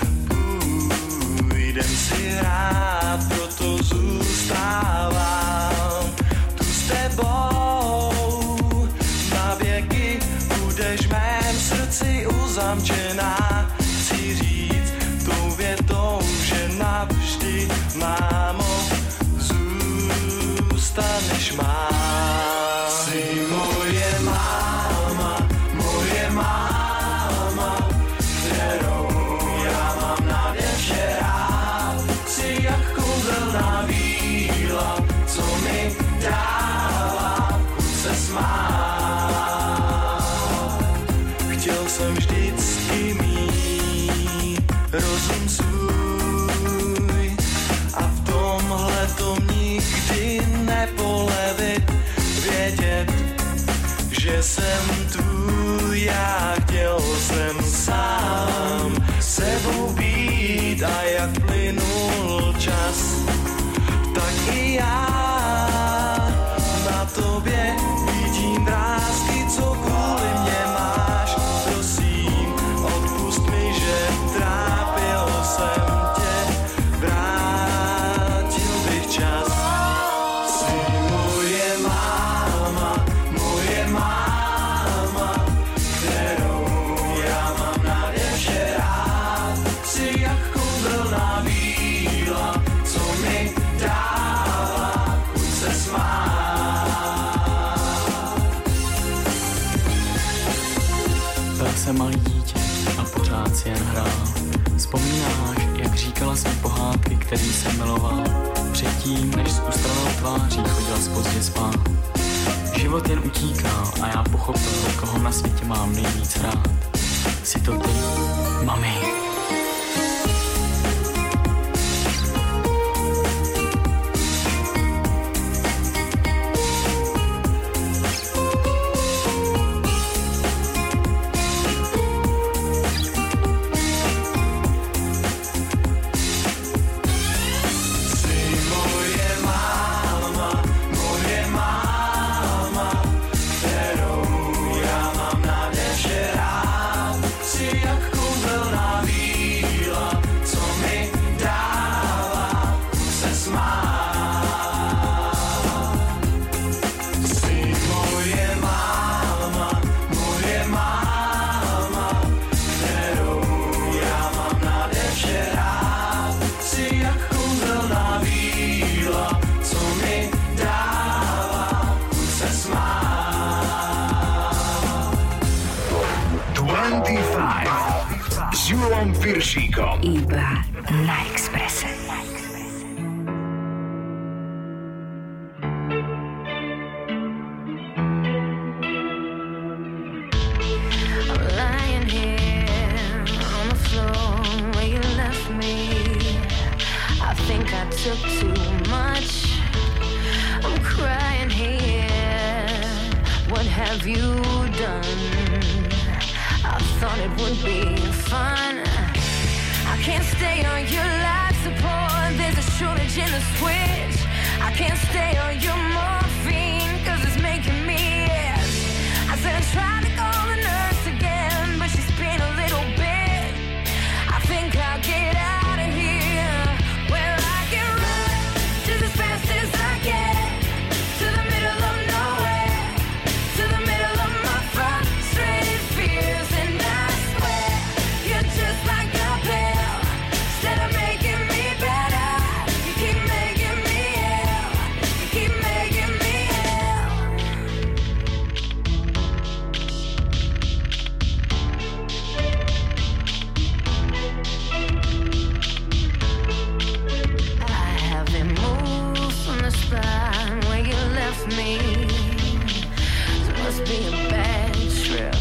půjdem si hrát, proto zůstávám tu s tebou. Na věky budeš v mém srdci uzamčená. Chci říct tou větou, že navždy, mámo, zůstaneš má. Jsi moje máma, kterou já mám na věče rád. Jsi jak kouzelná víla, co mi dává chuť se smát. Chtěl jsem vždycky mít rozum svůj a v tomhletom nikdy nepolevit, vědět, že jsem tvůj, já chtěl jsem sám sebou být a jak plynul čas, tak i já na tobě vidím vrásky, co kvůli mě máš. Prosím, odpust mi, že trápil jsem tě, vrát jsem malý dítě a pořád si jen hrál. Vzpomínáš, jak říkala si pohádky, který jsem miloval, předtím, než s ustranou tváří chodila pozdě spát. Život jen utíkal a já pochopil, koho na světě mám nejvíc rád. Jsi to ty, mami. Iba na Expresse. I'm lying here on the floor where you left me. I think I took too much. I'm crying here. What have you done? I thought it would be fun. I can't stay on your life support. There's a shortage in the switch. I can't stay on your morphine, cause it's making me itch. I said I tried to call the nurse again, but she's been a little bit. I think I'll get out of here. Well, I can run just as fast as I can to the middle of nowhere, to the middle of my frustrated fears. And I swear you're just like a pill. Instead of making me better, you keep making me ill. You keep making me ill. I haven't moved from the spot where you left me. This must be a bad trip.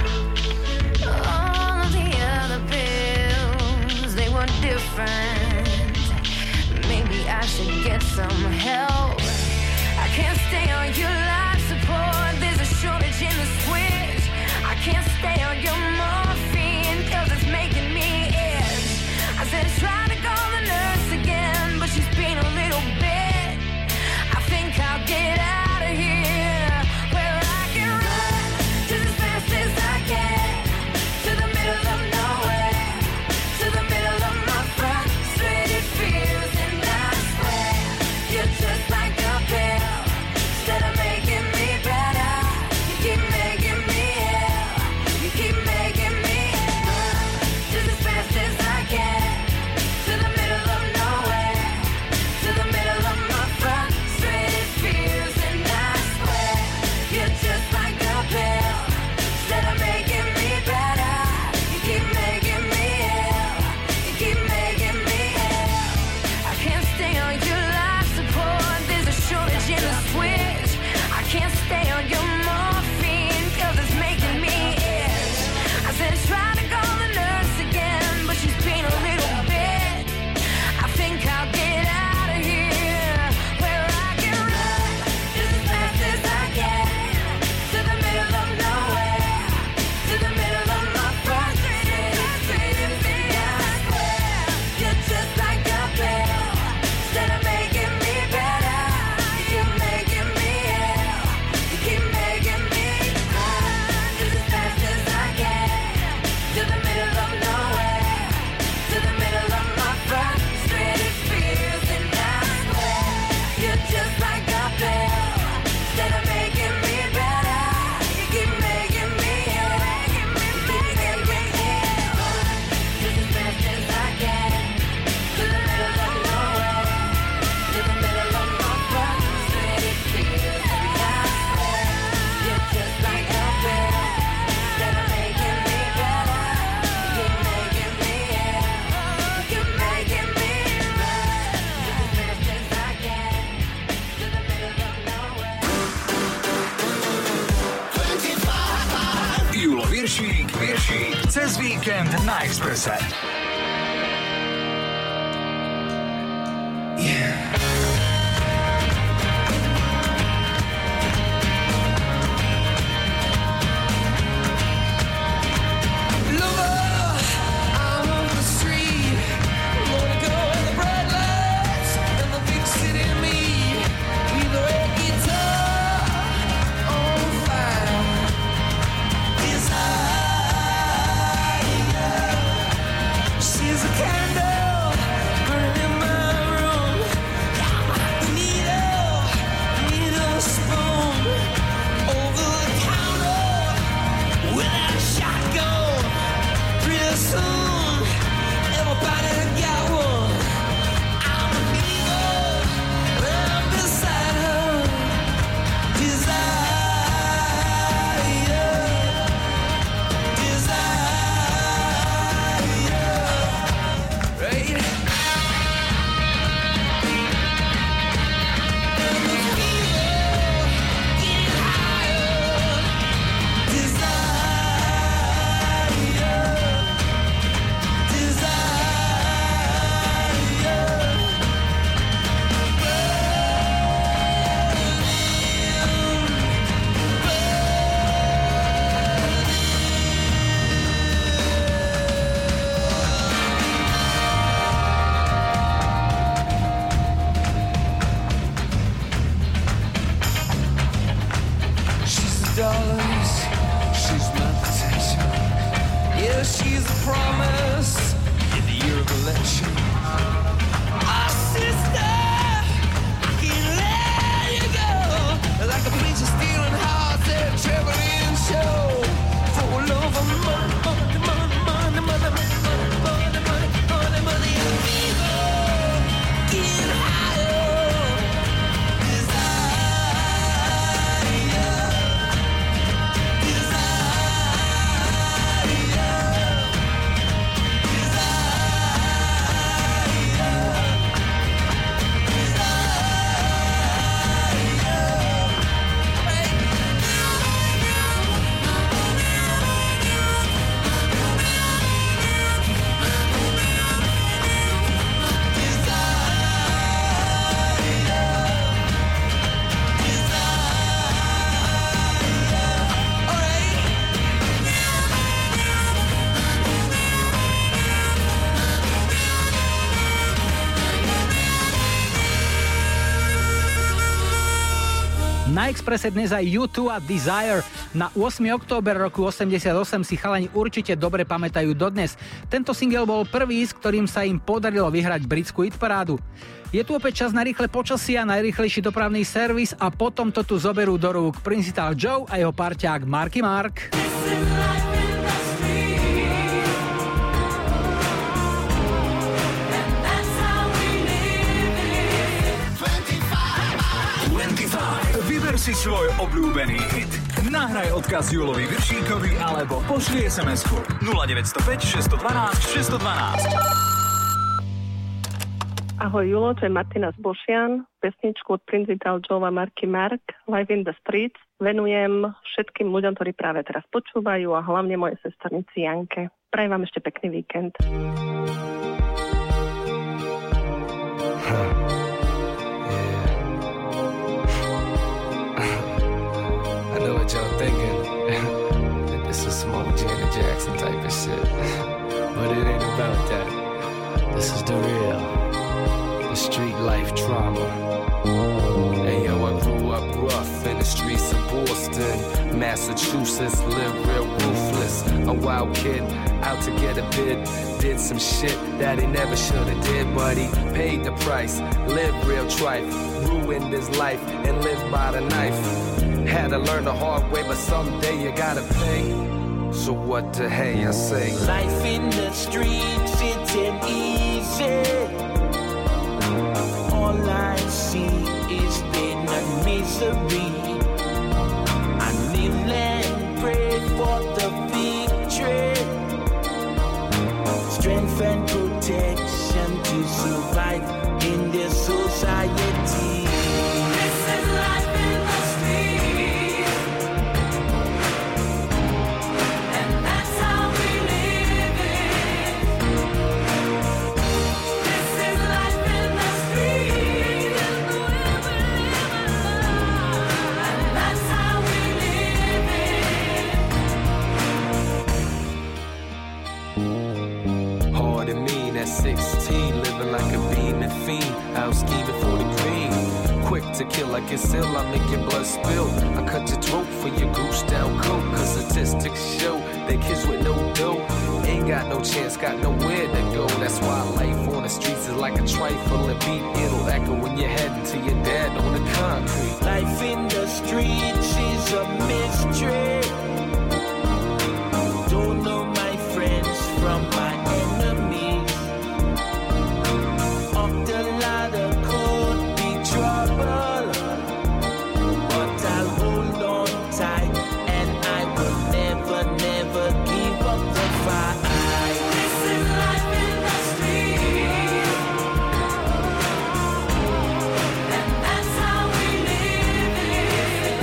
All of the other pills, they were different. Maybe I should get some help. I can't stay on your life support. There's a shortage in the switch. I can't stay on your morphine, cause it's making me itch. I said try to call the nurse again, but she's been a little bit. I think I'll get out of here. Well, I can run just as fast as I can to the middle of nowhere, to the middle of my frustrated fears. And I swear you're just like a pill. Instead of making me better, you keep making me ill. You keep making me ill. Just as fast as I can to the middle of nowhere, to the middle of my frustrated fears. And I swear you're just like a pill. Instead of making me better, you keep making me ill. You keep making me ill. I can't stay on your life support. There's a shortage in the switch. I can't stay on your morphine, cause it's making me itch. I said try to call the nurse again, but she's been a little bit. I think I'll get out of here. Where I can run just as fast as I can to the middle of nowhere, to the middle of my frustrated fears. And I swear you're just like a pill. Instead of making me better, you keep making me ill. You keep making me run just as fast as I can to the middle of nowhere, to the middle of my frustrated fears. Víkend na Expresse. She's a candle burning in my room. Needle spoon over the counter without a shotgun. Pretty soon, everybody got one. I'm a needle, I'm beside her. Dollars, she's my potential. Yeah, she's a promise in the year of election. Oh, sister, I can't let you go. Like a preacher stealing hearts at a traveling show. For love of money, money, money, money, money, money, money, money, money, money, and people get higher. Na Expresse dnes aj U2 a Desire. Na 8. október roku 88 si chalani určite dobre pamätajú dodnes. Tento single bol prvý, s ktorým sa im podarilo vyhrať britskú hitparádu. Je tu opäť čas na rýchle počasie a najrýchlejší dopravný servis a potom to tu zoberú do rúk Principal Joe a jeho parťák Marky Mark. Vyber si svoj obľúbený hit. Nahraj odkaz Julovi Viršíkovi alebo pošli SMS-ku 0905 612 612. Ahoj Julo, to je Martina z Bošian. Pesničku od Principal Joe a Marky Mark, Live in the Streets, venujem všetkým ľuďom, ktorí práve teraz počúvajú a hlavne mojej sesternici Janke. Prajem vám ešte pekný víkend. I know what y'all thinking. That this is some old Janet Jackson type of shit. But it ain't about that. This is the real. The street life trauma. Hey yo, I grew up rough in the streets of Boston, Massachusetts, live real ruthless. A wild kid out to get a bid. Did some shit that he never should've did, but he paid the price. Lived real trife, ruined his life and lived by the knife. Had to learn the hard way, but someday you gotta pay. So what the hey I say? Life in the streets, it ain't easy. All I see is pain and misery. I kneel and pray for the victory, strength and protection to survive in this society. This is life in the streets, and that's how we live I'm scheming for the green. Quick to kill, I get ill, I make your blood spill. I cut your throat for your goose down coat. Cause statistics show that kids with no dough ain't got no chance, got nowhere to go. That's why life on the streets is like a trifle and beat. It'll echo when you're heading to your dad on the concrete. Life in the streets is a mystery. Don't know my friends from my enemies. Up the ladder could be trouble, but I'll hold on tight and I will never, never give up the fight. This is life in the street, and that's how we live it.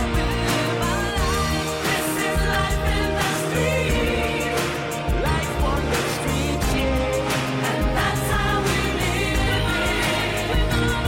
This is life in the street, life on the streets, yeah, and that's how we live it.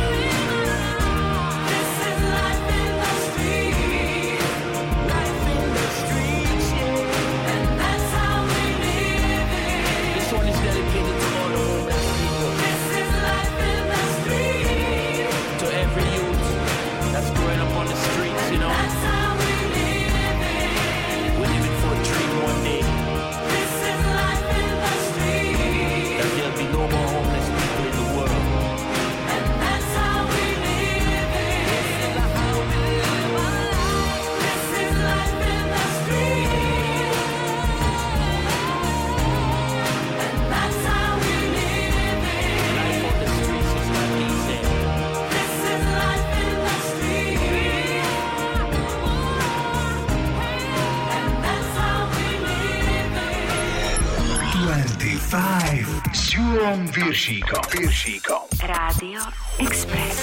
This is life in the street, life in the streets, yeah, and that's how we live it. This one is dedicated to all the homeless people. This is life in the street. To every youth that's growing up on the streets, you know. That's how we live it. We're living for a dream one day. This is life in the street. That there'll be no more homeless people in the world. And that's how we live it. This is how we live our life. This is life in the street. And that's how we live it. Life on the streets is not easy. This is life in the street. And that's how we live it. 25 s Julom Viršíkom. Rádio Express.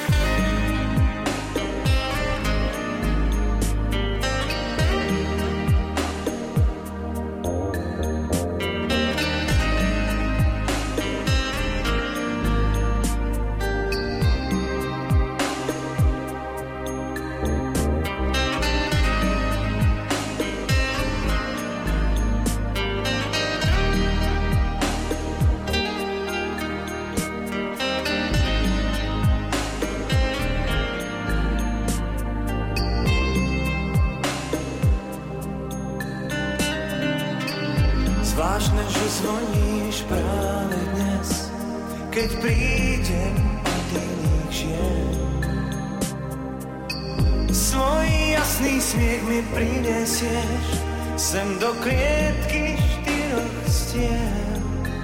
Zvláštne, že zvoníš práve dnes, keď prídem od iných žien. Svoj jasný smiech mi prinesieš sem do klietky 4 stien.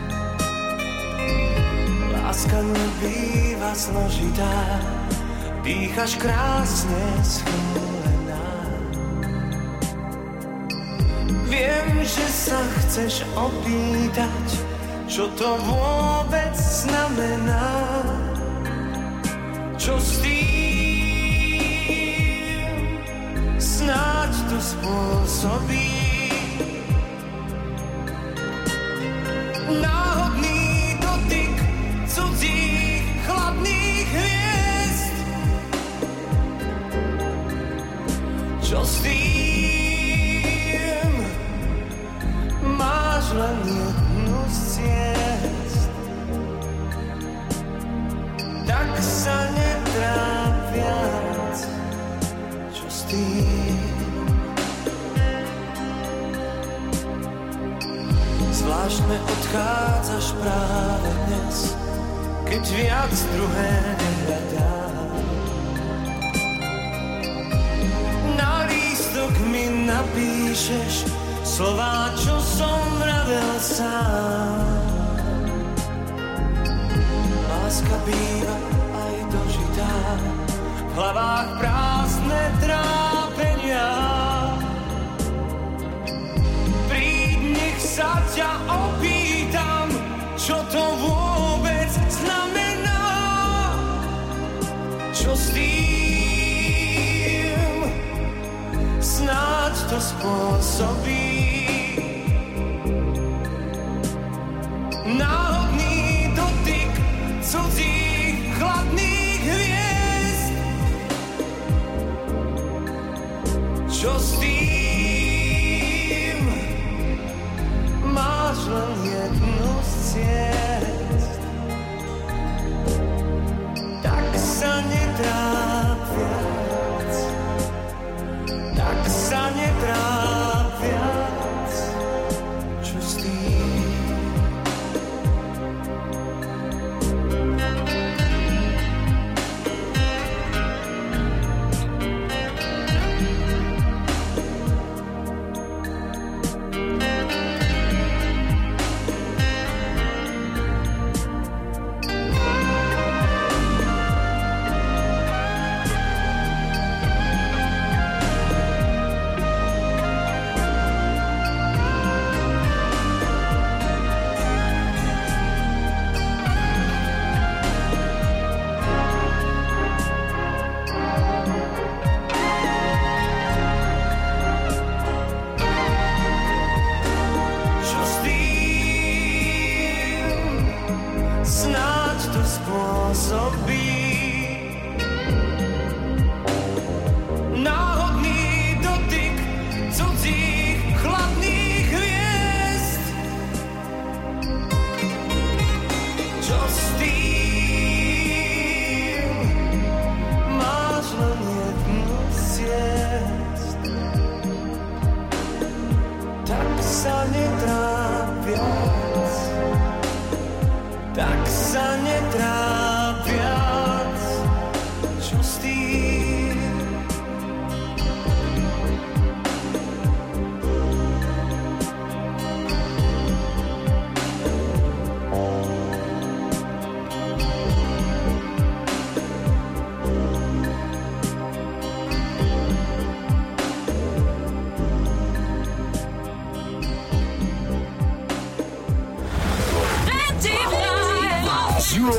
Láska nebýva zložitá, dýchaš krásne schúlená. Viem, že sa chceš opýtať, čo to vôbec znamená. Čo s tým snáď to spôsobí. Náhodný dotyk cudzích chladných hviezd. Čo s tým máš len jednu z ciest. Tak sa netráp viac. Čo s tým? Zvláštne odchádzaš práve dnes, keď viac druhé nehľadám. Na lístok mi napíšeš slová, čo som vravel sám. Láska býva aj dožitá, v hlavách prázdne trápenia. Príď, nech sa ťa opýtam, čo to vôbec znamená. Čo s tým snáď to spôsobí. Náhodný dotyk cudzích chladných hviezd. Čo s tým máš len jednu z ciest.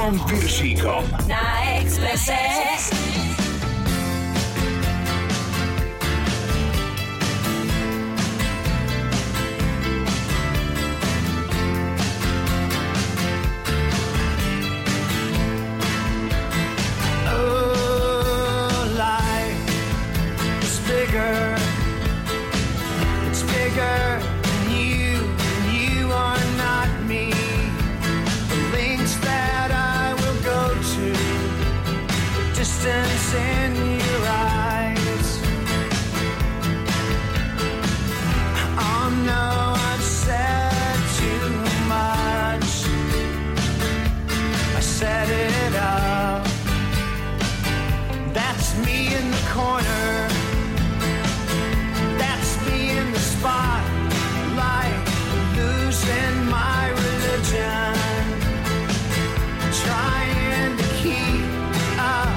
Julom Piršíkom Na Expresse. In your eyes. Oh no, I've said too much. I set it up. That's me in the corner. That's me in the spotlight, losing my religion, trying to keep up.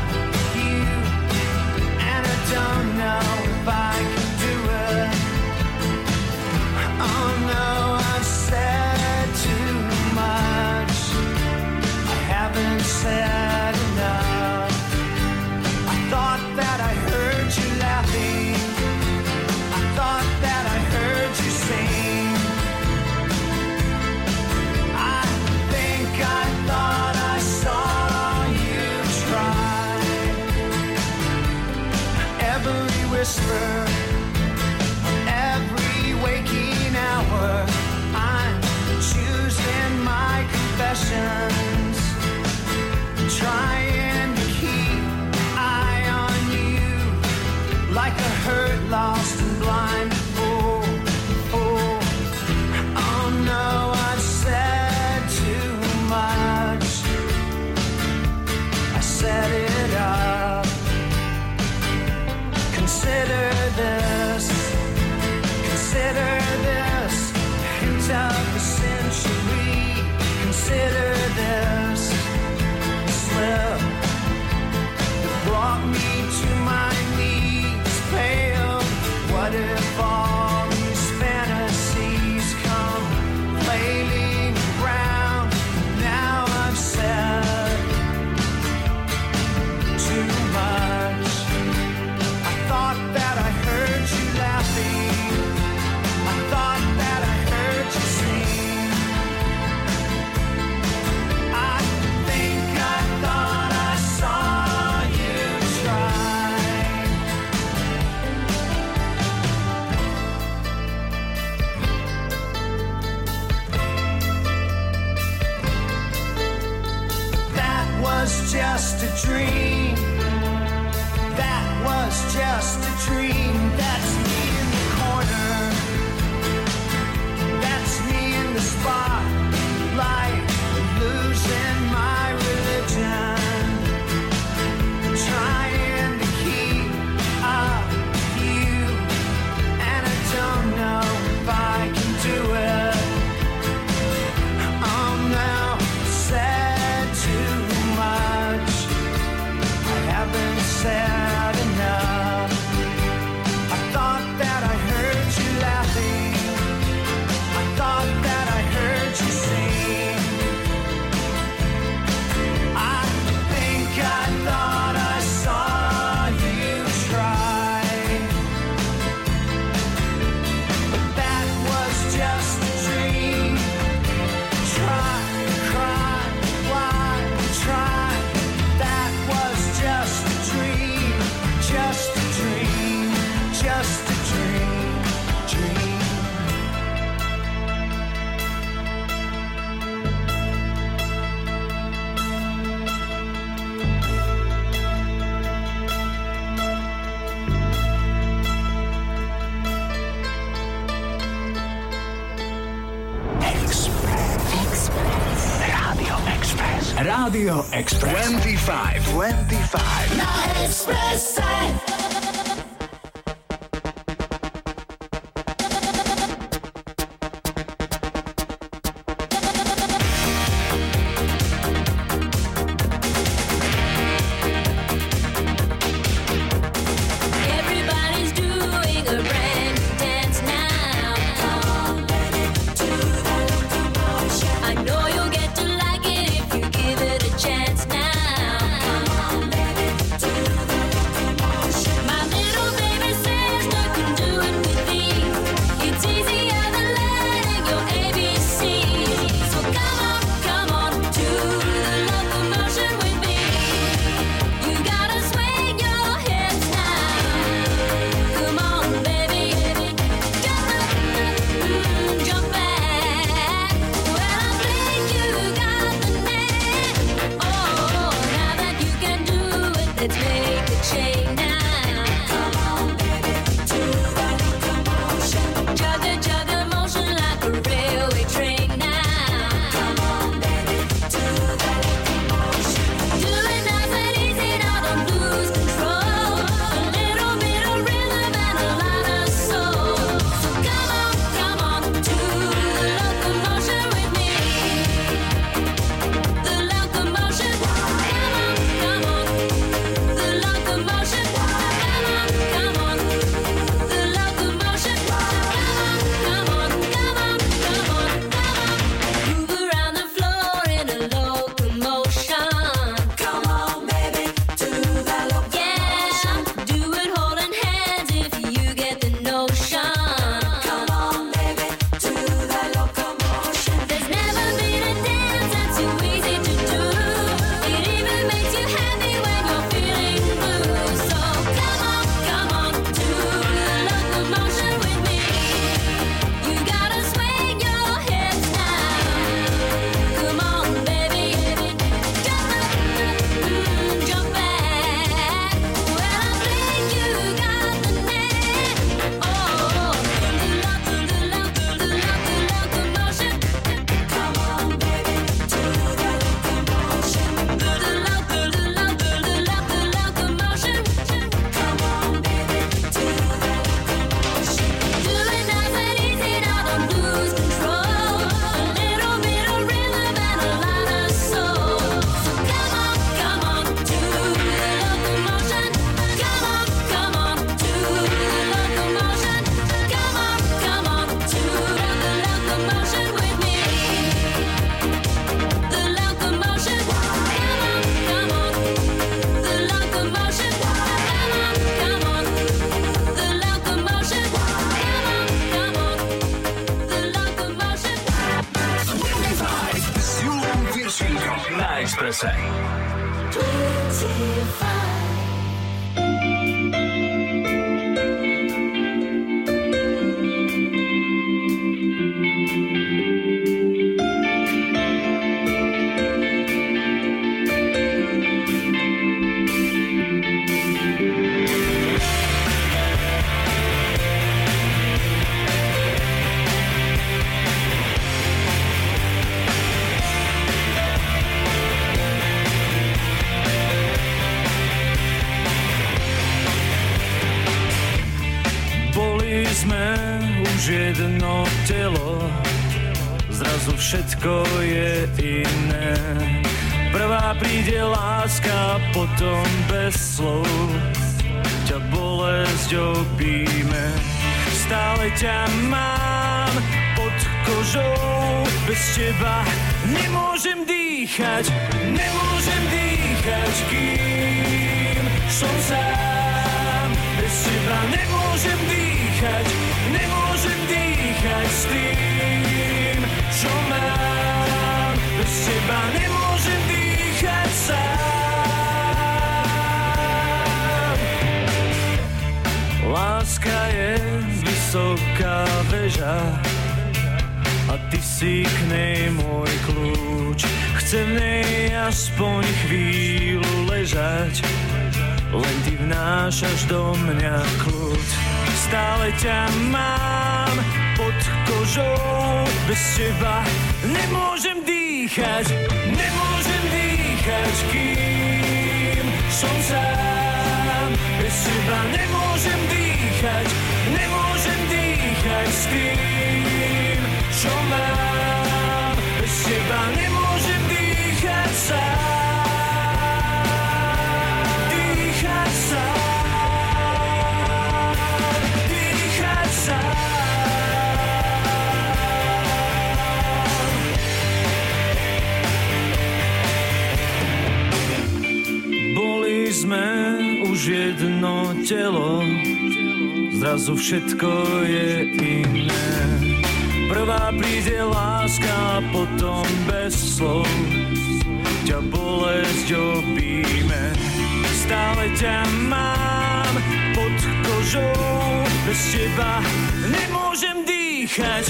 Don't know if I can do it. Oh no, I've said too much. I haven't said enough. I thought that I heard you laughing. I thought that I heard you sing. I think I thought I saw you try. Every whisper, every waking hour, I'm choosing my confessions, trying to keep eye on you, like a hurt, lost and blind fool. Oh no, I've said too much. I set it up. Consider this hint of the century. Consider this slip that brought me to my knees, pale. What if all these fantasies come flailing around? Now I've said too much. Thought that I heard you laughing. I thought that I heard you sing. I think I thought I saw you try. That was just a dream. That was just a dream. That's me in the corner. That's me in the spotlight, losing my religion, trying to keep up with you, and I don't know if I can do it. Oh no, said too much. I haven't said enough. I thought that I heard you laughing. I thought that I heard you sing. I think I thought I saw you try. But that was just a dream. Try, cry, why try? That was just a dream. Just a dream, just a dream, dream. Rádio Express. 25 Na Expresse. Everybody's doing a brand new dance now. I know you'll get to like it if you give it a chance. Let's make a change now. Come on, baby, to the locomotion. Jug a motion like a railway train now. Come on, baby, to the locomotion. Do it nice and easy, now don't lose control. A little bit of rhythm and a lot of soul. So come on, to the locomotion with me. The locomotion. Come on, the locomotion. Come on, the locomotion. Come on. Move around the floor in a locomotion. Come on, baby, to the locomotion. Yeah, do it holding hands if you get the notion. Come on, baby, to the locomotion. There's never been a dance that's too easy to do. It even makes you happy when you're feeling blue. So come on, to the locomotion with me. You gotta swing your hips now. Come on, baby, jump up, jump back. Well, I think you got the knack. Oh, the locomotion. Come on, baby, to the locomotion. The locomotion. Come on, baby, to the locomotion. Do it nice and easy, now don't lose control. A little bit of rhythm and a lot of soul. So come on, to the locomotion. Come on, to the locomotion. Come on, to the locomotion with me. The locomotion. Come on, the locomotion. Come on, the locomotion. Come on, the locomotion. 25 s Julom Viršíkom na Expresse. 25. Boli sme už jedno telo, zrazu všetko je iné. Prvá príde láska, potom bez slov ťa bolesť obíme. Stále ťa mám pod kožou, bez teba nemôžem dýchať, kým som sám. Bez teba nemôžem dýchať s tým, čo mám. Bez teba nemôžem dýchať sám. Láska je vysoká väža a ty si k nej môj kľúč. Chcem v nej aspoň chvíľu ležať, len ty vnášaš do mňa kľud. Stále ťa mám pod kožou, bez teba nemôžem dýchať, kým som sám. Bez teba nemôžem dýchať s tým, čo mám. Bez teba nemôžem dýchať sám. Boli sme už jedno telo, zrazu všetko je iné. Prvá príde láska, potom bez slov ťa bolesť obíme. Stále ťa mám pod kožou, bez teba nemôžem dýchať,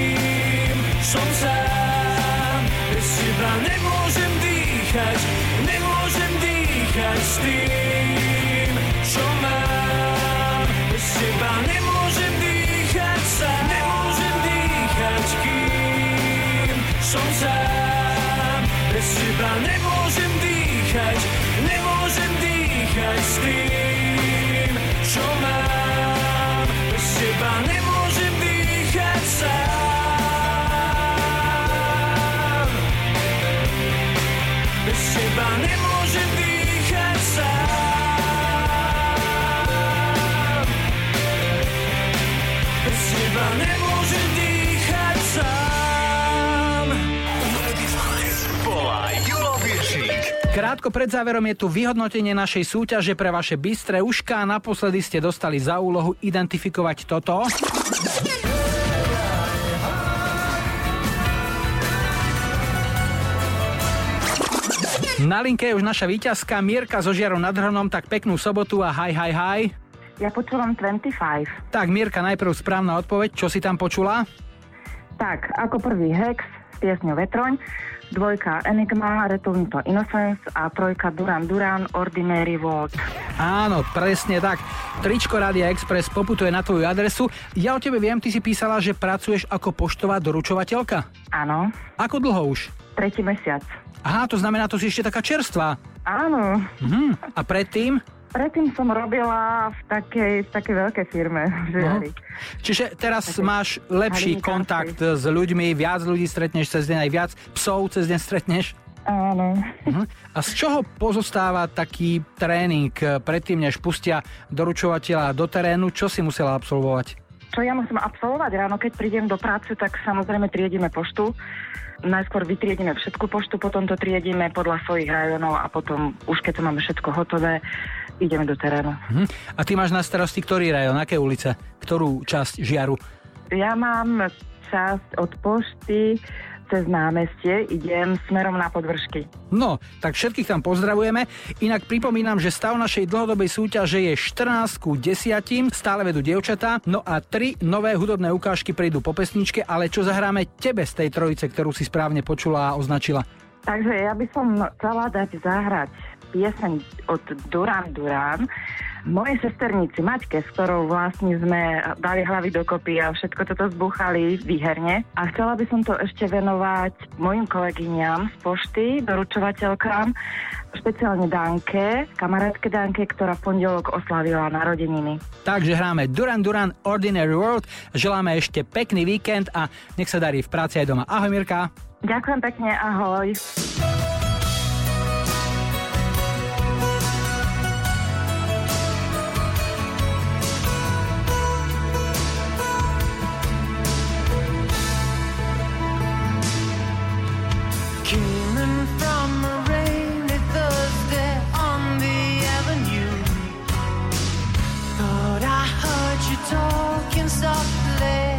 kým som sám. Bez teba nemôžem dýchať s tým, čo mám. Bez teba nemôžem dýchať sám, nemôžem dýchať, kým som sám. Bez teba nemôžem dýchať, nemôžem dýchať s tým, čo mám. Bez teba nemôžem dýchať sám. Bez teba nemôžem dýchať sám. Bez teba nemôžem dýchať sám. Volaj Julo Viršík. Krátko pred záverom je tu vyhodnotenie našej súťaže pre vaše bystré ušká. Naposledy ste dostali za úlohu identifikovať toto. Na linke je už naša víťazka Mirka zo Žiaru nad Hronom, tak peknú sobotu a hi. Ja počúvam 25. Tak Mirka, najprv správna odpoveď, čo si tam počula? Tak, ako prvý Hex s piesňou Vetroň, dvojka Enigma, Return to Innocence a trojka Duran Duran, Ordinary World. Áno, presne tak. Tričko Rádia Express poputuje na tvoju adresu. Ja o tebe viem, ty si písala, že pracuješ ako poštová doručovateľka? Áno. Ako dlho už? 3. mesiac. Aha, to znamená, to si ešte taká čerstvá. Áno. A predtým? Predtým som robila v takej veľkej firme v Žiari. Čiže teraz máš lepší kontakt s ľuďmi, viac ľudí stretneš cez deň, aj viac psov cez deň stretneš? Áno. A z čoho pozostáva taký tréning predtým, než pustia doručovateľa do terénu? Čo si musela absolvovať? Čo ja musím absolvovať ráno, keď prídem do práce, tak samozrejme triedime poštu. Najskôr vytriedime všetku poštu, potom to triedime podľa svojich rajonov a potom, už keď to máme všetko hotové, ideme do terénu. A ty máš na starosti ktorý rajon, aké ulice? Ktorú časť Žiaru? Ja mám časť od pošty cez námestie, idem smerom na Podvršky. No, tak všetkých tam pozdravujeme. Inak pripomínam, že stav našej dlhodobej súťaže je 14:10, stále vedú dievčatá, no a 3 nové hudobné ukážky prídu po pesničke, ale čo zahráme tebe z tej trojice, ktorú si správne počula a označila? Takže ja by som chcela dať zahrať pieseň od Duran Duran mojej sesternici Maťke, s ktorou vlastne sme dali hlavy dokopy a všetko toto zbúchali výherne. A chcela by som to ešte venovať mojim kolegyňam z pošty, doručovateľkám, špeciálne Danke, kamarátke Danke, ktorá v pondelok oslavila narodeniny. Takže hráme Duran Duran, Ordinary World, želáme ešte pekný víkend a nech sa darí v práci aj doma. Ahoj Mirka. Ďakujem pekne, ahoj. Talking softly,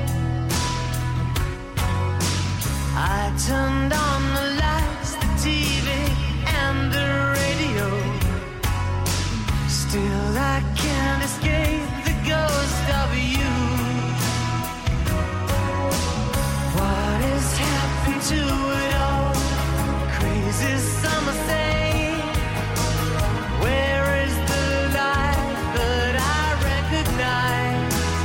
I turned on the lights, the TV and the radio. Still I can't escape the ghost of you. What has happened to it all? Crazy summer thing. Where is the life that I recognize?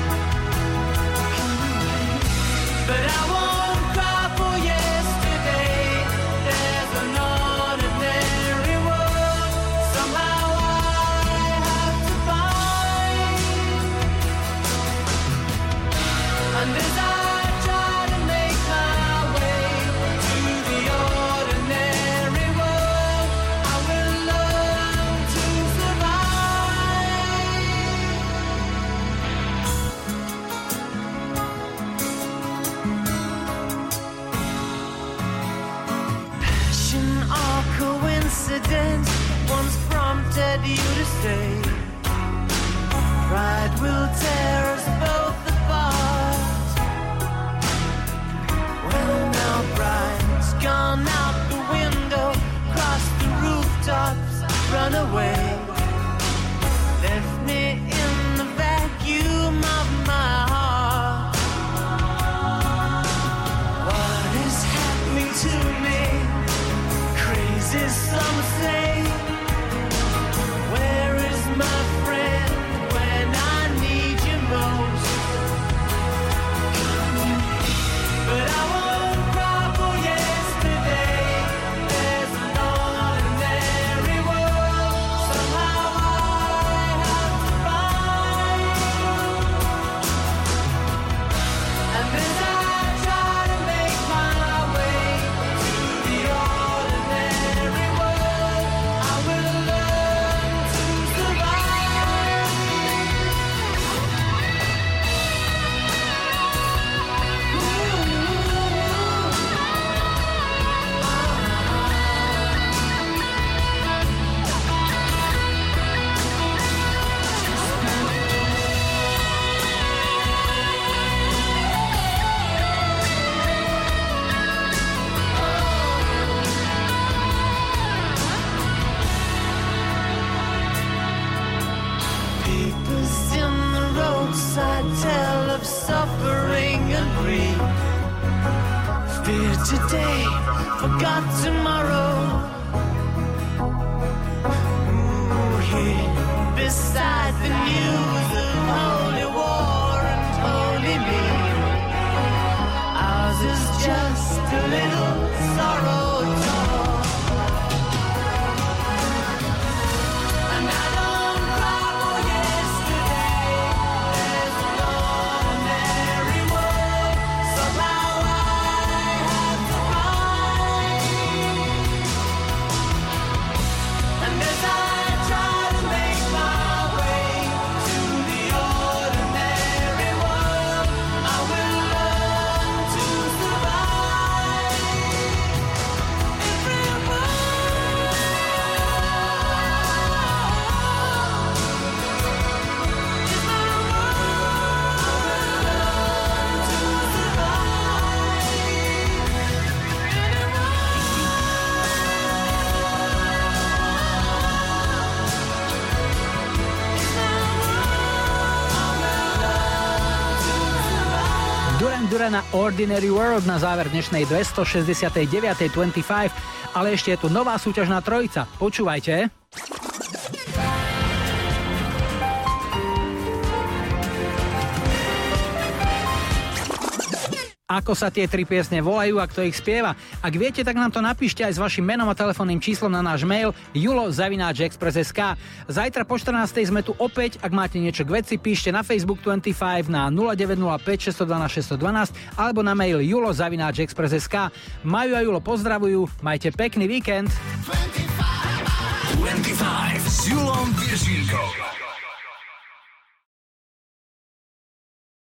But I won't cry for yesterday. There's an ordinary world somehow I have to find. And as I try to make my way to the ordinary world, I will learn to survive. Passion or coincidence once prompted you to say, pride will tear us both apart. Well now pride's gone out the window, crossed the rooftops, run away, left me in the vacuum of my heart. What is happening to me? Crazy some say. sad tale of suffering and grief. Fear today, forgot tomorrow. Ooh, here beside the news of holy war and holy me, ours is just a little sorrow torn. And I don't cry for yesterday. There's an ordinary world, somehow I have to cry. And as I try to make my way to the ordinary world, I will learn to survive. Durana Ordinary World na záver dnešnej 269. 25, ale ešte je tu nová súťažná trojica. Počúvajte. Ako sa tie tri piesne volajú a kto ich spieva? Ak viete, tak nám to napíšte aj s vašim menom a telefónnym číslom na náš mail julo@express.sk. Zajtra po 14. sme tu opäť. Ak máte niečo k veci, píšte na Facebook 25 na 0905 612 612 alebo na mail julo@express.sk. Maju a Julo pozdravujú, majte pekný víkend. 25 s Julom Viršíkom.